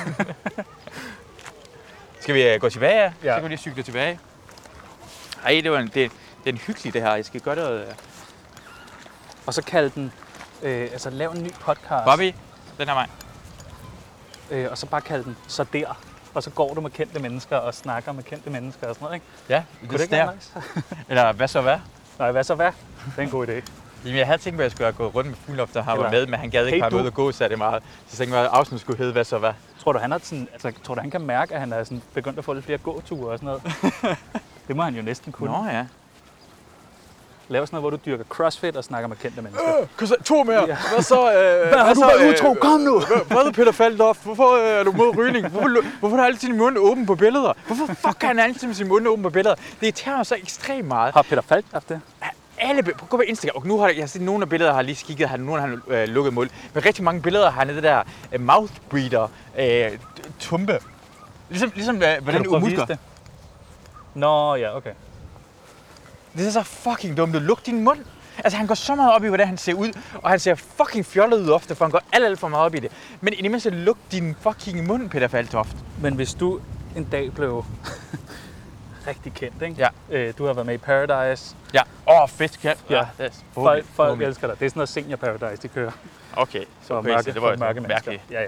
Speaker 1: Skal vi uh, gå tilbage? Ja.
Speaker 2: Ja.
Speaker 1: Så kan vi lige cykle tilbage. Ej, det var en, det, det er en hyggelig det her. Jeg skal gøre noget. Uh...
Speaker 2: Og så kald den, øh, altså lav en ny podcast.
Speaker 1: Bobby, den her vej.
Speaker 2: Øh, og så bare kald den så der. Og så går du med kendte mennesker og snakker med kendte mennesker og sådan noget, ikke?
Speaker 1: Ja,
Speaker 2: Kunne det ikke være nice?
Speaker 1: Eller hvad så hvad?
Speaker 2: Nej, hvad så hvad? Det er en god idé.
Speaker 1: Jamen, jeg havde tænkt mig, at jeg skulle have gået rundt med Fuglhof, der har
Speaker 2: Eller-
Speaker 1: været med, men han gad ikke
Speaker 2: Hey,
Speaker 1: have
Speaker 2: du.
Speaker 1: været ude og gå særlig meget. Så jeg tænkte mig, at afsnittet skulle hedde, hvad så hvad?
Speaker 2: Tror du, han, har sådan, altså, tror du, han kan mærke, at han er sådan begyndt at få lidt flere gåture og sådan noget? Det må han jo næsten kunne.
Speaker 1: Nå ja.
Speaker 2: Lave sådan noget, hvor du dyrker crossfit og snakker med kendte mennesker.
Speaker 1: Øh, to mere.
Speaker 2: Ja.
Speaker 1: Hvad så? Øh,
Speaker 2: Hvad har du været utro? Kom nu!
Speaker 1: Hvad, hvad er Peter Faltoft? Hvorfor øh, er du mod rygning? Hvorfor, hvorfor har du altid din mund åben på billeder? Hvorfor fuck har han altid med sin mund åben på billeder? Det irriterer mig så ekstremt meget.
Speaker 2: Har Peter Falk haft det?
Speaker 1: Alle billeder, gå på Instagram, og nu har jeg, jeg har set nogle af billeder, har lige kigget, har nogle har øh, lukket mund. Men rigtig mange billeder har han det der øh, mouth breather, øh, tumpe. Ligesom, ligesom øh,
Speaker 2: Kan
Speaker 1: hvordan
Speaker 2: du
Speaker 1: du
Speaker 2: prøve at
Speaker 1: muskler.
Speaker 2: vise det? Nå, ja, okay.
Speaker 1: Det er så fucking dumt. Luk din mund. Altså, han går så meget op i, hvordan han ser ud, og han ser fucking fjollet ud ofte, for han går alt, alt for meget op i det. Men i det mindste, luk din fucking mund, Peter Faltoft.
Speaker 2: Men hvis du en dag blev rigtig kendt, ikke?
Speaker 1: Ja.
Speaker 2: Øh, du har været med i Paradise.
Speaker 1: Ja. Åh, oh, fedt. Ja.
Speaker 2: Ja.
Speaker 1: ja. Det er
Speaker 2: Folk,
Speaker 1: forhåbentlig-
Speaker 2: folk
Speaker 1: forhåbentlig.
Speaker 2: elsker dig. Det er sådan noget senior Paradise, de kører.
Speaker 1: Okay, så
Speaker 2: For
Speaker 1: crazy.
Speaker 2: mørke,
Speaker 1: Det var
Speaker 2: for mørke mennesker.
Speaker 1: mærkeligt.
Speaker 2: Ja, ja.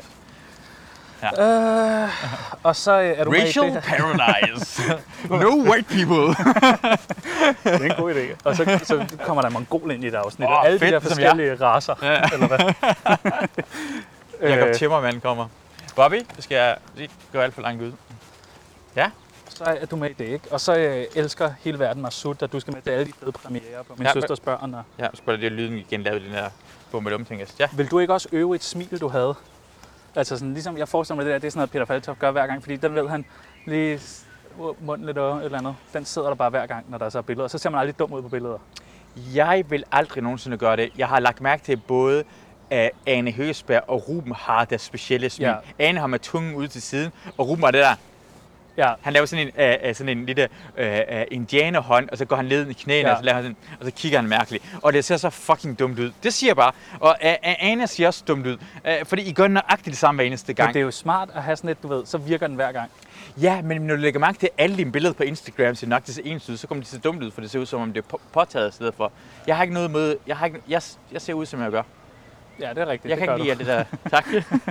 Speaker 1: Ja.
Speaker 2: Øh, og så øh, er du
Speaker 1: Racial
Speaker 2: med i det her.
Speaker 1: paradise. No white people.
Speaker 2: Det er en god idé. Og så, så kommer der en mongol ind i et afsnit.
Speaker 1: Åh,
Speaker 2: og alle
Speaker 1: fedt,
Speaker 2: de der
Speaker 1: ligesom
Speaker 2: forskellige racer.
Speaker 1: Ja.
Speaker 2: Eller hvad?
Speaker 1: Jakob
Speaker 2: Øh,
Speaker 1: Timmermann kommer. Bobby, det skal jeg ikke gå alt for langt ud. Ja.
Speaker 2: Så er du med i det, ikke? Og så øh, elsker hele verden Masud, at du skal med til alle de fede premiere på min
Speaker 1: Ja,
Speaker 2: ja, søsters børn. Og...
Speaker 1: Ja, så skulle det lyden igen lave den der bummelum ting. Ja.
Speaker 2: Vil du ikke også øve et smil, du havde? Altså sådan, ligesom jeg forestiller mig det der, det er sådan noget, Peter Faltoft gør hver gang, fordi den ved han lige s- munden lidt og et eller andet. Den sidder der bare hver gang, når der er så billeder. Så ser man aldrig dum ud på billeder.
Speaker 1: Jeg vil aldrig nogensinde gøre det. Jeg har lagt mærke til, at både uh, Ane Høgsberg og Ruben har deres specielle smil.
Speaker 2: Ja.
Speaker 1: Ane har med tungen ud til siden, og Ruben har det der.
Speaker 2: Ja,
Speaker 1: Han laver sådan en, uh, uh, sådan en lille uh, uh, indianerhånd, og så går han ned i knæene,
Speaker 2: Ja.
Speaker 1: og, så laver han sådan, og så kigger han mærkeligt. Og det ser så fucking dumt ud. Det siger jeg bare. Og uh, uh, Ane ser også dumt ud, uh, fordi I gør nøjagtigt det samme hver eneste gang.
Speaker 2: men det er jo smart at have sådan et, du ved, så virker den hver gang.
Speaker 1: Ja, men når du lægger mærke til, at alle dine billeder på Instagram ser nok til ens ud, så kommer de til dumt ud, for det ser ud som om det er på- påtaget i stedet for. Jeg har ikke noget med, jeg, har ikke, jeg, jeg ser ud som jeg gør.
Speaker 2: Ja, det er rigtigt.
Speaker 1: Jeg
Speaker 2: det
Speaker 1: kan
Speaker 2: gør
Speaker 1: ikke lide alt det der. Tak.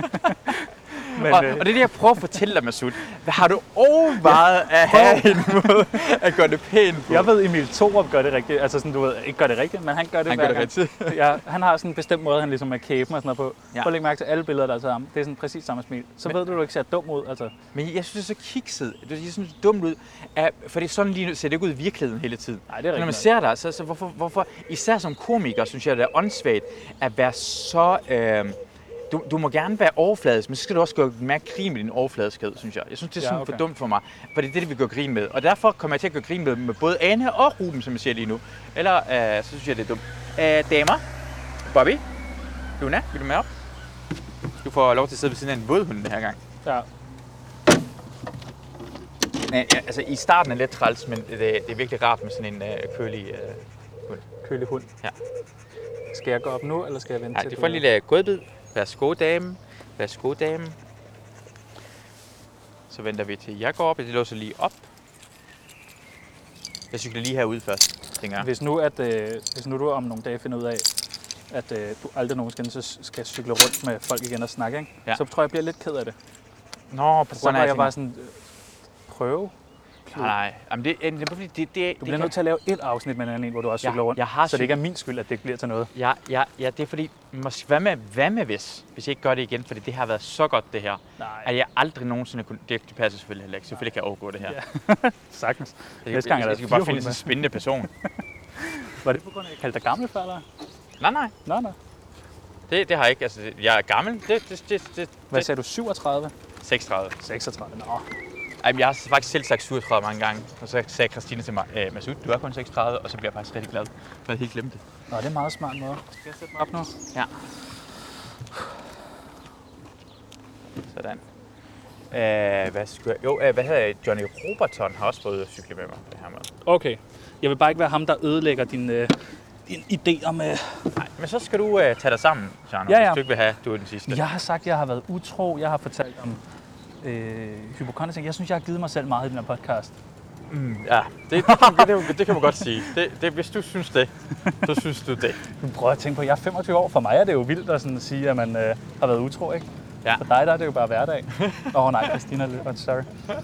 Speaker 2: Men,
Speaker 1: og,
Speaker 2: øh,
Speaker 1: og det er det, jeg prøver at fortælle dig, Masud. Hvad har du overvejet at have en måde at gøre det pænt på?
Speaker 2: Jeg ved, Emil Thorup gør det rigtigt. Altså sådan, du ved, ikke gør det rigtigt, men han gør det
Speaker 1: Han
Speaker 2: hver
Speaker 1: gør det
Speaker 2: gang.
Speaker 1: rigtigt.
Speaker 2: Ja, han har sådan en bestemt måde, han ligesom er kæben og sådan noget på.
Speaker 1: Ja.
Speaker 2: Ja. Prøv at lægge mærke til alle billeder, der er taget ham. Det er sådan præcis samme smil. Så
Speaker 1: Men-
Speaker 2: ved du, du ikke ser dum ud. Altså.
Speaker 1: Men jeg synes, det er så kikset. Jeg synes, det er dumt ud. At, for det er sådan lige nu, ser det ikke ud i virkeligheden hele tiden.
Speaker 2: Nej, det er
Speaker 1: Når man
Speaker 2: rigtigt.
Speaker 1: ser dig, så, så hvorfor, hvorfor, især som komiker, synes jeg, det er åndssvagt at være så... Øh, du, du må gerne være overfladisk, men så skal du også gøre mere grin med din overfladiskhed, synes jeg. Jeg synes, det er
Speaker 2: Ja,
Speaker 1: sådan
Speaker 2: okay.
Speaker 1: for dumt for mig, for det er det, det vi gør grin med. Og derfor kommer jeg til at gøre grin med, med både Ane og Ruben, som jeg siger lige nu. Eller øh, så synes jeg, det er dumt. Øh, damer, Bobby, Luna, vil du med op? Du får lov til at sidde ved siden af en vådhund den her gang.
Speaker 2: Ja.
Speaker 1: Ja, ja, altså i starten er det lidt træls, men det, det er virkelig rart med sådan en øh, kølig øh, hund.
Speaker 2: Kølig hund.
Speaker 1: Ja.
Speaker 2: Skal jeg gå op nu, eller skal jeg vente
Speaker 1: Nej,
Speaker 2: til
Speaker 1: det
Speaker 2: du-
Speaker 1: får en lille godbid. Værsgo, dame. Værsgo, dame. Så venter vi til jeg går op. Jeg låser lige op. Jeg cykler lige herude først, tænker jeg.
Speaker 2: Hvis nu, at, øh, hvis nu du om nogle dage finder ud af, at øh, du aldrig nogensinde så skal cykle rundt med folk igen og snakke, ikke?
Speaker 1: Ja.
Speaker 2: Så tror jeg, jeg bliver lidt ked af det.
Speaker 1: Nå, på
Speaker 2: Så
Speaker 1: grund
Speaker 2: var
Speaker 1: af,
Speaker 2: jeg bare sådan, øh, prøve.
Speaker 1: Nej, nej. Jamen, det, det, det, det, det, det,
Speaker 2: Du bliver nødt til at lave et afsnit med en anden en, hvor du også
Speaker 1: Ja,
Speaker 2: cykler rundt.
Speaker 1: jeg har
Speaker 2: så det
Speaker 1: cyk-
Speaker 2: ikke er min skyld, at det ikke bliver til noget.
Speaker 1: Ja, ja, ja, det er fordi, måske, hvad med, hvad med hvis, hvis jeg ikke gør det igen, fordi det har været så godt det her,
Speaker 2: Nej.
Speaker 1: at jeg aldrig nogensinde kunne, det, det passer selvfølgelig heller ikke, selvfølgelig kan jeg overgå det her.
Speaker 2: Ja. Sagtens.
Speaker 1: Jeg,
Speaker 2: Næste gang er
Speaker 1: jeg,
Speaker 2: der
Speaker 1: jeg skal bare
Speaker 2: fire
Speaker 1: finde
Speaker 2: hunde
Speaker 1: en spændende person.
Speaker 2: Var det på grund af, at jeg kaldte dig gammel før, eller?
Speaker 1: Nej, nej,
Speaker 2: Nå, nå.
Speaker 1: det, det har jeg ikke. Altså, jeg er gammel. Det, det, det, det,
Speaker 2: Hvad
Speaker 1: det,
Speaker 2: sagde du? syvogtredive?
Speaker 1: seksogtredive.
Speaker 2: seksogtredive. Nå.
Speaker 1: Ej, jeg har faktisk selv sagt syvogtredive mange gange, og så sagde Christine til mig, øh, Masud, du er kun seksogtredive, og så bliver jeg faktisk rigtig glad, for jeg havde helt glemt det.
Speaker 2: Nå, det er en meget smart måde. Skal jeg sætte mig op nu?
Speaker 1: Ja. Sådan. Øh, hvad skulle jeg? Jo, øh, hvad hedder jeg? Johnny Robertson har også prøvet at cykle med mig på det her måde.
Speaker 2: Okay. Jeg vil bare ikke være ham, der ødelægger dine øh, din idéer med...
Speaker 1: Nej, men så skal du øh, tage dig sammen, Jarno,
Speaker 2: ja, ja.
Speaker 1: hvis du ikke vil have, du er den sidste.
Speaker 2: Jeg har sagt, at jeg har været utro. Jeg har fortalt om øh, hypokondri. Jeg synes, jeg har givet mig selv meget i den her podcast.
Speaker 1: Mm, ja, det, det, kan, det, det kan man godt sige. Det, det, hvis du synes det, så synes du det.
Speaker 2: Du prøver at tænke på, at jeg er femogtyve år. For mig er det jo vildt at sådan sige, at man øh, har været utro, ikke?
Speaker 1: Ja.
Speaker 2: For dig der er det jo bare hverdag. Åh oh, nej, Christina, oh, sorry.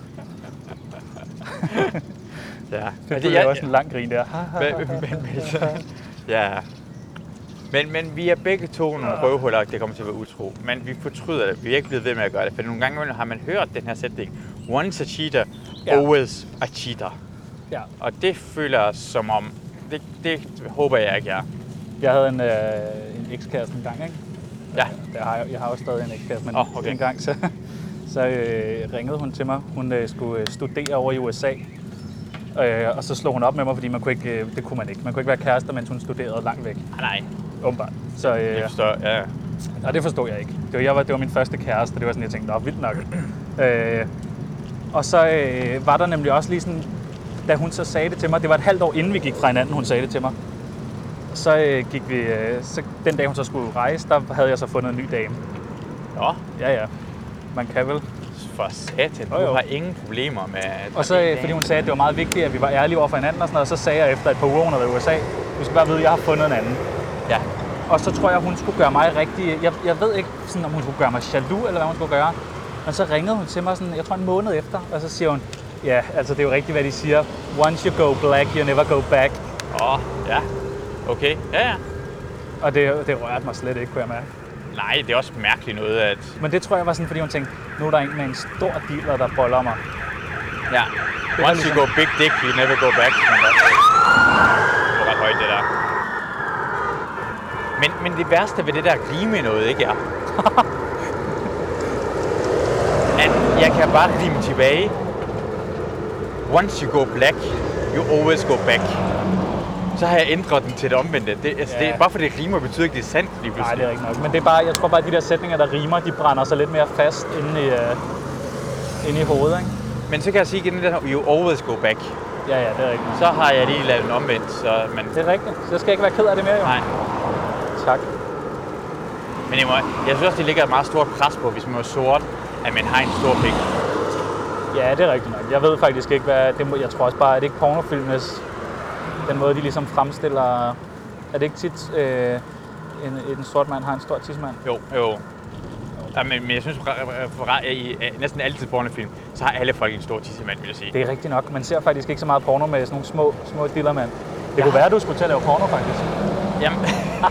Speaker 1: Ja.
Speaker 2: Det er også en lang grin der.
Speaker 1: men, men, men, ja. Men, men vi er begge to nogle røvhuller, det kommer til at være utro. Men vi fortryder det. Vi er ikke blevet ved med at gøre det. For nogle gange har man hørt den her sætning. Once a cheater,
Speaker 2: ja.
Speaker 1: always a cheater.
Speaker 2: Ja.
Speaker 1: Og det føler jeg som om, det, det håber jeg ikke er.
Speaker 2: Jeg havde en, øh, en ekskæreste en gang, ikke?
Speaker 1: Ja.
Speaker 2: Jeg har, jeg har også stadig en ekskæreste, men
Speaker 1: oh, okay.
Speaker 2: en gang så, så øh, ringede hun til mig. Hun øh, skulle studere over i U S A. Øh, og så slog hun op med mig, fordi man kunne ikke, øh, det kunne man ikke. Man kunne ikke være kærester, mens hun studerede langt væk.
Speaker 1: Ah, nej.
Speaker 2: Åbenbart. Så, øh,
Speaker 1: jeg forstår, ja.
Speaker 2: Nej, det forstod jeg ikke. Det var, jeg var, det var min første kæreste, det var sådan, jeg tænkte, nå, vildt nok. øh, og så øh, var der nemlig også lige sådan, da hun så sagde det til mig, det var et halvt år inden vi gik fra hinanden, hun sagde det til mig. Så øh, gik vi, øh, så den dag hun så skulle rejse, der havde jeg så fundet en ny dame.
Speaker 1: Nå.
Speaker 2: Ja, ja. Man kan vel.
Speaker 1: For satan, du
Speaker 2: oh,
Speaker 1: har ingen problemer med...
Speaker 2: Og så, øh, fordi hun sagde, at det var meget vigtigt, at vi var ærlige over for hinanden og sådan noget, og så sagde jeg efter et par uger, hun havde været i U S A, du skal bare vide, at jeg har fundet en anden.
Speaker 1: Ja.
Speaker 2: Og så tror jeg, hun skulle gøre mig rigtig... Jeg, jeg ved ikke, sådan, om hun skulle gøre mig jaloux, eller hvad hun skulle gøre. Men så ringede hun til mig, sådan, jeg tror en måned efter, og så siger hun, ja, altså det er jo rigtigt, hvad de siger. Once you go black, you never go back.
Speaker 1: Åh, oh, ja. Okay, ja, ja.
Speaker 2: Og det, det rørte mig slet ikke, kunne jeg mærke.
Speaker 1: Nej, det er også mærkeligt noget, at...
Speaker 2: Men det tror jeg var sådan, fordi hun tænkte, nu er der en med en stor dealer, der boller mig.
Speaker 1: Ja. Once ligesom... you go big dick, you never go back. Det var ret højt, det der. Men, men det værste ved det der rime noget, ikke er? at jeg kan bare rime tilbage. Once you go black, you always go back. Så har jeg ændret den til det omvendte. Det, altså, ja. det, bare fordi det rimer, betyder ikke, det er sandt lige pludselig.
Speaker 2: Nej, det er ikke nok. Men det er bare, jeg tror bare, at de der sætninger, der rimer, de brænder sig lidt mere fast inde i, uh, inde i hovedet, ikke?
Speaker 1: Men så kan jeg sige igen, at you always go back.
Speaker 2: Ja, ja, det er rigtigt.
Speaker 1: Så har jeg lige lavet den omvendt, så... Men...
Speaker 2: Det er rigtigt. Så skal jeg ikke være ked af det mere, jo.
Speaker 1: Nej.
Speaker 2: Tak.
Speaker 1: Men jeg, må, jeg synes også, det ligger et meget stort pres på, hvis man er sort, at man har en stor pik.
Speaker 2: Ja, det er rigtigt nok. Jeg ved faktisk ikke, hvad... Det må, jeg tror også bare, at det ikke pornofilmes... Den måde, de ligesom fremstiller... Er det ikke tit, øh, en, en sort mand har en stor tidsmand?
Speaker 1: Jo, jo. Ja, men, men jeg synes, at i næsten altid pornofilm, så har alle folk en stor tissemand, vil jeg sige.
Speaker 2: Det er rigtigt nok. Man ser faktisk ikke så meget porno med sådan nogle små, små dillermand. Det ja. kunne være, at du skulle til at lave porno, faktisk.
Speaker 1: Jamen.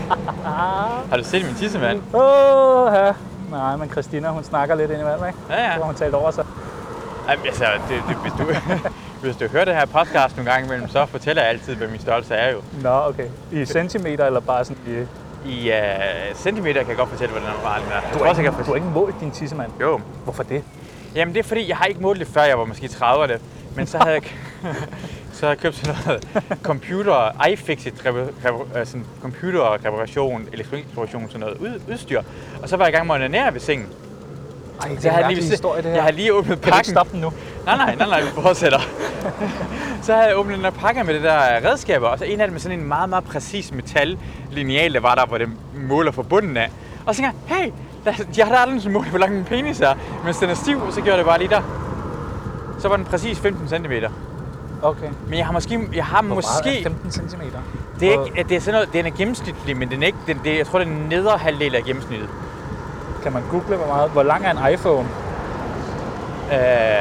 Speaker 1: Har du set min tissemand?
Speaker 2: Åh, oh, ja. Nej, men Christina, hun snakker lidt indimellem, ikke?
Speaker 1: Ja, ja.
Speaker 2: Så har hun talt over sig.
Speaker 1: Jamen, altså, det, det, hvis, du, hvis du hører det her podcast nogle gange imellem, så fortæller jeg altid, hvad min størrelse er jo.
Speaker 2: Nå, okay. I centimeter eller bare sådan i...
Speaker 1: I uh, centimeter kan jeg godt fortælle, hvordan den var.
Speaker 2: Du har ikke, du har ikke målt din tissemand?
Speaker 1: Jo.
Speaker 2: Hvorfor det?
Speaker 1: Jamen det er fordi, jeg har ikke målt det før, jeg var måske trediverne. Men så havde jeg, så havde jeg købt sådan noget computer, iFixit, sådan computerreparation, elektronikreparation, sådan noget udstyr. Og så var jeg i gang med at onanere ved sengen.
Speaker 2: Ej, det er en mærkelig historie, det her.
Speaker 1: Jeg har lige åbnet pakken.
Speaker 2: Kan du ikke stoppe den nu?
Speaker 1: Nej, nej, nej, nej, vi fortsætter. Så havde jeg åbnet den der pakke med det der redskaber, og så en af dem med sådan en meget, meget præcis metal-lineal, der var der, hvor det måler fra bunden af. Og så tænkte jeg, hey, jeg har da aldrig sådan målt, hvor lang min penis er. Mens den er stiv, så gjorde jeg det bare lige der. Så var den præcis femten centimeter.
Speaker 2: Okay.
Speaker 1: Men jeg har måske... Jeg har
Speaker 2: hvor
Speaker 1: måske
Speaker 2: meget er femten centimeter?
Speaker 1: Det er ikke, det er sådan noget, den er gennemsnitlig, men den er ikke, den, det, jeg tror, det er den nedre halvdel af gennemsnittet.
Speaker 2: Kan man google, hvor meget? Hvor lang er en iPhone?
Speaker 1: Øh,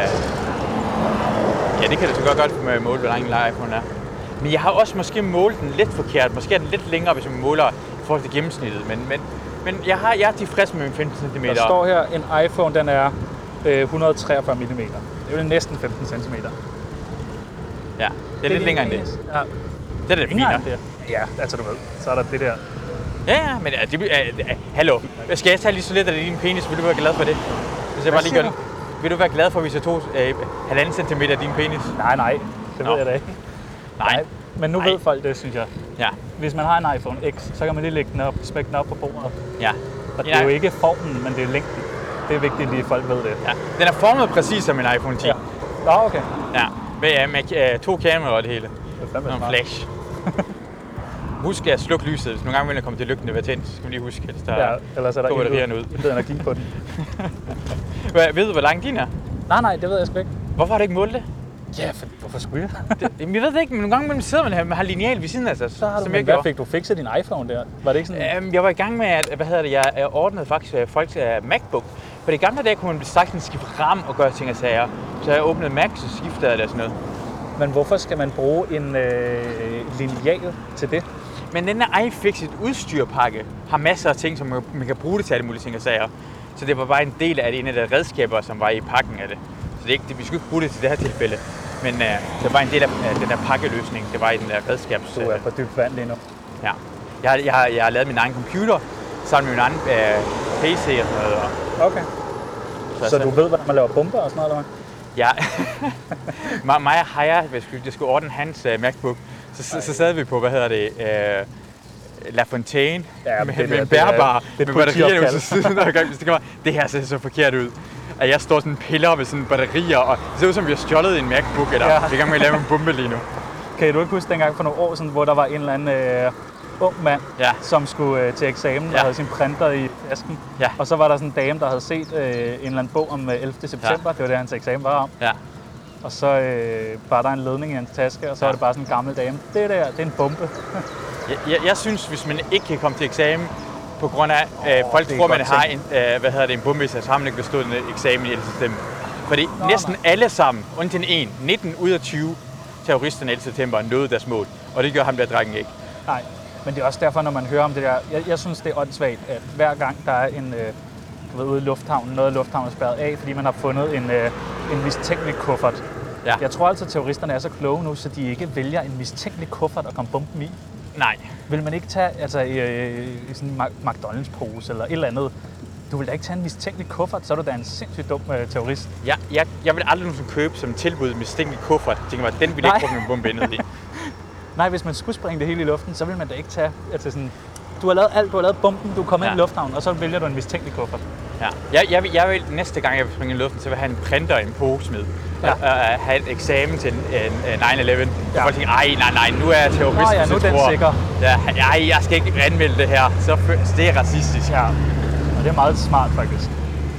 Speaker 1: ja, det kan du så godt godt med at måle, hvor lang en iPhone er. Men jeg har også måske målt den lidt forkert. Måske er den lidt længere, hvis man måler i forhold til gennemsnittet. Men, men, men jeg, har, jeg er tilfreds med min femten centimeter.
Speaker 2: Der står her, en iPhone, den er øh, et hundrede og treogfyrre millimeter. Det er jo næsten femten centimeter.
Speaker 1: Ja, det er, det er lidt længere end det.
Speaker 2: Ja.
Speaker 1: Det er det finere.
Speaker 2: Ja, altså du ved, så er der det der.
Speaker 1: Ja, ja, men det, uh, uh, hallo. Skal jeg tage lige så lidt af din penis? Vil du være glad for det? Hvis jeg bare lige gør den. vil du være glad for, hvis jeg tog øh, halvanden centimeter af din penis?
Speaker 2: Nej, nej. Det
Speaker 1: Nå.
Speaker 2: ved jeg da ikke.
Speaker 1: Nej.
Speaker 2: nej. Men nu
Speaker 1: Nej.
Speaker 2: ved folk det, synes jeg.
Speaker 1: Ja.
Speaker 2: Hvis man har en iPhone X, så kan man lige lægge den op, spække den op på bordet.
Speaker 1: Ja.
Speaker 2: Og det er jo ikke formen, men det er længden. Det er vigtigt, at folk ved det.
Speaker 1: Ja. Den er formet præcis som en iPhone ti.
Speaker 2: Ja. Nå, okay.
Speaker 1: Ja. Med, med uh, to kameraer og det hele.
Speaker 2: Det er fandme
Speaker 1: Nogle
Speaker 2: smart.
Speaker 1: flash. Husk at slukke lyset, hvis nogle gange vil komme til lygten, det være tændt. Så skal vi lige huske, at der
Speaker 2: Ja, ellers er der
Speaker 1: går
Speaker 2: intet,
Speaker 1: batterierne ud.
Speaker 2: intet energi på den.
Speaker 1: Hvad, ved du, hvor lang din er?
Speaker 2: Nej, nej, det ved jeg sgu ikke.
Speaker 1: Hvorfor har du ikke målt det?
Speaker 2: Ja, for, hvorfor skulle jeg?
Speaker 1: det? Jamen, jeg ved det ikke, men nogle gange imellem sidder man her, man har lineal ved siden af sig,
Speaker 2: Så har du,
Speaker 1: som
Speaker 2: men
Speaker 1: jeg
Speaker 2: hvad
Speaker 1: gjorde.
Speaker 2: fik du fikset din iPhone der? Var det ikke sådan?
Speaker 1: Øhm, jeg var i gang med, at, hvad hedder det, jeg jeg ordnede faktisk uh, folks uh, MacBook. For i gamle dage kunne man sagtens skifte RAM og gøre ting og sager. Så jeg åbnede Mac, så skiftede jeg det og sådan noget.
Speaker 2: Men hvorfor skal man bruge en øh, lineal til det?
Speaker 1: Men den der iFixit udstyrpakke har masser af ting, som man, man kan bruge det til alle mulige ting og sager. Så det var bare en del af det, en af de redskaber, som var i pakken af det. Så det er ikke, det, vi skulle ikke bruge det til det her tilfælde. Men uh, det var en del af uh, den der pakkeløsning, det var i den der redskabs...
Speaker 2: Du er på dybt vand lige nu.
Speaker 1: Ja. Jeg har, jeg, har, jeg har lavet min egen computer sammen med min anden uh, P C og sådan noget. Og
Speaker 2: Okay. Så, så du ved, hvordan man laver bomber og sådan noget, eller
Speaker 1: ja. mig og Haya, hvis jeg skulle ordne hans uh, MacBook, så, så, så sad vi på, hvad hedder det, uh, La Fontaine,
Speaker 2: ja,
Speaker 1: med,
Speaker 2: det
Speaker 1: med
Speaker 2: der,
Speaker 1: en bærbar,
Speaker 2: det
Speaker 1: med batterierne ud til siden, og det kan det her ser så forkert ud. At jeg står sådan piller med sådan batterier, og det ser ud som, vi har stjålet en MacBook, eller ja. Vi er i gang med at lave en bombe lige nu.
Speaker 2: Kan du ikke huske dengang for nogle år siden, hvor der var en eller anden øh, ung mand,
Speaker 1: ja.
Speaker 2: som skulle øh, til eksamen, og ja. havde sin printer i tasken.
Speaker 1: Ja.
Speaker 2: Og så var der sådan en dame, der havde set øh, en eller anden bog om øh, ellevte september, ja. det var det, hans eksamen var om.
Speaker 1: Ja.
Speaker 2: Og så øh, var der en ledning i hans taske, og så ja. var det bare sådan en gammel dame. Det der, det er en bombe.
Speaker 1: jeg, jeg, jeg synes, hvis man ikke kan komme til eksamen, på grund af, at øh, folk tror, man har en, øh, hvad hedder det, en bombe, så har man ikke bestået en eksamen i ellevte september. Fordi Nå, næsten nej. alle sammen, undtagen en, nitten ud af tyve terroristerne ellevte september nåede deres mål. Og det gør ham der drengen ikke.
Speaker 2: Nej, men det er også derfor, når man hører om det der, jeg, jeg synes, det er åndssvagt, at hver gang der er en, øh, du ved, ude i lufthavnen, noget af lufthavnen er spærret af, fordi man har fundet en, øh, en mistænkelig kuffert. Ja. Jeg tror altså, at terroristerne er så kloge nu, så de ikke vælger en mistænkelig kuffert og komme bomben i.
Speaker 1: Nej. Vil man ikke tage altså, øh, sådan en McDonald's-pose eller et eller andet? Du vil da ikke tage en mistænkelig kuffert, så er du da en sindssygt dum øh, terrorist. Ja, jeg, jeg vil aldrig nogensinde købe som tilbud en mistænkelig kuffert. Jeg tænker mig, den vil ikke få min bombe ind i. Nej, hvis man skulle springe det hele i luften, så vil man da ikke tage altså sådan... Du har lavet alt, du har lavet bomben, du kommer ja. ind i lufthavnen, og så vælger du en mistænkelig kuffert. Ja, jeg, jeg, vil, jeg vil næste gang, jeg vil springe i luften, så vil jeg have en printer og en pose med. Ja. Og, og have et eksamen til en, en, en nine eleven. Ja. Og folk tænker, ej, nej, nej, nu er jeg terrorist. Nå ja, nu er den tror, sikker. Ja, ej, jeg skal ikke anmelde det her. Så, så det er racistisk. Ja, og det er meget smart faktisk.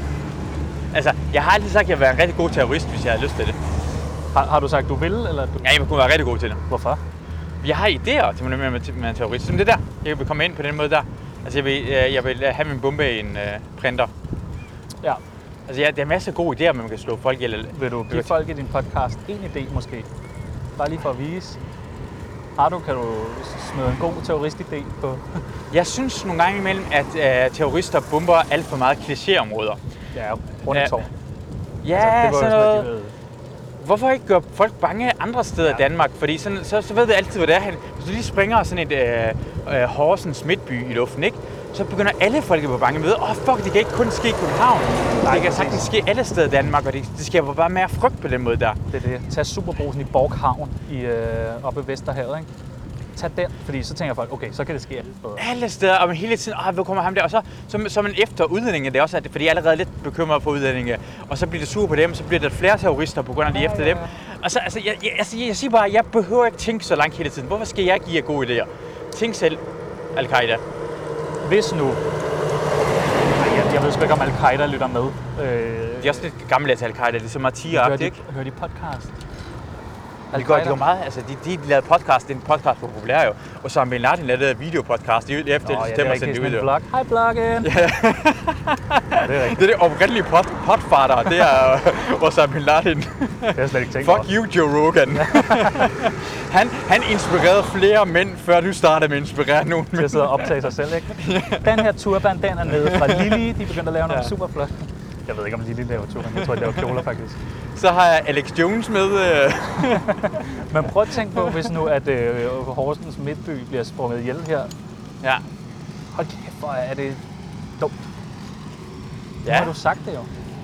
Speaker 1: Altså, jeg har altid sagt, at jeg vil være en rigtig god terrorist, hvis jeg havde lyst til det. Har, har du sagt, du vil? Eller du... Ja, jeg kunne være rigtig god til det. Hvorfor? Jeg har idéer til, at man er terrorist. Som det der. Jeg vil komme ind på den måde der. Altså, jeg vil, jeg vil have min bombe i en uh, printer. Ja. Altså, ja, der er masser af gode idéer, man kan slå folk ihjel. Vil du give folk i din podcast en idé måske? Bare lige for at vise. Har du, kan du smide en god terroristidé på? Jeg synes nogle gange imellem, at uh, terrorister bomber alt for meget klichéområder. Ja, rundt i tår. Ja, altså, sådan noget. Noget Hvorfor ikke gøre folk bange andre steder ja. i Danmark? Fordi sådan, så, så ved vi altid, hvor det er. Hvis du lige springer sådan et øh, øh, Horsens midtby i luften, ikke? Så begynder alle folk at være bange med, åh oh, fuck, det kan ikke kun ske i København. Nej, det kan sagtens ske alle steder i Danmark, og det, det skaber bare mere frygt på den måde der. Det er det. Tag Superbrosen i Borghavn i, øh, oppe ved Vesterhavet, ikke? Tag den, fordi så tænker folk, okay, så kan det ske alle steder. Alle steder, og man hele tiden, åh, hvor kommer ham der? Og så, så, så man efter udlændinge, det er også, at, fordi jeg er allerede lidt bekymret for udlændinge, og så bliver det sur på dem, så bliver der flere terrorister på grund af de ja, efter ja, ja. dem. Og så, altså, jeg, jeg, altså, jeg siger bare, jeg behøver ikke tænke så langt hele tiden. Hvorfor skal jeg give jer gode idéer? Tænk selv, Al-Qaida. Hvis nu... Jeg, jeg ved sgu ikke, om Al-Qaida lytter med. Øh... Det er også lidt gammeldags Al-Qaida, det er så meget tiger-agtigt, ikke? Hører de podcast? Det går, det går meget, altså de, de, de lavede podcast, det er en podcast, hvor populær jo. Og så har Bin Laden lavet et videopodcast, de er efter september sendt det ud. Nå ja, det er Hej bloggen! Ja, ja. Ja, det er rigtigt. Det er det oprindelige pot, potfader, det er Osama Bin Laden. Det har jeg slet ikke tænkt Fuck you, Joe Rogan. han, han inspirerede flere mænd, før du startede med at inspirere nogen. Til at sidde og optage sig selv, ikke? Den her turban, den er nede fra Lili, de begyndte at lave noget ja. super flot. Jeg ved ikke, om Lili laver turban, jeg tror, de laver kjoler faktisk. Så har jeg Alex Jones med. Øh. Men prøv at tænke på, hvis nu at øh, Horsens midtby bliver sprunget ihjel her. Ja. Hold kæft, hvor er det dumt. Ja. Nu har du sagt det jo.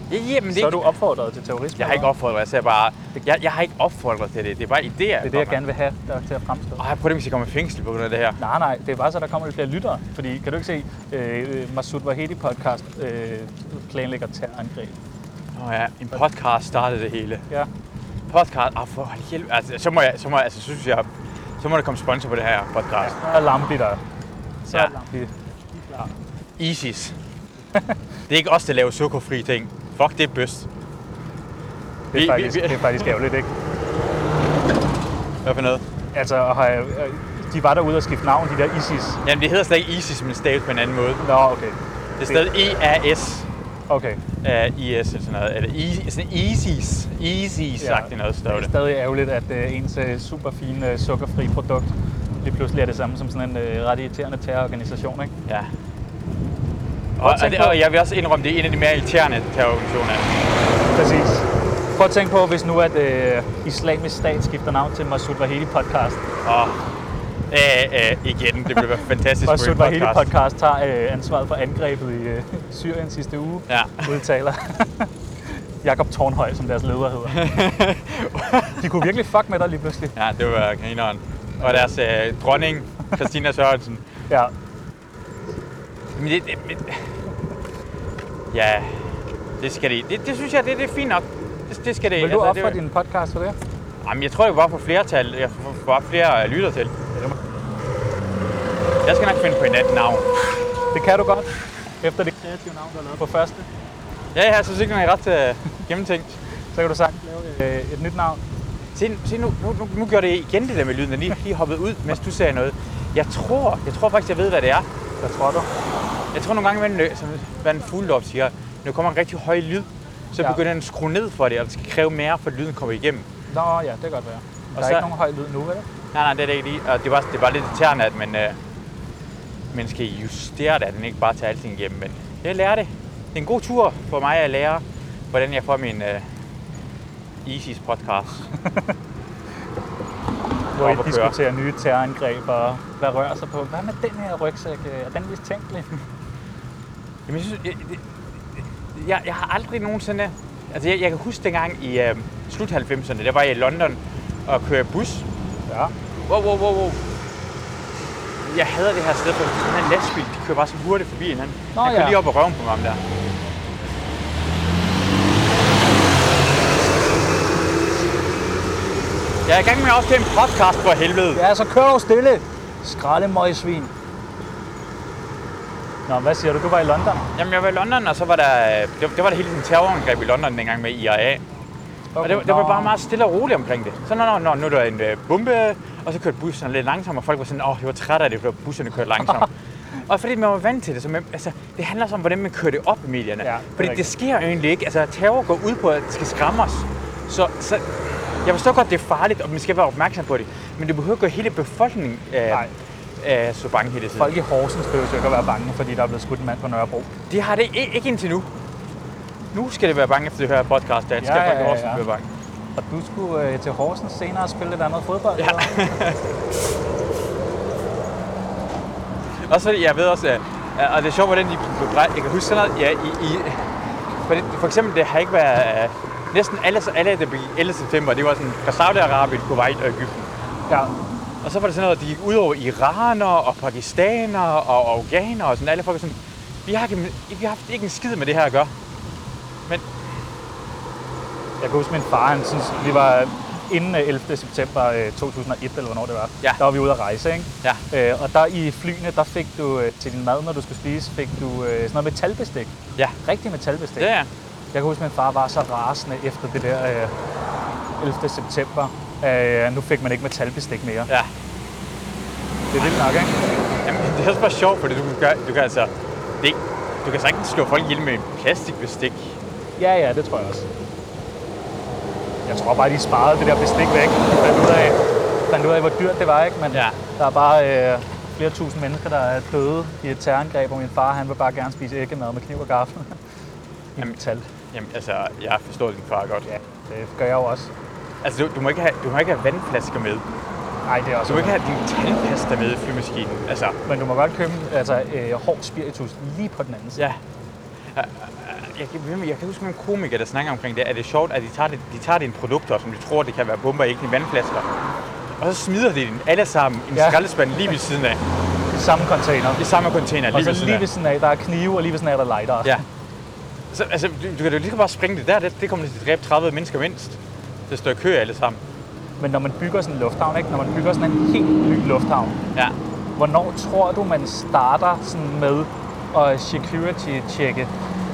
Speaker 1: Ja, jamen,
Speaker 2: Så er du opfordret til terrorisme?
Speaker 1: Jeg har ikke opfordret, jeg siger bare, jeg, jeg har ikke opfordret til det, det er bare idéer.
Speaker 2: Det er det, jeg gerne vil have der til at fremstå.
Speaker 1: Ej, prøv det, hvis jeg kommer i fængsel på grund af det her.
Speaker 2: Nej, nej, det er bare så, der kommer lidt flere lyttere. Fordi, kan du ikke se, øh, Masoud Vahedi podcast øh, planlægger terrorangreb.
Speaker 1: Åh ja, en podcast startede det hele.
Speaker 2: Ja.
Speaker 1: Podcast, ah, for helvede, altså, så må jeg, så må jeg, altså, så synes jeg, så må der komme sponsor på det her podcast.
Speaker 2: Ja, så er Lampi der. Så
Speaker 1: Ja.
Speaker 2: er Lampi klar.
Speaker 1: ISIS. Det er ikke os, der laver sukkerfri ting. Fuck, det er bøst.
Speaker 2: Det
Speaker 1: Vi-
Speaker 2: er faktisk,
Speaker 1: vi- vi-
Speaker 2: det er faktisk ærgerligt, ikke?
Speaker 1: Hvad for noget?
Speaker 2: Altså, har jeg, de var derude og skifte navn, de der ISIS.
Speaker 1: Jamen, det hedder slet ikke ISIS, men staves på en anden måde.
Speaker 2: Nå, okay.
Speaker 1: Det er stadig E A S.
Speaker 2: Okay.
Speaker 1: Uh, I S eller sådan noget. Eller I, sådan ISIS. ISIS,
Speaker 2: Ja.
Speaker 1: sagt i noget, står
Speaker 2: Det er
Speaker 1: det.
Speaker 2: stadig ærgerligt, at uh, ens uh, super fine uh, sukkerfri produkt lige pludselig er det samme som sådan en uh, ret irriterende terrororganisation, ikke?
Speaker 1: Ja.
Speaker 2: Prøv
Speaker 1: Og,
Speaker 2: at
Speaker 1: og,
Speaker 2: tænke
Speaker 1: det,
Speaker 2: på-
Speaker 1: og jeg vil også indrømme, det er en af de mere irriterende terrororganisationer.
Speaker 2: Præcis. Prøv at tænke på, hvis nu at uh, Islamisk Stat skifter navn til Masoud Vahedi podcast.
Speaker 1: Og øh, øh, igen, det ville være fantastisk
Speaker 2: Masoud
Speaker 1: på en
Speaker 2: Vahedi
Speaker 1: podcast.
Speaker 2: podcast tager uh, ansvaret for angrebet i uh, Syrien sidste uge.
Speaker 1: Ja.
Speaker 2: Udtaler Jakob Tornhøj, som deres leder hedder. De kunne virkelig fuck med dig lige pludselig.
Speaker 1: Ja, det var grineren. Og deres øh, dronning, Christina Sørensen.
Speaker 2: Ja.
Speaker 1: Men det, det, men, ja, det skal det. Det, det synes jeg, det, det er fint nok. Det, det skal det.
Speaker 2: Vil du
Speaker 1: altså,
Speaker 2: ofre
Speaker 1: det,
Speaker 2: din podcast for det?
Speaker 1: Jamen, jeg tror, jeg bare få flertal. Jeg får får bare flere øh, lytter til. Jeg skal nok finde på et andet navn.
Speaker 2: Det kan du godt. Efter det kreative navn, du har lavet på første,
Speaker 1: Ja, ja, så synes jeg, jeg er ret øh, gennemtænkt.
Speaker 2: så kan du sagtens lave øh, et nyt navn.
Speaker 1: Se, se nu, nu, nu, nu gør det igen det der med lyden, den lige, lige hoppet ud, mens du sagde noget. Jeg tror, jeg tror faktisk, jeg ved, hvad det er.
Speaker 2: Hvad tror du?
Speaker 1: Jeg tror nogle gange, hvad en, som, hvad en fugledop siger, når der kommer en rigtig høj lyd, så
Speaker 2: Ja.
Speaker 1: begynder den at skrue ned for det, og det skal kræve mere, for at lyden kommer igennem.
Speaker 2: Nå ja, det kan godt være.
Speaker 1: Og
Speaker 2: Der er
Speaker 1: så-
Speaker 2: ikke nogen høj lyd nu, vel?
Speaker 1: Nej, nej, det er det ikke lige. Og det var, det var lidt irriterende, at man, øh, man skal justere det, at den ikke bare tager alting igennem. Men jeg lærer det. Det er en god tur for mig at lære, hvordan jeg får min øh, ISIS podcast.
Speaker 2: Hvor I
Speaker 1: op at køre.
Speaker 2: diskuterer nye terrorangreb og hvad rører sig på. Hvad med den her rygsæk? Er den mistænkelig?
Speaker 1: Jamen, jeg synes, jeg, det- jeg, jeg har aldrig nogensinde... Altså, jeg, jeg kan huske dengang i øh, slut halvfemserne, der var jeg i London og kørte bus.
Speaker 2: Ja.
Speaker 1: Wow, wow, wow, wow. Jeg hader det her sted, for den her lastbil, de kører bare så hurtigt forbi hinanden.
Speaker 2: Nå,
Speaker 1: Han kører
Speaker 2: ja.
Speaker 1: lige op og røven på mig, ham der. Jeg er i gang med at optage en podcast for helvede.
Speaker 2: Ja, så kør dog stille. Skraldemøgsvin. Nå, hvad siger du? Du var i London?
Speaker 1: Jamen, jeg var i London, og så var der... Det, det var det hele sådan terrorangreb i London dengang med I R A. Og det, det var bare meget stille og roligt omkring det. Så når, når nu er der en øh, bombe, og så kørte bussen lidt langsomt, og folk var sådan, åh, jeg var træt af det, for busserne kørte langsomt. Og fordi man var vant til det, så man, altså, det handler om, hvordan man kører det op i medierne.
Speaker 2: Ja, det er
Speaker 1: fordi det
Speaker 2: rigtigt.
Speaker 1: sker egentlig ikke. Altså, terror går ud på, at det skal skræmme os. Så, så jeg forstår godt, det er farligt, og man skal være opmærksom på det. Men det behøver ikke gøre hele befolkningen øh,
Speaker 2: Nej.
Speaker 1: øh, så bange hele tiden.
Speaker 2: Folk i Horsens behøver jo ikke at være bange, fordi der er blevet skudt en mand på Nørrebro.
Speaker 1: De har det ikke, ikke indtil nu. Nu skal det være bange efter det her podcast, der. Det skal
Speaker 2: Ja, ja,
Speaker 1: folk i
Speaker 2: ja,
Speaker 1: Horsens
Speaker 2: ja.
Speaker 1: være bange.
Speaker 2: Og du skulle øh, til Horsens senere og spille lidt andet fodbold?
Speaker 1: Ja.
Speaker 2: eller?
Speaker 1: Også fordi jeg ved også, at, og det er sjovt, hvordan de blev drej- Jeg kan huske sådan noget, ja, i, i for, det, for eksempel, det har ikke været, uh, næsten alle, alle der blev ellevte september, det var sådan fra Saudi-Arabien, Kuwait og Egypten.
Speaker 2: Ja.
Speaker 1: Og så var det sådan noget, de gik ud over iranere og pakistanere og afghanere og sådan, alle folk var sådan, vi har, ikke, vi har haft ikke en skid med det her at gøre. Men
Speaker 2: Jeg kan huske, min far, han synes, vi var inden øh, ellevte september øh, to tusind og et, eller hvornår det var,
Speaker 1: Ja.
Speaker 2: der var vi ude at rejse, ikke?
Speaker 1: ja,
Speaker 2: Øh, og der i flyene, der fik du øh, til din mad, når du skulle spise, fik du øh, sådan noget metalbestik.
Speaker 1: ja,
Speaker 2: Rigtig metalbestik.
Speaker 1: det er
Speaker 2: Jeg kan huske, at min far var så rasende efter det der øh, ellevte september. Øh, nu fik man ikke metalbestik mere.
Speaker 1: ja.
Speaker 2: Det er vildt nok, ikke?
Speaker 1: Jamen, det er også bare sjovt, fordi du kan, gøre, du kan altså, det er ikke, du kan sagtens slå folk ihjel med en plastikbestik.
Speaker 2: Ja, ja, det tror jeg også. Jeg tror bare, de sparede det der bestik væk. De fandt ud af, fandt ud af hvor dyrt det var, ikke? Men
Speaker 1: Ja.
Speaker 2: der er bare øh, flere tusind mennesker, der er døde i et terrorangreb, og min far, han vil bare gerne spise æggemad med kniv og gaffel. I
Speaker 1: Jamen,
Speaker 2: metal.
Speaker 1: Jamen, altså, jeg forstår din far godt.
Speaker 2: Ja, det gør jeg jo også.
Speaker 1: Altså, du, du, må ikke have, du må ikke have vandflasker med.
Speaker 2: Nej, det er også.
Speaker 1: Du må ikke have din tandpasta med i flymaskinen. Altså,
Speaker 2: Men du må godt købe altså, øh, hård spiritus lige på den anden side.
Speaker 1: ja. jeg, jeg, jeg kan huske nogle komikere, der snakker omkring det. Er det sjovt, at de tager, det, de tager dine produkter, som de tror, det kan være bomber, ikke i vandflasker. Og så smider de den alle sammen i en ja. skraldespand lige ved siden af.
Speaker 2: I samme container.
Speaker 1: I samme container, lige
Speaker 2: og
Speaker 1: ved
Speaker 2: så
Speaker 1: siden
Speaker 2: lige
Speaker 1: af.
Speaker 2: ved siden af, der er knive, og lige ved siden af, der er lighter.
Speaker 1: Ja. Så, altså, du, du kan jo lige bare springe det der, det, det kommer til at dræbe tredive mennesker mindst. Det står i kø alle sammen.
Speaker 2: Men når man bygger sådan en lufthavn, ikke? Når man bygger sådan en helt ny lufthavn,
Speaker 1: ja.
Speaker 2: hvornår tror du, man starter sådan med at security-tjekke?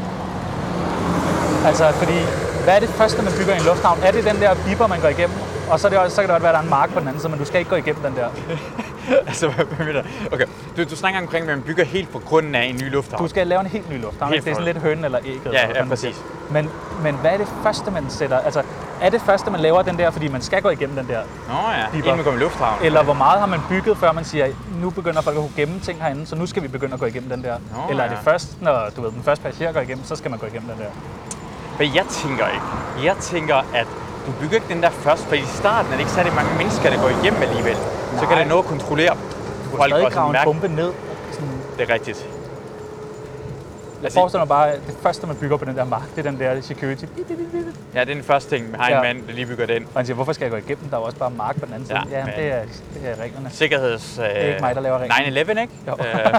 Speaker 2: Altså, fordi, hvad er det første, man bygger i en lufthavn? Er det den der biber, man går igennem? Og så, er det også, så kan det godt være, at der er en mark på den anden side, men du skal ikke gå igennem den der.
Speaker 1: altså, hvad mener du? Okay, du, du snakker omkring, at man bygger helt på grunden af en ny lufthavn.
Speaker 2: Du skal lave en helt ny lufthavn. Helt det er sådan lidt hønen eller ægget.
Speaker 1: Ja,
Speaker 2: eller
Speaker 1: ja, præcis.
Speaker 2: Men, men hvad er det første, man sætter? Altså, er det første, man laver den der, fordi man skal gå igennem den der?
Speaker 1: Nå ja, biber, inden man går i lufthavn.
Speaker 2: Eller hvor meget har man bygget, før man siger, nu begynder folk at kunne gemme ting herinde, så nu skal vi begynde at gå igennem den der? Nå, eller er det ja. først, når du ved, den første passager går igennem, så skal man gå igennem den der?
Speaker 1: For jeg tænker ikke. Jeg tænker, at du bygger ikke den der først, for i starten er det ikke særlig mange mennesker, der går igennem alligevel. Nej. Så kan det nå at kontrollere.
Speaker 2: Du kan stadig grave en bombe ned. Sådan.
Speaker 1: Det er rigtigt.
Speaker 2: Jeg altså, forestiller mig bare, at det første, man bygger på den der mark, det er den der security.
Speaker 1: Ja, det er den første ting. Vi har en ja. mand, der lige bygger den.
Speaker 2: Og han siger, hvorfor skal jeg gå igennem? Der er jo også bare mark på den anden side. Ja, ja det, er, det er reglerne.
Speaker 1: Sikkerheds... Øh,
Speaker 2: det er ikke mig, der laver reglerne.
Speaker 1: nine eleven, ikke?
Speaker 2: Jo.
Speaker 1: øh,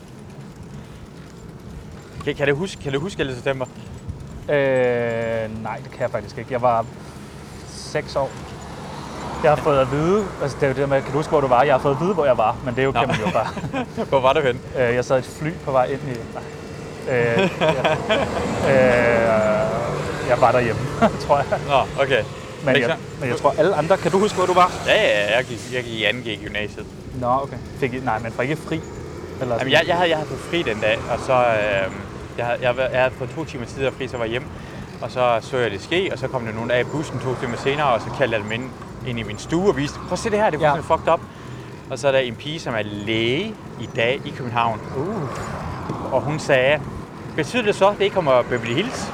Speaker 1: kan, kan, du huske, kan du huske elleve september?
Speaker 2: Øh, nej, det kan jeg faktisk ikke. Jeg var seks år. Jeg har fået at vide, altså det er jo det med, kan du huske, hvor du var? Jeg har fået at vide, hvor jeg var, men det er jo, kan man jo bare.
Speaker 1: Hvor var du hen?
Speaker 2: Øh, jeg sad i et fly på vej ind i... Nej. Øh, jeg, øh, jeg var derhjemme, tror jeg.
Speaker 1: Nå, okay.
Speaker 2: Men jeg, men jeg tror, alle andre... Kan du huske, hvor du var?
Speaker 1: Ja, ja, jeg gik, jeg gik i anden G i gymnasiet.
Speaker 2: Nå, okay. Fik I, nej, men var ikke fri?
Speaker 1: Eller Jamen, jeg, jeg, havde, jeg havde fået fri den dag, og så... Øh, jeg, havde, jeg, jeg havde fået to timer tidligere fri, så var jeg hjemme. Og så så jeg det ske, og så kom der nogen af i bussen to timer senere, og så kaldte jeg dem ind, ind i min stue og viste, prøv at se det her, det er ja. fucked up. Og så er der en pige, som er læge i dag i København. Uh. Og hun sagde, betyder det så, at det ikke kommer Beverly Hills?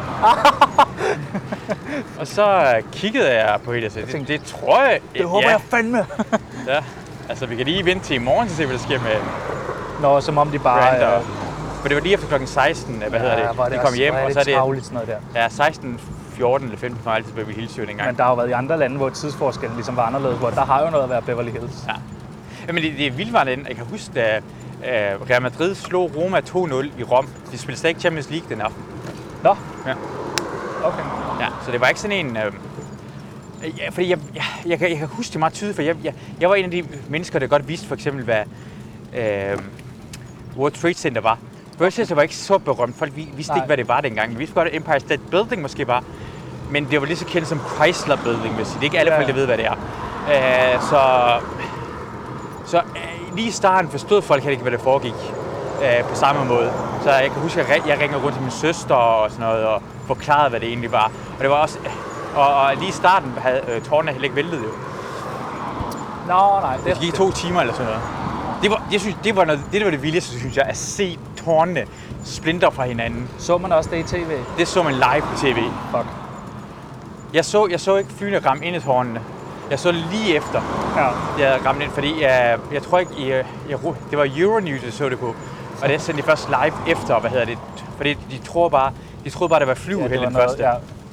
Speaker 1: Og så kiggede jeg på hende og sagde, det, det tror jeg...
Speaker 2: Det håber ja. jeg fandme.
Speaker 1: Ja, altså vi kan lige vente til i morgen, til at se, hvad der sker med...
Speaker 2: Nå, som om de bare... Øh...
Speaker 1: For det var lige efter klokken seksten, hvad
Speaker 2: ja,
Speaker 1: hedder det, de kom hjem,
Speaker 2: og så er det... travligt sådan noget der.
Speaker 1: Ja, seksten, fjorten eller femten var altid Beverly Hills jo dengang.
Speaker 2: Men der har jo været i andre lande, hvor tidsforskellen ligesom var anderledes, hvor der har jo noget at være Beverly Hills.
Speaker 1: Ja. Jamen det, det er vildt var det. Jeg kan huske, da uh, Real Madrid slog Roma to nul i Rom. De spillede stadig ikke Champions League den aften.
Speaker 2: Nå?
Speaker 1: Ja.
Speaker 2: Okay.
Speaker 1: Ja, så det var ikke sådan en... Uh, ja, fordi jeg, jeg, jeg, kan, jeg kan huske det meget tydeligt, for jeg, jeg, jeg var en af de mennesker, der godt vidste for eksempel, hvad uh, World Trade Center var. World Trade Center var ikke så berømt. Folk vidste Nej. ikke, hvad det var dengang. Vi vidste godt, at Empire State Building måske var. Men det var lige så kendt som Chrysler Building, hvis det er ikke alle folk, der ved, hvad det er. Uh, så så uh, lige i starten forstod folk heller ikke, hvad det foregik uh, på samme måde. Så jeg kan huske, at jeg ringede rundt til min søster og sådan noget, og forklarede, hvad det egentlig var. Og det var også... Uh, og, og lige i starten havde uh, tårnene heller ikke væltet jo.
Speaker 2: Nå, nej.
Speaker 1: Det gik to timer eller sådan noget. Det var, jeg synes, det var noget, det var det vildeste, synes jeg, at se tårnene splinter fra hinanden.
Speaker 2: Så man også det i tv?
Speaker 1: Det så man live på tv.
Speaker 2: Fuck.
Speaker 1: Jeg så, jeg så ikke flyene ramme ind i tårnene. Jeg så lige efter,
Speaker 2: ja.
Speaker 1: jeg ramte ind, fordi jeg, jeg tror ikke, jeg, jeg, det var Euronews, jeg så det på. Og det sendte de først live efter, hvad hedder det, fordi de tror bare, de troede bare, det var flyuheld ja, den noget, første. Ja.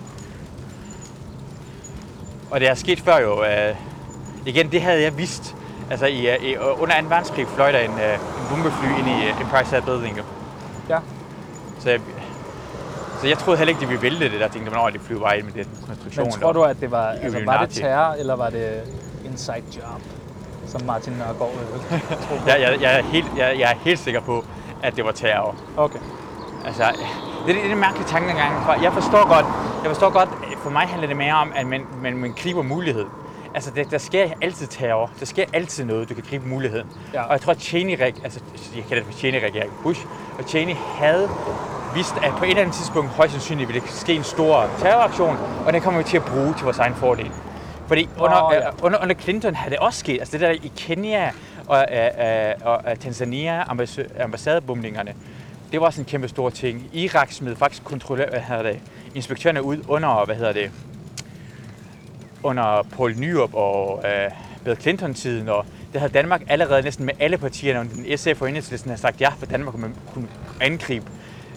Speaker 1: Og det er sket før jo. Uh, igen, det havde jeg vidst. Altså i, i, under anden verdenskrig fløj der en, uh, en bombefly ind i uh, Empire State Building.
Speaker 2: Ja.
Speaker 1: Så jeg, så jeg troede heller ikke, de ville vælte det der. Jeg tænkte, hvornår de flyver bare ind med den konstruktion.
Speaker 2: Men tror du, at det var, altså, var det terror, eller var det inside job, som Martin Nørgaard ville tro på?
Speaker 1: jeg, jeg, jeg, er helt, jeg, jeg er helt sikker på, at det var terror.
Speaker 2: Okay.
Speaker 1: Altså, det, det er en mærkelig tanke engang. For jeg forstår godt, jeg forstår godt, for mig handler det mere om, at man, man, man griber mulighed. Altså, det, der sker altid terror. Der sker altid noget, du kan gribe muligheden.
Speaker 2: Ja.
Speaker 1: Og jeg tror, at Cheney, altså, jeg kalder det for Cheney-regering, Bush, og Cheney havde vidst, at på et eller andet tidspunkt højst sandsynligt ville det ske en stor terroraktion, og den kommer vi til at bruge til vores egen fordel. Fordi under, oh, ja. øh, under, under Clinton havde det også sket. Altså det der i Kenya og, øh, og øh, Tanzania ambassadebomlingerne, det var også en kæmpe stor ting. Irak smed faktisk kontrollør, hvad hedder det, inspektørerne ud under, hvad hedder det, under Poul Nyrup og øh, Bill Clinton-tiden, og det havde Danmark allerede næsten med alle partierne, og den S F og Enhedslisten havde sagt ja, for Danmark kunne, kunne angribe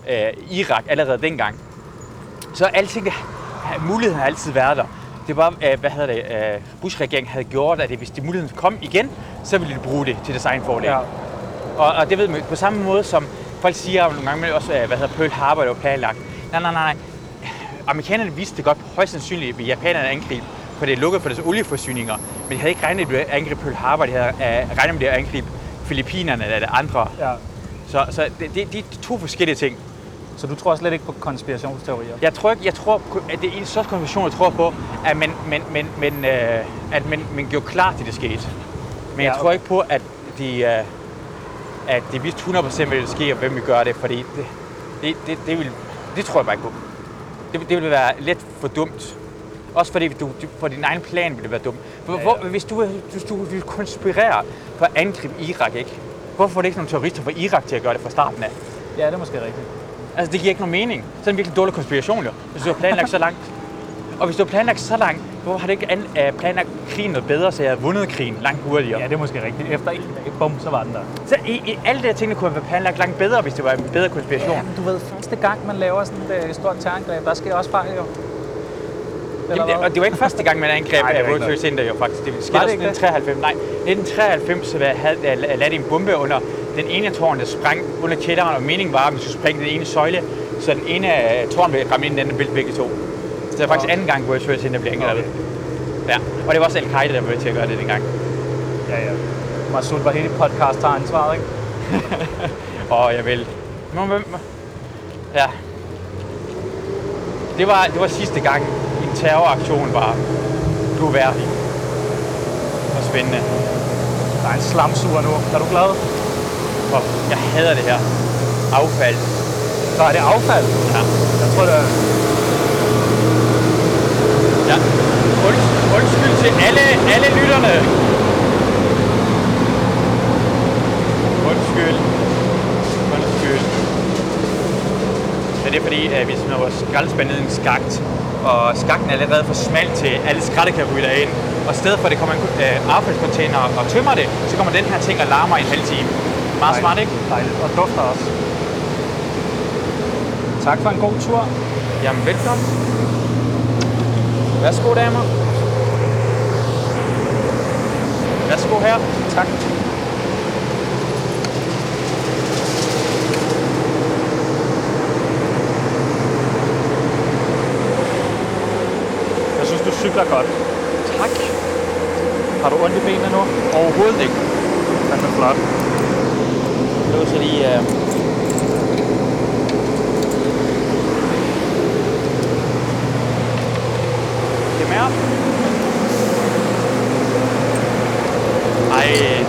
Speaker 4: øh, Irak allerede dengang. Så alting, muligheden har altid været der. Det var, øh, hvad hedder det, øh, Bush-regeringen havde gjort, at hvis de muligheden kom igen, så ville de bruge det til deres egen fordel. Ja. Og, og det ved man på samme måde som folk siger nogle gange også, hvad hedder Pearl Harbor, det var planlagt. Nej, nej, nej. Amerikanerne vidste det godt, højst sandsynligt ved japanerne angreb, for det er lukket for deres olieforsyninger. Men de havde ikke regnet med at angribe Pearl Harbor, de havde uh, regnet med at angribe Filippinerne eller det andre. Ja. Så, så det, det, det er to forskellige ting.
Speaker 2: Så du tror slet ikke på konspirationsteorier?
Speaker 4: Jeg tror ikke, jeg tror, at det er en sådan konspiration, jeg tror på, at man, men, men, men, uh, at man, man gjorde klart, at det skete. Men jeg ja, okay. tror ikke på, at de, uh, at de vidste hundrede procent, hvad det sker, og hvem vi gør det, fordi det, det, det, det, vil, det tror jeg bare ikke på. Det, det ville være lidt for dumt. Også fordi du, for din egen plan ville det være dumt. For, ja, ja. Hvor, hvis, du, hvis du vil konspirere for at angribe Irak, ikke? Hvorfor får det ikke nogen terrorister fra Irak til at gøre det fra starten af?
Speaker 2: Ja, det er måske rigtigt.
Speaker 4: Altså, det giver ikke nogen mening. Så er det en virkelig dårlig konspiration, jo. Hvis du har planlagt så langt. Og hvis du har planlagt så langt, hvorfor har du ikke an, uh, planlagt krigen noget bedre, så jeg havde vundet krigen langt hurtigere?
Speaker 2: Ja, det er måske rigtigt. Efter en dag, bum, så var den der.
Speaker 4: Så i, i alle de her ting, kunne have været planlagt langt bedre, hvis det var en bedre konspiration.
Speaker 2: Ja, men du ved, første gang man laver sådan et uh, stort terrorangreb, der sker også fejl, jo.
Speaker 4: Jamen, det, og det var ikke første gang, man angreb World Trade Center, jo faktisk. Det skete også i nitten treoghalvfems. Nej, nitten treoghalvfems havde ladt en bombe under den ene tårn, der sprang under kælderen, og meningen var, at vi skulle springe den ene søjle, så den ene tårn blev ramt ind, den anden blev begge to. Så det var faktisk anden gang, World Trade Center blev angrebet. Ja, og det var også Al-Qaida, der var til at gøre det dengang.
Speaker 2: Ja, ja. Masoud Vahedi podcast tager ansvaret, ikke?
Speaker 4: Åh, jeg vil. Ja. Det var, det var sidste gang, en terroraktion var gloværdig og spændende.
Speaker 2: Der er en slamsuger nu. Er du glad?
Speaker 4: Og jeg hader det her. Affald.
Speaker 2: Så er det affald?
Speaker 4: Ja.
Speaker 2: Jeg tror, det er...
Speaker 4: Ja. Und, undskyld til alle, alle lytterne. Undskyld. Undskyld. Ja, det er fordi, at vi smider vores skraldespand ned i en skakt, og skakten er allerede for smal til alle skralde kan ryge derind. Og i stedet for, at det kommer en øh, affaldscontainer og tømmer det, så kommer den her ting og larmer i en halv time. Meget smart, ikke?
Speaker 2: Dejligt. Og dufter også. Tak for en god tur.
Speaker 4: Jamen, velkommen. Værsgo, damer. Værsgo her.
Speaker 2: Tak. Jeg synes, du cykler godt.
Speaker 4: Tak.
Speaker 2: Har du ondt i benene nu?
Speaker 4: Overhovedet ikke.
Speaker 2: Den er flot.
Speaker 4: Det var så lige... Uh... Det er mere. Ej.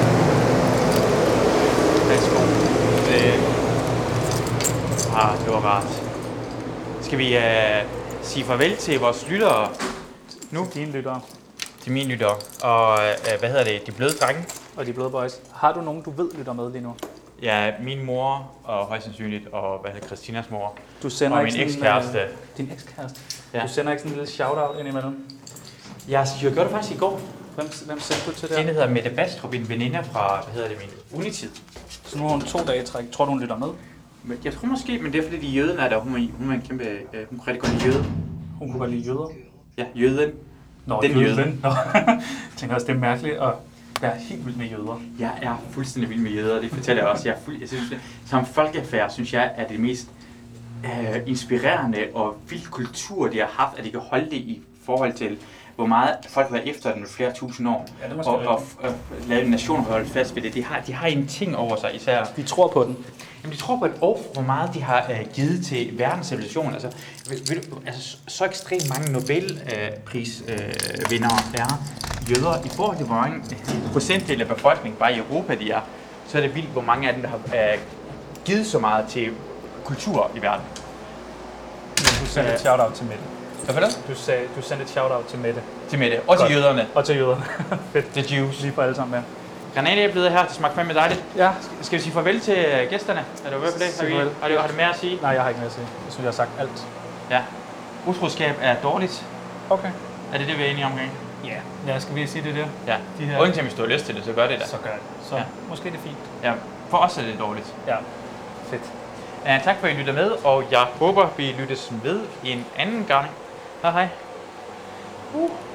Speaker 4: Værsgo. Det... Ah, det var rart. Skal vi uh, sige farvel til vores lyttere nu?
Speaker 2: Til dine lyttere.
Speaker 4: Til mine lyttere. Og uh, hvad hedder det? De bløde drenge.
Speaker 2: Og de bløde boys. Har du nogen, du ved lytter med lige nu?
Speaker 4: Ja, min mor og højst sandsynligt, og hvad hedder Christinas mor.
Speaker 2: Du sender
Speaker 4: og min ekskæreste.
Speaker 2: Uh, din ekskæreste? Ja. Du sender ikke sådan en lille shout-out indimellem?
Speaker 4: Ja, jeg gjorde det faktisk i går.
Speaker 2: Hvem, hvem sendte du til det?
Speaker 4: En, der hedder Mette Bastrup, en veninde fra, hvad hedder det, min unitid.
Speaker 2: Så nu har hun to dage i træk. Tror du, hun lytter med?
Speaker 4: Jeg tror måske, men det er fordi, de jøden er der. Hun er, hun er en kæmpe, øh, hun kan rigtig godt lide jøde.
Speaker 2: Hun kunne godt lide jøder?
Speaker 4: Ja, jøden.
Speaker 2: Nå, den jøden. Nå, jeg tænker også, det er mærkeligt at være helt vild med jøder.
Speaker 4: Jeg er fuldstændig vild med jøder, det fortæller jeg også. Jeg er fuld, jeg synes, som folkefærd, synes jeg, er det mest øh, inspirerende og vild kultur, de har haft, at de kan holde det i forhold til, hvor meget folk har været efter den flere tusind år.
Speaker 2: Ja, det
Speaker 4: og, og, og, og lave en nation holde fast ved det. De har, de har en ting over sig især.
Speaker 2: De tror på den.
Speaker 4: Jamen, de tror på et år, hvor meget de har øh, givet til verdens civilisation. Altså, ved, ved, altså, så ekstremt mange Nobelprisvindere øh, vindere er jøder. I forhold til, hvor mange procentdel af befolkningen bare i Europa de er, så er det vildt, hvor mange af dem, der har øh, givet så meget til kultur i verden.
Speaker 2: Men du sendte et shout-out til Mette.
Speaker 4: Hvad for det?
Speaker 2: Du, sagde, du sendte et shout-out til Mette.
Speaker 4: Til Mette. Og til jøderne.
Speaker 2: Og til jøderne. Fedt.
Speaker 4: The Jews.
Speaker 2: Lige for alle sammen, ja.
Speaker 4: Granatæblet her, det smagte fandme dejligt.
Speaker 2: Ja.
Speaker 4: Skal vi sige farvel til gæsterne? Er du med på det? Har, vi, har, du, har du mere at sige?
Speaker 2: Nej, jeg har ikke mere at sige. Jeg synes, jeg har sagt alt.
Speaker 4: Ja. Utroskab er dårligt.
Speaker 2: Okay.
Speaker 4: Er det det, vi er enige omkring?
Speaker 2: Ja. Ja, skal vi sige det der?
Speaker 4: Ja. De her... Uden til, hvis du har lyst til det, så gør det da.
Speaker 2: Så gør det. Så ja. Måske er det fint.
Speaker 4: Ja. For os er det dårligt.
Speaker 2: Ja. Fedt.
Speaker 1: Uh, tak for, at I lytter med, og jeg håber, vi lyttes ved en anden gang. Hej hej.
Speaker 3: Uh.